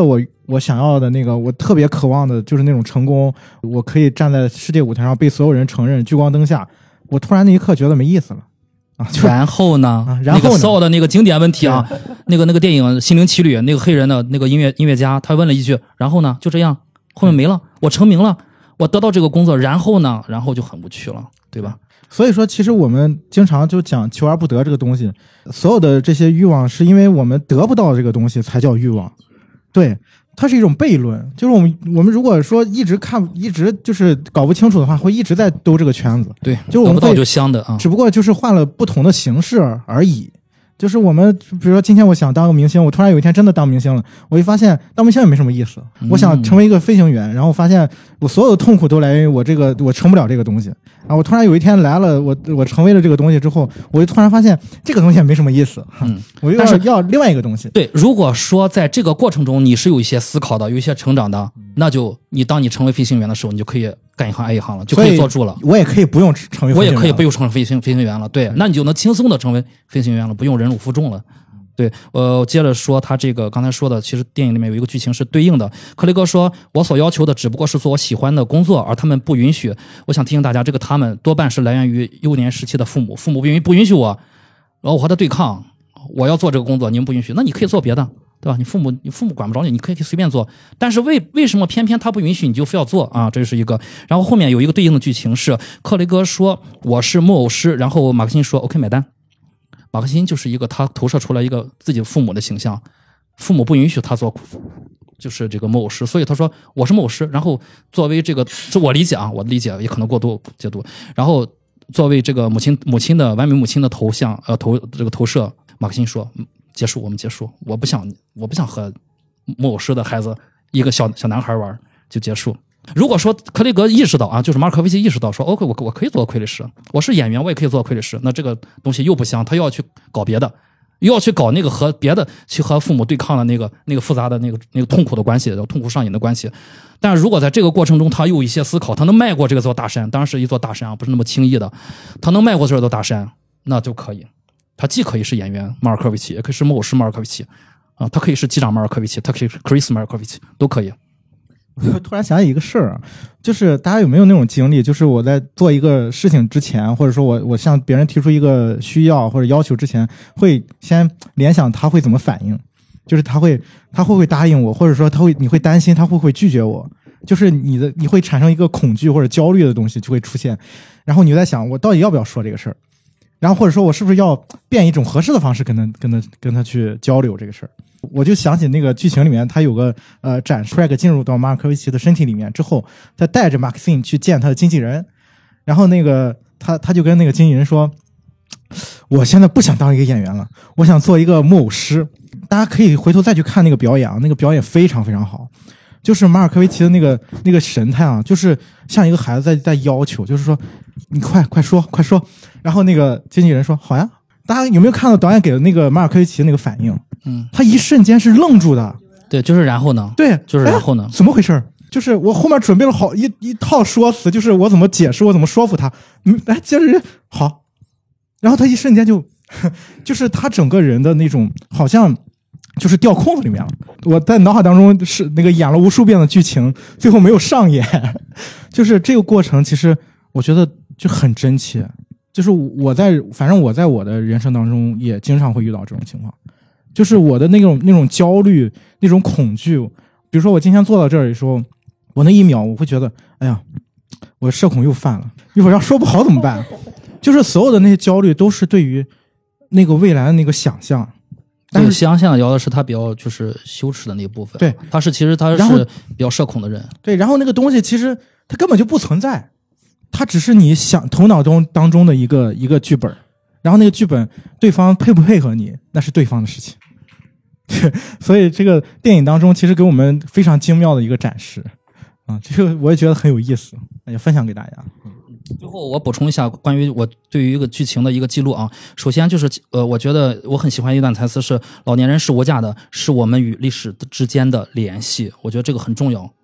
S9: 我想要的那个，我特别渴望的就是那种成功，我可以站在世界舞台上被所有人承认，聚光灯下，我突然那一刻觉得没意思了。
S8: 然后呢？
S9: 然后呢？
S8: 那个骚的那个经典问题啊，那个电影《心灵奇旅》那个黑人的那个音乐家，他问了一句：“然后呢？就这样，后面没了，我成名了，我得到这个工作，然后呢？然后就很无趣了，对吧？”
S9: 所以说，其实我们经常就讲求而不得这个东西，所有的这些欲望是因为我们得不到这个东西才叫欲望，对。它是一种悖论，就是我们如果说一直就是搞不清楚的话，会一直在兜这个圈子。
S8: 对，
S9: 就我们
S8: 得不到就香的啊，
S9: 只不过就是换了不同的形式而已。就是我们比如说今天我想当个明星，我突然有一天真的当明星了，我一发现当明星也没什么意思。我想成为一个飞行员，然后发现我所有的痛苦都来源于我成不了这个东西啊！我突然有一天来了，我成为了这个东西之后，我就突然发现这个东西也没什么意思。我要另外一个东西。
S8: 对，如果说在这个过程中你是有一些思考的，有一些成长的，那就当你成为飞行员的时候，你就可以干一行爱一行了，就可以做住了。
S9: 我也可以不用成为飞行员了，
S8: 我也可以不用成为飞行员了。对，那你就能轻松的成为飞行员了，不用忍辱负重了。对，接着说他这个刚才说的，其实电影里面有一个剧情是对应的。克雷格说：“我所要求的只不过是做我喜欢的工作，而他们不允许。”我想提醒大家，这个他们多半是来源于幼年时期的父母，父母不允许我，然后我和他对抗，我要做这个工作，你们不允许，那你可以做别的，对吧？你父母管不着你，你可以随便做。但是为什么偏偏他不允许你就非要做啊？这是一个。然后后面有一个对应的剧情是，克雷格说我是木偶师，然后马克辛说 OK 买单。马克辛就是一个他投射出来一个自己父母的形象，父母不允许他做就是这个木偶师，所以他说我是木偶师，然后作为这个我理解啊，我的理解也可能过度解读，然后作为这个母亲的完美母亲的头像投射，马克辛说结束，我们结束，我不想和木偶师的孩子一个小男孩玩，就结束。如果说克雷格意识到啊，就是马尔科维奇意识到说 OK 我可以做傀儡师，我是演员我也可以做傀儡师，那这个东西又不香，他又要去搞别的，又要去搞那个和别的去和父母对抗的那个复杂的那个痛苦的关系，痛苦上瘾的关系。但如果在这个过程中他有一些思考，他能迈过这座大山，当然是一座大山啊，不是那么轻易的，他能迈过这座大山，那就可以。他既可以是演员马尔科维奇，也可以是木偶师马尔科维奇啊，他可以是机长马尔科维奇，他可以是 Chris 马尔科维奇，都可以。
S9: 我突然想起一个事儿啊，就是大家有没有那种经历，就是我在做一个事情之前，或者说我向别人提出一个需要或者要求之前，会先联想他会怎么反应，就是他会不会答应我，或者说你会担心他会不会拒绝我，就是你会产生一个恐惧或者焦虑的东西就会出现，然后你就在想我到底要不要说这个事儿，然后或者说我是不是要变一种合适的方式跟他去交流这个事儿。我就想起那个剧情里面，他有个展示 Craig 进入到马尔科维奇的身体里面之后，他带着马克辛去见他的经纪人，然后那个他就跟那个经纪人说，我现在不想当一个演员了，我想做一个木偶师。大家可以回头再去看那个表演啊，那个表演非常非常好，就是马尔科维奇的那个神态啊，就是像一个孩子在要求，就是说你快说，然后那个经纪人说好呀。大家有没有看到导演给的那个马尔科维奇的那个反应？他一瞬间是愣住的。
S8: 对，就是然后呢？
S9: 对，
S8: 就是然后呢？
S9: 怎么回事？就是我后面准备了好一套说辞，就是我怎么解释，我怎么说服他。来，接着好，然后他一瞬间就是他整个人的那种好像就是掉空子里面了。我在脑海当中是那个演了无数遍的剧情，最后没有上演。就是这个过程，其实我觉得就很真切。就是反正我在我的人生当中也经常会遇到这种情况，就是我的那种焦虑、那种恐惧。比如说我今天坐到这里的时候，我那一秒我会觉得，哎呀，我的社恐又犯了，一会儿要说不好怎么办？就是所有的那些焦虑都是对于那个未来的那个想象。
S8: 但是想聊的是他比较就是羞耻的那一部分。
S9: 对，
S8: 其实他是比较社恐的人。
S9: 对，然后那个东西其实它根本就不存在。它只是你想头脑当中的一个剧本，然后那个剧本对方配不配合你，那是对方的事情。所以这个电影当中其实给我们非常精妙的一个展示啊，这个我也觉得很有意思，也分享给大家。
S8: 最后我补充一下关于我对于一个剧情的一个记录啊。首先就是我觉得我很喜欢一段台词是老年人是无价的，是我们与历史之间的联系。我觉得这个很重要，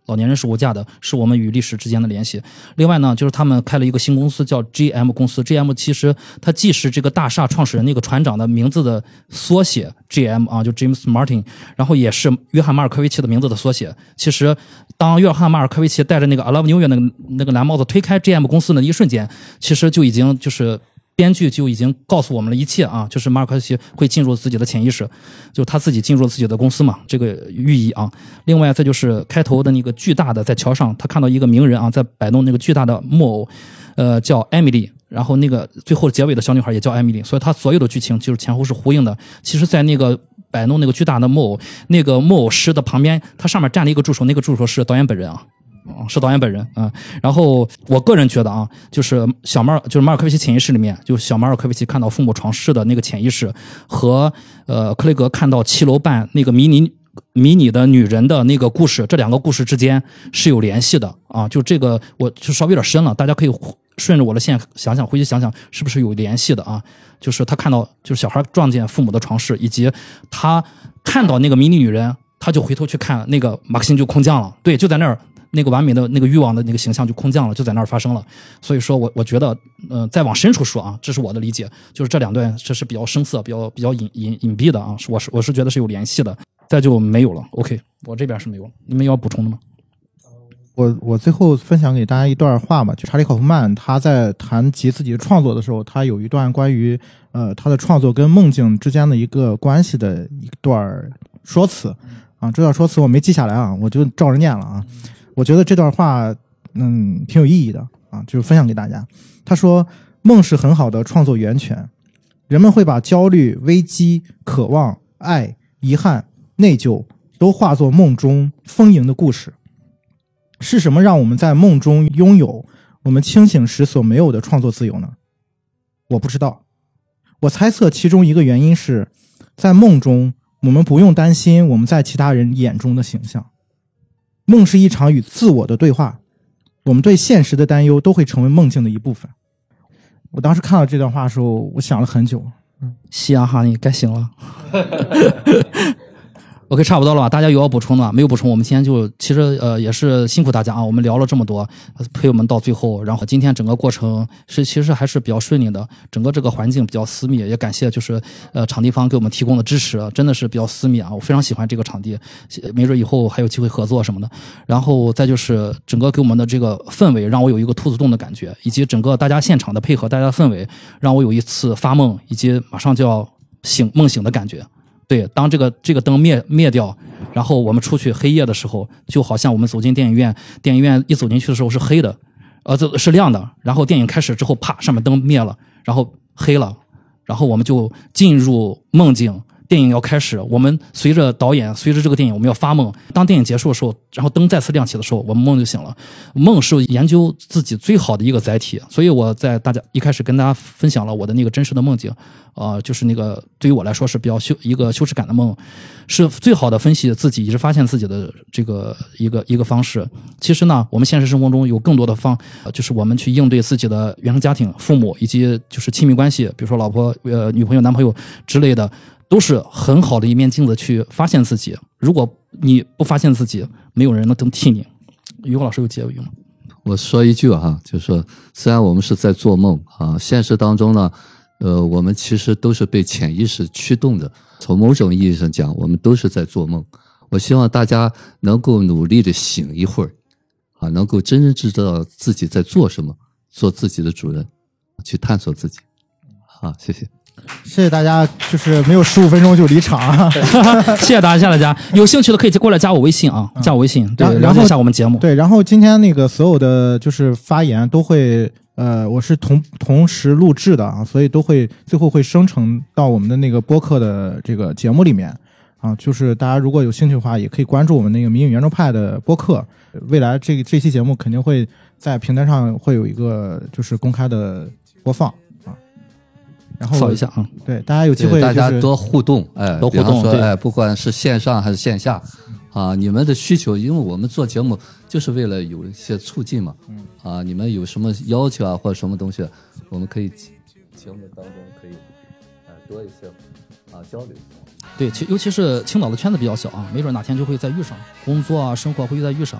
S8: 老年人是无价的，是我们与历史之间的联系。另外呢，就是他们开了一个新公司叫 GM 公司 ，GM 其实它既是这个大厦创始人那个船长的名字的缩写 GM 啊，就 James Martin， 然后也是约翰马尔科维奇的名字的缩写。其实当约翰马尔科维奇戴着那个 I Love New York 那个蓝帽子推开 GM 公司的一瞬间，其实就已经就是编剧就已经告诉我们了一切啊，就是马尔科维奇会进入自己的潜意识，就他自己进入自己的公司嘛，这个寓意啊。另外，再就是开头的那个巨大的在桥上，他看到一个名人啊，在摆弄那个巨大的木偶，叫艾米丽，然后那个最后结尾的小女孩也叫艾米丽，所以他所有的剧情就是前后是呼应的。其实，在那个摆弄那个巨大的木偶，那个木偶师的旁边，他上面站了一个助手，那个助手是导演本人啊。是导演本人啊，然后我个人觉得啊，就是马尔科维奇潜意识里面，就小马尔科维奇看到父母床事的那个潜意识，和克雷格看到7楼半那个迷你的女人的那个故事，这两个故事之间是有联系的啊。就这个我就稍微有点深了，大家可以顺着我的线想想，回去想想是不是有联系的啊？就是他看到就是小孩撞见父母的床事，以及他看到那个迷你女人，他就回头去看那个马克辛就空降了，对，就在那儿。那个完美的那个欲望的那个形象就空降了，就在那儿发生了。所以说我觉得，再往深处说啊，这是我的理解，就是这两段这是比较生涩、比较隐蔽的啊，我是觉得是有联系的。再就没有了。OK， 我这边是没有了。你们有要补充的吗？
S9: 我最后分享给大家一段话吧，就查理·考夫曼他在谈及自己的创作的时候，他有一段关于他的创作跟梦境之间的一个关系的一段说辞啊，这段说辞我没记下来啊，我就照着念了啊。我觉得这段话挺有意义的啊，就是分享给大家。他说，梦是很好的创作源泉，人们会把焦虑、危机、渴望、爱、遗憾、内疚都化作梦中丰盈的故事。是什么让我们在梦中拥有我们清醒时所没有的创作自由呢？我不知道。我猜测其中一个原因是在梦中我们不用担心我们在其他人眼中的形象。梦是一场与自我的对话，我们对现实的担忧都会成为梦境的一部分。我当时看到这段话的时候，我想了很久。
S8: 夕阳哈尼该醒了。OK， 差不多了吧？大家有要补充的吗？没有补充，我们今天就其实也是辛苦大家啊，我们聊了这么多，陪我们到最后，然后今天整个过程其实还是比较顺利的，整个这个环境比较私密，也感谢就是场地方给我们提供的支持，真的是比较私密啊，我非常喜欢这个场地，没准以后还有机会合作什么的。然后再就是整个给我们的这个氛围，让我有一个兔子洞的感觉，以及整个大家现场的配合，大家的氛围，让我有一次发梦以及马上就要梦醒的感觉。对，当这个灯灭掉，然后我们出去黑夜的时候，就好像我们走进电影院，电影院一走进去的时候是黑的，是亮的，然后电影开始之后，啪，上面灯灭了，然后黑了，然后我们就进入梦境。电影要开始，我们随着导演，随着这个电影，我们要发梦。当电影结束的时候，然后灯再次亮起的时候，我们梦就醒了。梦是研究自己最好的一个载体，所以我在一开始跟大家分享了我的那个真实的梦境，就是那个对于我来说是比较一个羞耻感的梦，是最好的分析自己，一直发现自己的这个一个方式。其实呢，我们现实生活中有更多的就是我们去应对自己的原生家庭、父母以及就是亲密关系，比如说老婆、女朋友、男朋友之类的。都是很好的一面镜子去发现自己。如果你不发现自己，没有人能替你。于果老师有结尾吗？
S7: 我说一句哈，就是说，虽然我们是在做梦啊，现实当中呢，我们其实都是被潜意识驱动的。从某种意义上讲，我们都是在做梦。我希望大家能够努力的醒一会儿，啊，能够真正知道自己在做什么，做自己的主人，去探索自己。好，谢谢。
S9: 谢谢大家，就是没有15分钟就离场啊！
S8: 谢谢大家，有兴趣的可以过来加我微信啊，加我微信，对，了解一下我们节目。
S9: 对，然后今天那个所有的就是发言都会，我是同时录制的啊，所以都会最后会生成到我们的那个播客的这个节目里面啊。就是大家如果有兴趣的话，也可以关注我们那个民语圆桌派的播客。未来这期节目肯定会在平台上会有一个就是公开的播放。然后
S8: 扫一下啊，
S9: 对，大家有机会、
S7: 大家多互动，
S8: 多互动，
S7: 对，不管是线上还是线下，啊，你们的需求，因为我们做节目就是为了有一些促进嘛，啊，你们有什么要求啊或者什么东西，我们可以节目当中可以多一些交流。
S8: 对，尤其是青岛的圈子比较小啊，没准哪天就会再遇上，工作啊生活会再遇上。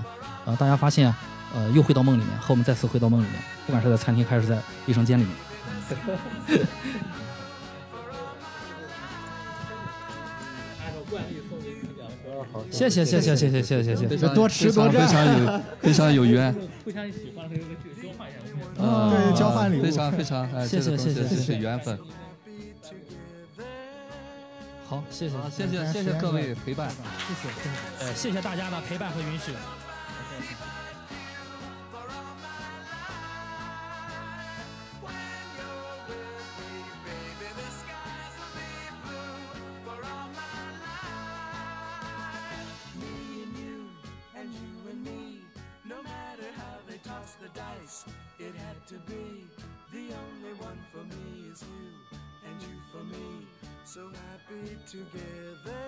S8: 大家发现又回到梦里面，和我们再次回到梦里面，不管是在餐厅还是在卫生间里面。谢谢，
S9: 多吃多占，
S7: 非常有缘，
S8: 互相喜欢和交换一下。
S9: 对，交换礼物，
S7: 非常，
S8: 谢谢
S7: 缘分。
S8: 好，谢谢
S7: 各位陪伴，
S8: 谢谢大家的陪伴和允许。
S12: It had to be the only one for me is you, and you for me, so happy together.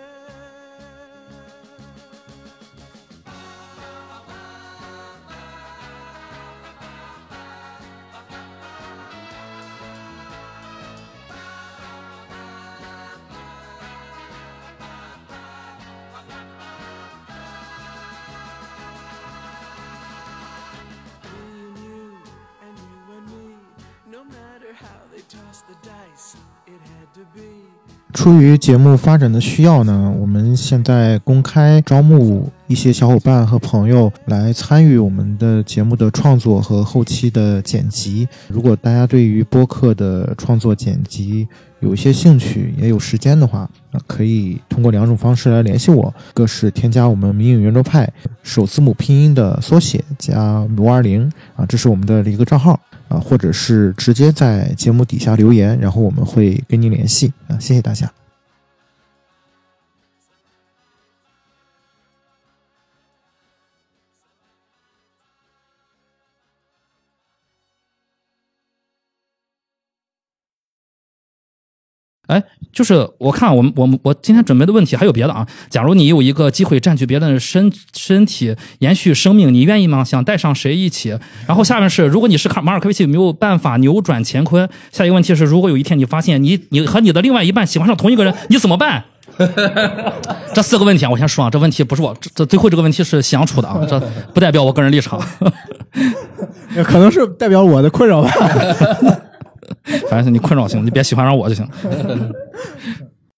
S12: Toss the dice, it had to be.
S4: 出于节目发展的需要呢，我们现在公开招募一些小伙伴和朋友来参与我们的节目的创作和后期的剪辑。如果大家对于播客的创作剪辑有一些兴趣，也有时间的话，可以通过2种方式来联系我。一个是添加我们迷影圆桌派首字母拼音的缩写加520这是我们的一个账号或者是直接在节目底下留言，然后我们会跟您联系谢谢大家。
S8: 哎，就是我看我今天准备的问题还有别的啊。假如你有一个机会占据别人的身体，延续生命，你愿意吗？想带上谁一起？然后下面是，如果你是马尔科维奇，没有办法扭转乾坤。下一个问题是，如果有一天你发现你和你的另外一半喜欢上同一个人，你怎么办？这4个问题啊，我先说啊，这问题不是我，这最后这个问题是想出的啊，这不代表我个人立场，
S9: 可能是代表我的困扰吧。
S8: 反正你困扰行，你别喜欢上我就行。